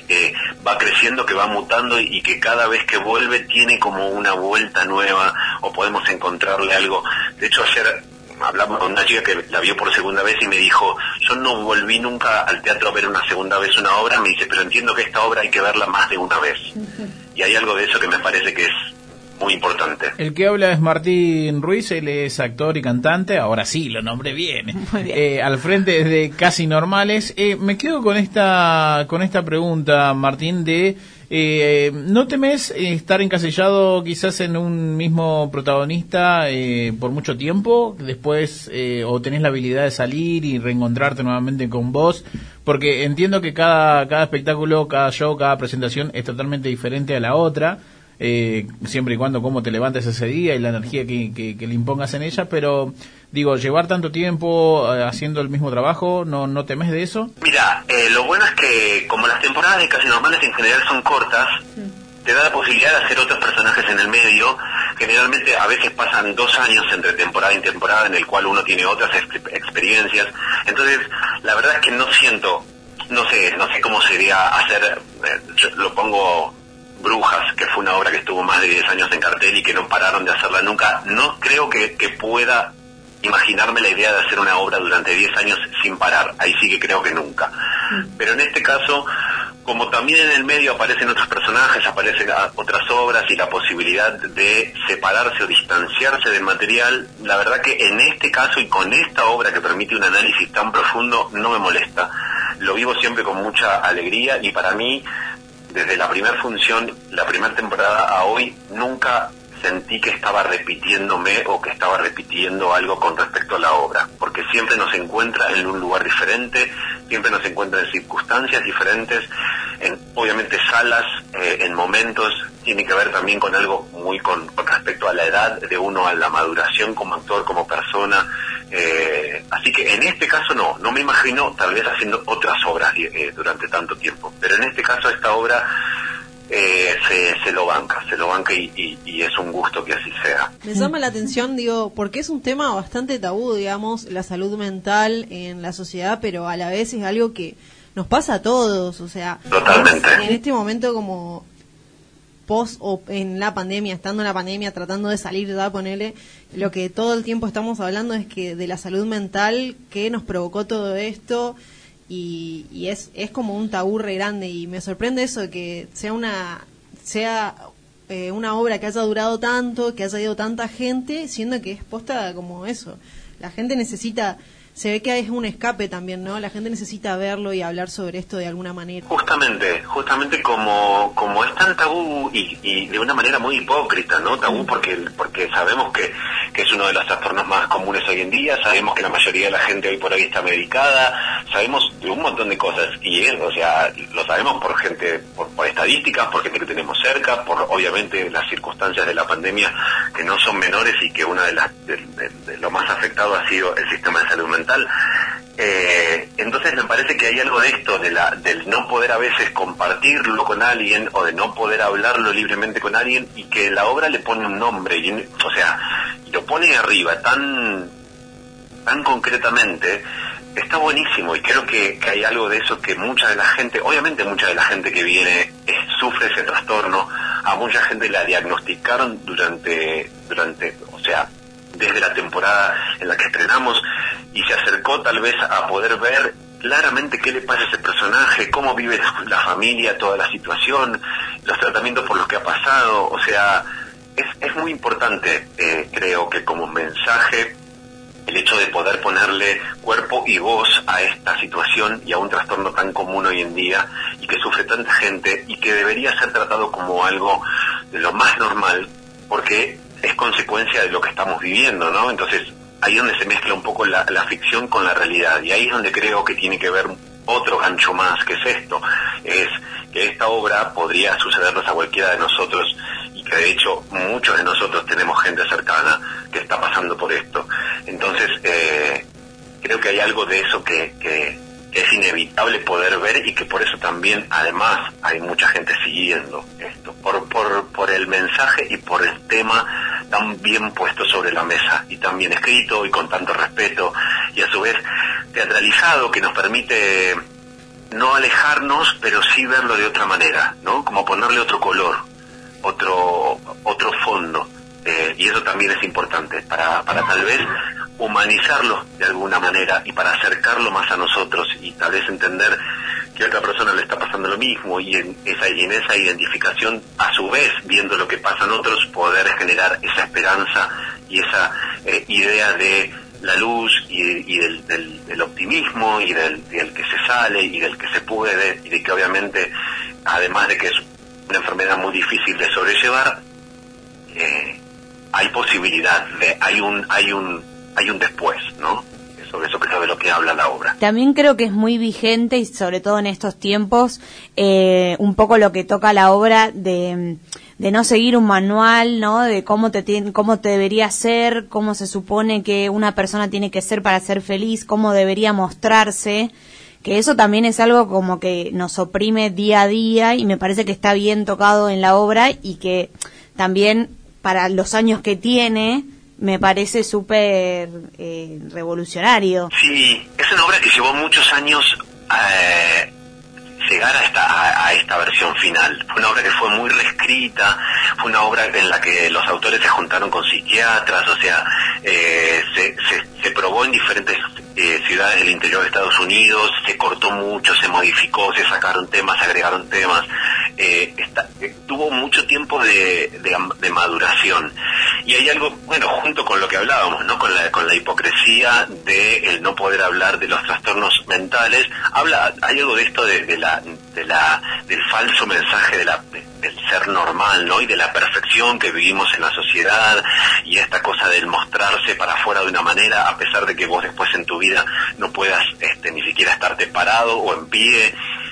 S15: Va creciendo, que va mutando y que cada vez que vuelve tiene como una vuelta nueva, o podemos encontrarle algo. De hecho, ayer hablamos con una chica que la vio por segunda vez y me dijo, yo no volví nunca al teatro a ver una segunda vez una obra. Me dice, pero entiendo que esta obra hay que verla más de una vez. Y hay algo de eso que me parece que es muy importante.
S2: El que habla es Martín Ruiz, él es actor y cantante, ahora sí, lo nombré bien, al frente de Casi Normales. Me quedo con esta pregunta, Martín, de ¿no temes estar encasillado quizás en un mismo protagonista por mucho tiempo, después o tenés la habilidad de salir y reencontrarte nuevamente con vos? Porque entiendo que cada espectáculo, cada show, cada presentación es totalmente diferente a la otra. siempre y cuando cómo te levantes ese día y la energía que le impongas en ella, pero digo, llevar tanto tiempo haciendo el mismo trabajo, ¿no temes de eso?
S15: Mira, lo bueno es que como las temporadas de Casi Normales en general son cortas, te da la posibilidad de hacer otros personajes en el medio. Generalmente a veces pasan 2 años entre temporada y temporada en el cual uno tiene otras experiencias. Entonces, la verdad es que no siento, no sé cómo sería hacer, yo lo pongo Brujas, que fue una obra que estuvo más de 10 años en cartel y que no pararon de hacerla nunca. No creo que pueda imaginarme la idea de hacer una obra durante 10 años sin parar. Ahí sí que creo que nunca. Pero en este caso, como también en el medio aparecen otros personajes, aparecen otras obras y la posibilidad de separarse o distanciarse del material, la verdad que en este caso y con esta obra que permite un análisis tan profundo, no me molesta. Lo vivo siempre con mucha alegría y para mí, desde la primera función, la primera temporada a hoy, nunca sentí que estaba repitiéndome o que estaba repitiendo algo con respecto a la obra, porque siempre nos encuentra en un lugar diferente, siempre nos encuentra en circunstancias diferentes, en obviamente salas, en momentos. Tiene que ver también con algo muy con respecto a la edad de uno, a la maduración como actor, como persona. Así que en este caso no me imagino tal vez haciendo otras obras durante tanto tiempo, pero en este caso esta obra se lo banca y es un gusto que así sea.
S4: Me llama la atención, digo, porque es un tema bastante tabú, digamos, la salud mental en la sociedad, pero a la vez es algo que nos pasa a todos, o sea,
S15: totalmente.
S4: En este momento como post o en la pandemia, estando en la pandemia, tratando de salir, ya ponele, lo que todo el tiempo estamos hablando es que de la salud mental, que nos provocó todo esto. Y es como un tabú re grande y me sorprende eso de que sea una obra que haya durado tanto, que haya ido tanta gente, siendo que es posta como eso. La gente necesita, se ve que es un escape también, ¿no? La gente necesita verlo y hablar sobre esto de alguna manera.
S15: Justamente como es tan tabú y de una manera muy hipócrita, ¿no? Tabú porque sabemos que es uno de los trastornos más comunes hoy en día, sabemos que la mayoría de la gente hoy por hoy está medicada, sabemos de un montón de cosas y o sea, lo sabemos por gente, por estadísticas, por gente que tenemos cerca, por obviamente las circunstancias de la pandemia que no son menores y que una de lo más afectado ha sido el sistema de salud mental. Entonces me parece que hay algo de esto, del no poder a veces compartirlo con alguien o de no poder hablarlo libremente con alguien y que la obra le pone un nombre, o sea, lo pone arriba tan concretamente. Está buenísimo y creo que hay algo de eso que mucha de la gente que viene sufre ese trastorno. A mucha gente la diagnosticaron durante, o sea, desde la temporada en la que estrenamos y se acercó tal vez a poder ver claramente qué le pasa a ese personaje, cómo vive la familia, toda la situación, los tratamientos por los que ha pasado. O sea, es muy importante, creo que como mensaje, el hecho de poder ponerle cuerpo y voz a esta situación y a un trastorno tan común hoy en día y que sufre tanta gente y que debería ser tratado como algo de lo más normal, porque es consecuencia de lo que estamos viviendo, ¿no? Entonces, ahí es donde se mezcla un poco la ficción con la realidad, y ahí es donde creo que tiene que ver otro gancho más, que es esto, es que esta obra podría sucedernos a cualquiera de nosotros, y que de hecho muchos de nosotros tenemos gente cercana que está pasando por esto. Entonces, creo que hay algo de eso que es inevitable poder ver y que por eso también, además, hay mucha gente siguiendo esto, por el mensaje y por el tema tan bien puesto sobre la mesa y tan bien escrito y con tanto respeto y a su vez teatralizado, que nos permite no alejarnos, pero sí verlo de otra manera, ¿no? Como ponerle otro color, otro fondo, y eso también es importante para tal vez humanizarlo de alguna manera y para acercarlo más a nosotros y tal vez entender que a otra persona le está pasando lo mismo y en esa identificación, a su vez, viendo lo que pasa en otros, poder generar esa esperanza y esa idea de la luz y del optimismo y del que se sale y del que se puede y de que obviamente, además de que es una enfermedad muy difícil de sobrellevar, hay posibilidad de, hay un después, ¿no? Eso que es de lo que habla la obra.
S3: También creo que es muy vigente y sobre todo en estos tiempos un poco lo que toca la obra de no seguir un manual, ¿no? De cómo te debería ser, cómo se supone que una persona tiene que ser para ser feliz, cómo debería mostrarse, que eso también es algo como que nos oprime día a día y me parece que está bien tocado en la obra y que también para los años que tiene me parece súper revolucionario.
S15: Sí, es una obra que llevó muchos años llegar a esta versión final. Fue una obra que fue muy reescrita, fue una obra en la que los autores se juntaron con psiquiatras, o sea, se probó en diferentes ciudades del interior de Estados Unidos, se cortó mucho, se modificó, se sacaron temas, se agregaron temas, tuvo mucho tiempo de maduración. Y hay algo, bueno, junto con lo que hablábamos, ¿no? Con la hipocresía de el no poder hablar de los trastornos mentales, hay algo de esto del falso mensaje del ser normal, ¿no? Y de la perfección que vivimos en la sociedad, y esta cosa del mostrarse para afuera de una manera, a pesar de que vos después en tu vida no puedas ni siquiera estarte parado o en pie,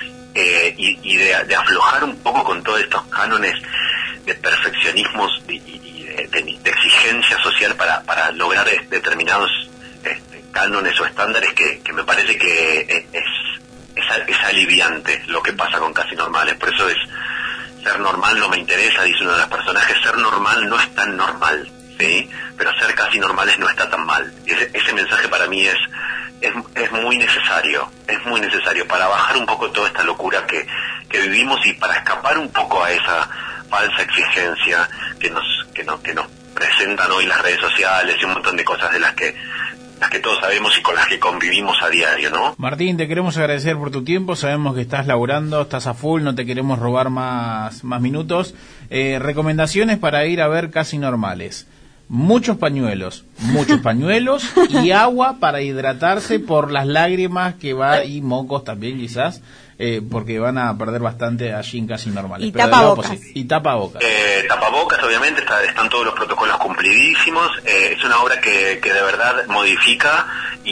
S15: y de aflojar un poco con todos estos cánones de perfeccionismos y de exigencia social para lograr determinados cánones o estándares que me parece que es aliviante lo que pasa con Casi Normales. Por eso ser normal no me interesa, dice uno de los personajes. Ser normal no es tan normal, ¿sí? Pero ser casi normales no está tan mal. Ese mensaje para mí es muy necesario para bajar un poco toda esta locura que vivimos y para escapar un poco a esa falsa exigencia que nos presentan hoy las redes sociales y un montón de cosas de las que todos sabemos y con las que convivimos a diario, ¿no?
S2: Martín, te queremos agradecer por tu tiempo, sabemos que estás laburando, estás a full, no te queremos robar más minutos. Recomendaciones para ir a ver Casi Normales. Muchos pañuelos y agua para hidratarse por las lágrimas que va, y mocos también quizás, porque van a perder bastante allí en Casi Normales.
S3: Y tapabocas.
S15: Tapabocas, obviamente, están todos los protocolos cumplidísimos. Es una obra que de verdad modifica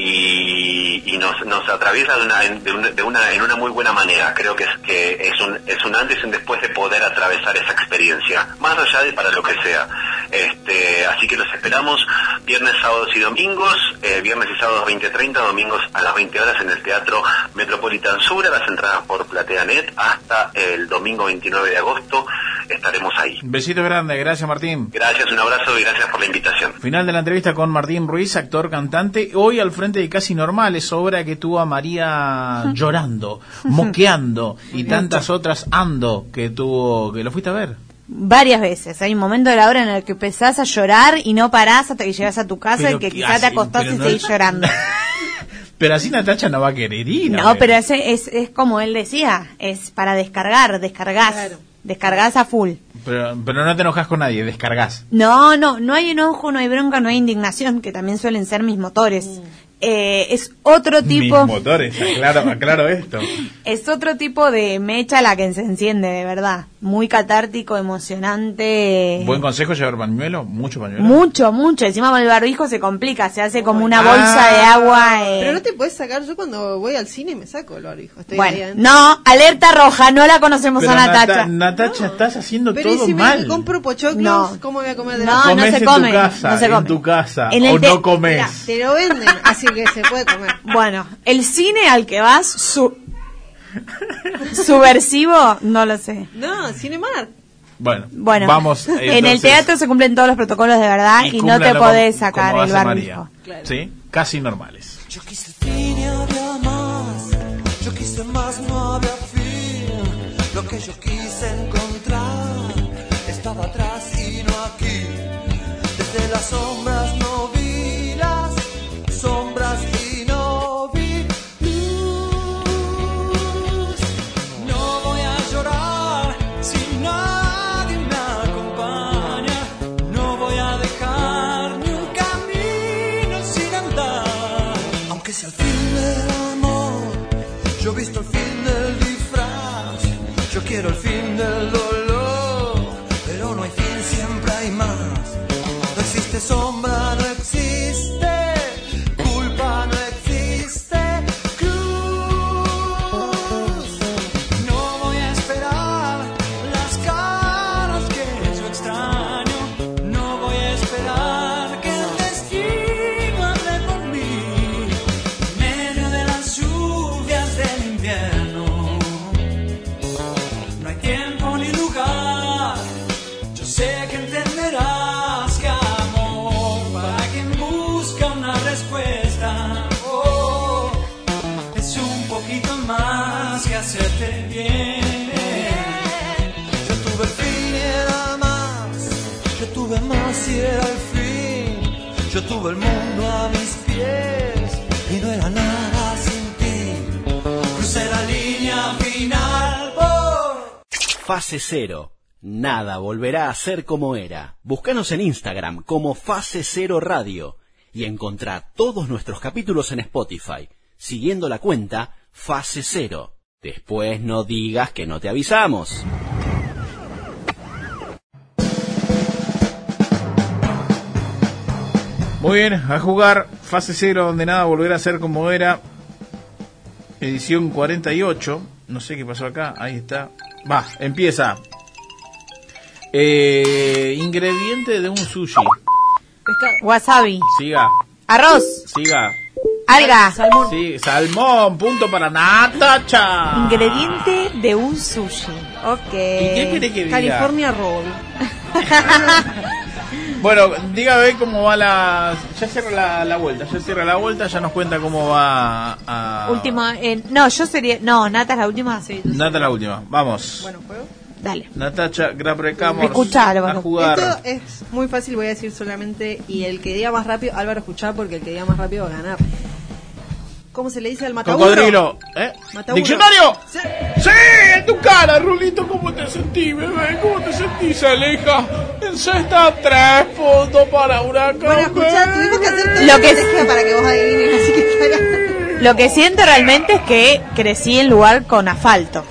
S15: y nos atraviesa en una muy buena manera. Creo que es un antes y un después de poder atravesar esa experiencia, más allá de para lo que sea. Así que los esperamos viernes, sábados y domingos, viernes y sábados 20:30, domingos a las 20 horas en el Teatro Metropolitan Sur. Las entradas por PlateaNet hasta el domingo 29 de agosto estaremos ahí.
S2: Besito grande, gracias Martín.
S15: Gracias, un abrazo y gracias por la invitación.
S2: Final de la entrevista con Martín Ruiz, actor, cantante, hoy al frente de Casi Normales, obra que tuvo a María llorando, moqueando y tantas otras que lo fuiste a ver.
S3: Varias veces. Hay un momento de la obra en el que empezás a llorar y no parás hasta que llegas a tu casa y que quizás te acostás y seguís llorando.
S2: Pero así Natacha no va a querer ir.
S3: No, pero es como él decía, es para descargás. Claro. Descargás a full.
S2: Pero no te enojas con nadie, descargás.
S3: No hay enojo, no hay bronca, no hay indignación, que también suelen ser mis motores. Es otro tipo...
S2: Mis motores, aclaro esto.
S3: Es otro tipo de mecha la que se enciende, de verdad. Muy catártico, emocionante.
S2: ¿Buen consejo llevar pañuelo? ¿Mucho pañuelo?
S3: Mucho. Encima con el barbijo se complica, se hace como una bolsa de agua.
S4: Pero no te puedes sacar, yo cuando voy al cine me saco el barbijo.
S3: No, alerta roja, no la conocemos a Natacha.
S2: Natacha, estás haciendo
S4: pero
S2: todo
S4: si
S2: mal.
S4: Me compro pochoclos,
S3: no.
S4: ¿Cómo voy a comer de
S3: no se come.
S2: En tu casa, o no comes.
S4: Mira, te lo venden, así que se puede comer.
S3: Bueno, el cine al que vas, subversivo, no lo sé.
S4: No, Cinemark.
S2: Bueno,
S3: vamos. En el teatro se cumplen todos los protocolos de verdad y no te podés sacar el barbijo.
S2: Claro. ¿Sí? Casi Normales.
S5: Yo quise el fin y había más. Yo quise más, no había fin. Lo que yo quise encontrar estaba atrás y no aquí. Desde las sombras no vi las sombras y no vi luz. No voy a llorar si nadie me acompaña. No voy a dejar ni un camino sin andar. Aunque sea el fin del amor, yo he visto el fin del disfraz. Yo quiero el fin del dolor, pero no hay fin, siempre hay más. No existe sombra, no existe culpa, no existe cruz. No voy a esperar las caras que así era el fin. Yo tuve el mundo a mis pies y no era nada sin ti. Crucé la línea final.
S1: Fase Cero. Nada volverá a ser como era. Búscanos en Instagram como Fase Cero Radio y encontrá todos nuestros capítulos en Spotify, siguiendo la cuenta Fase Cero. Después no digas que no te avisamos.
S2: Muy bien, a jugar Fase Cero, donde nada volverá a ser como era. Edición 48. No sé qué pasó acá. Ahí está. Va, empieza. Ingrediente de un sushi.
S3: Wasabi.
S2: Siga.
S3: Arroz.
S2: Siga.
S3: Alga.
S4: Salmón.
S2: Sí, salmón. Punto para Natacha.
S3: Ingrediente de un sushi. Ok.
S2: ¿Y qué quiere que diga?
S4: California Roll.
S2: Bueno, dígame cómo va la... Ya cierra la vuelta, ya nos cuenta cómo va a...
S3: Última, no, yo sería... No, Nata es la última. Sí,
S2: Nata la última, vamos.
S4: Bueno, ¿juego?
S3: Dale.
S2: Natacha, Graprecamos
S3: Escuchá,
S2: a jugar.
S4: Esto es muy fácil, voy a decir solamente, y el que diga más rápido, Álvaro, escuchá, porque el que diga más rápido va a ganar. ¿Cómo se le dice al mataburro?
S2: Cocodrilo.
S4: Mataburro.
S2: ¿Diccionario?
S4: Sí.
S2: ¡Sí! En tu cara, Rulito. ¿Cómo te sentís, bebé? ¿Cómo te sentís, Aleja? En sexta, 3 puntos para Huracán.
S4: Bueno, escuchá, tuvimos que hacer toda
S3: Lo
S4: la
S3: que-
S4: estrategia para que vos adivines, así que
S3: Lo que siento realmente es que crecí en lugar con asfalto.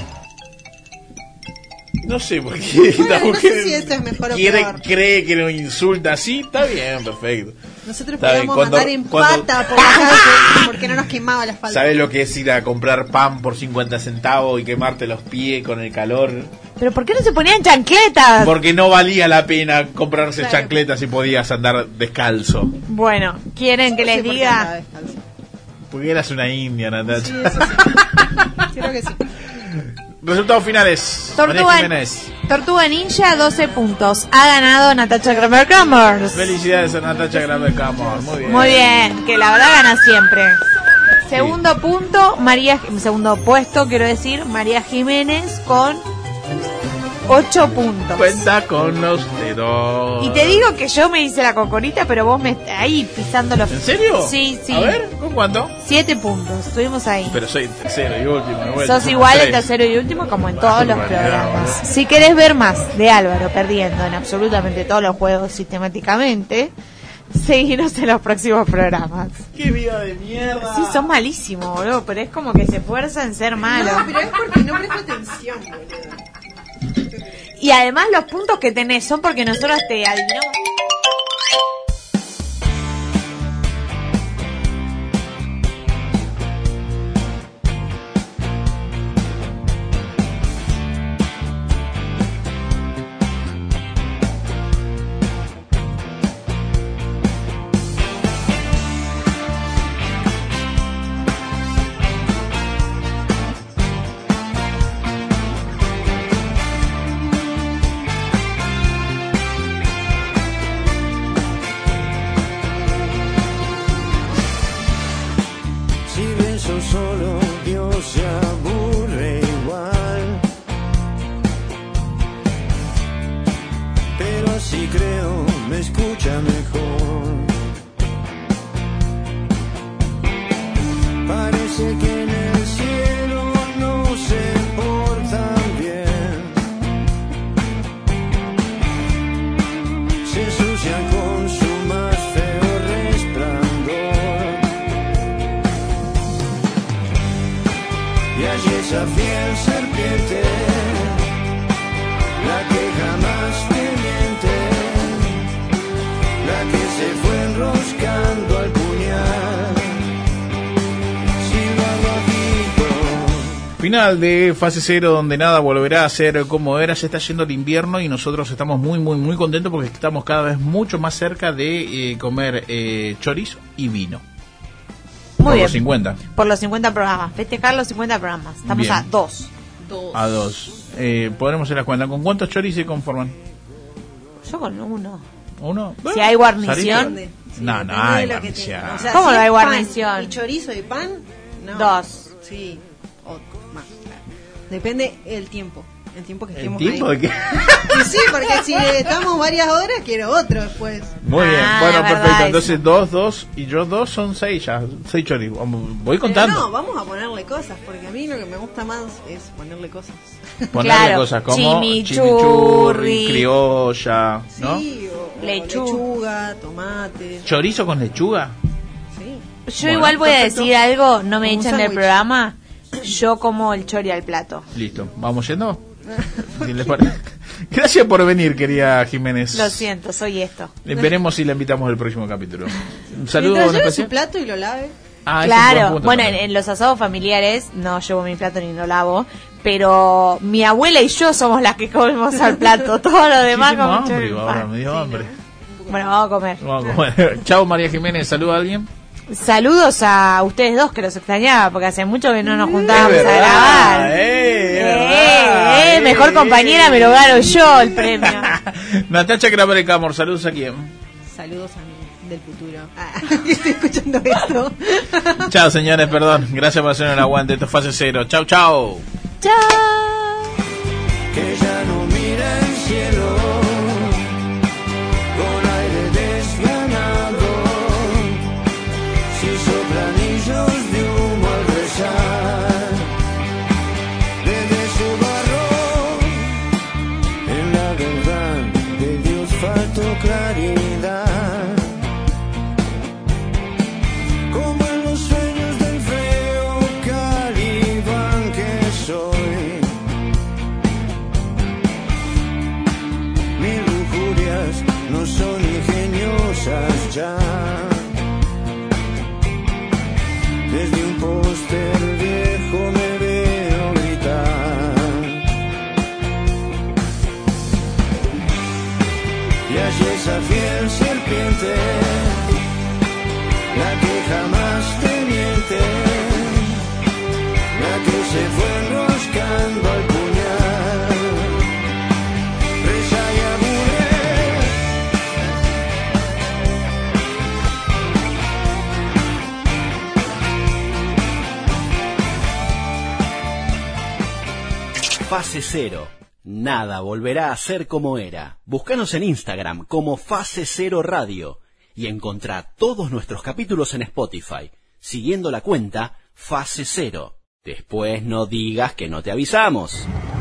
S2: No sé por qué.
S4: Bueno,
S2: esta
S4: no
S2: mujer
S4: sé si esto es mejor o peor.
S2: cree que nos insulta así. Está bien, perfecto.
S4: nosotros
S2: Está bien,
S4: podíamos andar en pata por la calle porque no nos quemaba la espalda.
S2: ¿Sabes lo que es ir a comprar pan por 50 centavos y quemarte los pies con el calor?
S3: ¿Pero por qué no se ponían chancletas?
S2: Porque no valía la pena comprarse
S3: Claro.
S2: chancletas si podías andar descalzo.
S3: Bueno, ¿quieren que
S4: No
S3: les
S4: sé por qué
S3: diga?
S4: andaba descalzo.
S2: Porque eras una india, Natacha.
S4: Sí, eso sí. Creo que sí.
S2: Resultados finales. María
S3: Tortuga,
S2: Jiménez.
S3: Tortuga Ninja, 12 puntos. Ha ganado Natacha Kramer.
S2: Felicidades a Natacha Graprecamos. Muy bien.
S3: Muy bien, que la verdad gana siempre. Segundo punto, segundo puesto, quiero decir, María Jiménez con 8 puntos.
S2: Cuenta con los dedos.
S3: Y te digo que yo me hice la cocorita, pero vos me ahí pisando los...
S2: ¿En serio?
S3: Sí, sí.
S2: A ver, ¿con cuánto?
S3: 7 puntos, estuvimos ahí.
S2: Pero soy tercero y último. de vuelta.
S3: Sos igual el
S2: 3.
S3: tercero y último como en todos los
S2: barbaridad,
S3: programas.
S2: boludo.
S3: Si querés ver más de Álvaro perdiendo en absolutamente todos los juegos sistemáticamente, seguinos en los próximos programas.
S2: ¡Qué vida de mierda!
S3: Sí, son malísimos, boludo, pero es como que se esfuerza en ser malo.
S4: No, pero es porque no presta atención, boludo.
S3: Y además los puntos que tenés son porque nosotros te adivinamos.
S5: Si bien sos solo, Dios se aburre igual. Pero así creo, me escucha mejor. Parece que en el cielo no se portan bien. Se ensucian con su más feo resplandor. Y allí esa fiel serpiente, la que jamás te miente, la que se fue enroscando al puñal, silbando bajito.
S2: Final de fase 0, donde nada volverá a ser como era. Se está yendo el invierno y nosotros estamos muy contentos porque estamos cada vez mucho más cerca de comer chorizo y vino.
S3: Muy
S2: Por
S3: bien.
S2: los 50.
S3: Por los 50 programas. Festejar los 50 programas. Estamos
S2: Bien.
S3: a 2.
S2: A 2. Podremos hacer la cuenta. ¿Con cuántos chorizos se conforman?
S3: Yo con 1.
S2: ¿Uno?
S3: Si hay guarnición.
S2: ¿Sarito? No, no hay guarnición.
S4: O sea,
S3: ¿Cómo
S4: si
S3: no hay
S4: es
S3: guarnición?
S4: pan y chorizo y pan, no.
S3: 2.
S4: Sí, o más. Depende el tiempo. El tiempo que
S2: ¿El
S4: estemos
S2: tiempo
S4: ahí.
S2: de qué?
S4: Y sí, porque si estamos varias horas, quiero otro después.
S2: Muy bien,
S3: Ah,
S2: bueno,
S3: es verdad
S2: perfecto.
S3: eso.
S2: Entonces 2 y yo 2 son 6 ya. 6 choris. Voy contando.
S4: No, vamos a ponerle cosas, porque a mí lo que me gusta más es ponerle cosas.
S2: Ponerle
S3: Claro,
S2: cosas como
S3: chimichurri,
S2: criolla, ¿no?
S4: Sí, o
S3: Lechuga.
S4: lechuga, tomate.
S2: Chorizo con lechuga.
S4: Sí.
S3: Yo
S2: Bueno,
S3: igual voy a
S4: perfecto.
S3: decir algo, no me
S4: Como un
S3: echan del
S4: sándwich.
S3: programa. Yo como el chori al plato.
S2: Listo, ¿vamos yendo? ¿Qué les parece? Gracias por venir, querida Jiménez.
S3: Lo siento, soy esto.
S2: Veremos si la invitamos al próximo capítulo. Un saludo
S4: Mientras lleve
S2: especial.
S4: su plato y lo lave.
S2: Ah, ese es un buen
S3: Claro,
S2: punto
S3: bueno,
S2: también.
S3: en los asados familiares no llevo mi plato ni lo lavo, pero mi abuela y yo somos las que comemos al plato, todo lo demás
S2: Sí, tengo
S3: como
S2: hambre,
S3: chori.
S2: ahora me dio hambre.
S3: Bueno, vamos a comer.
S2: Vamos a comer. Chao, María Jiménez, ¿saluda a alguien?
S3: Saludos a ustedes dos, que los extrañaba, porque hace mucho que no nos juntábamos
S2: Es
S3: a
S2: verdad,
S3: grabar.
S2: es verdad,
S3: Mejor compañera me lo gano yo el premio.
S2: Natacha Kramer-Camor, saludos a quién.
S4: Saludos a mí, del futuro. Estoy escuchando esto.
S2: Chao, señores, perdón. Gracias por hacer el aguante. Esto es Fase Cero. Chao, chao.
S3: Chao.
S5: Que ya no mira el cielo con aire desganado, si soplan anillos de humo al rezar, desde su barro, en la verdad de Dios faltó claridad, como en los sueños del feo Calibán que soy. Mis lujurias no son ingeniosas ya. Desde un póster viejo me veo gritar. Y allí esa fiel serpiente, la que jamás te miente, la que se fue enroscando al puñal. Reza y aburre.
S1: Fase Cero. Nada volverá a ser como era. Búscanos en Instagram como Fase Cero Radio y encontrá todos nuestros capítulos en Spotify, siguiendo la cuenta Fase Cero. Después no digas que no te avisamos.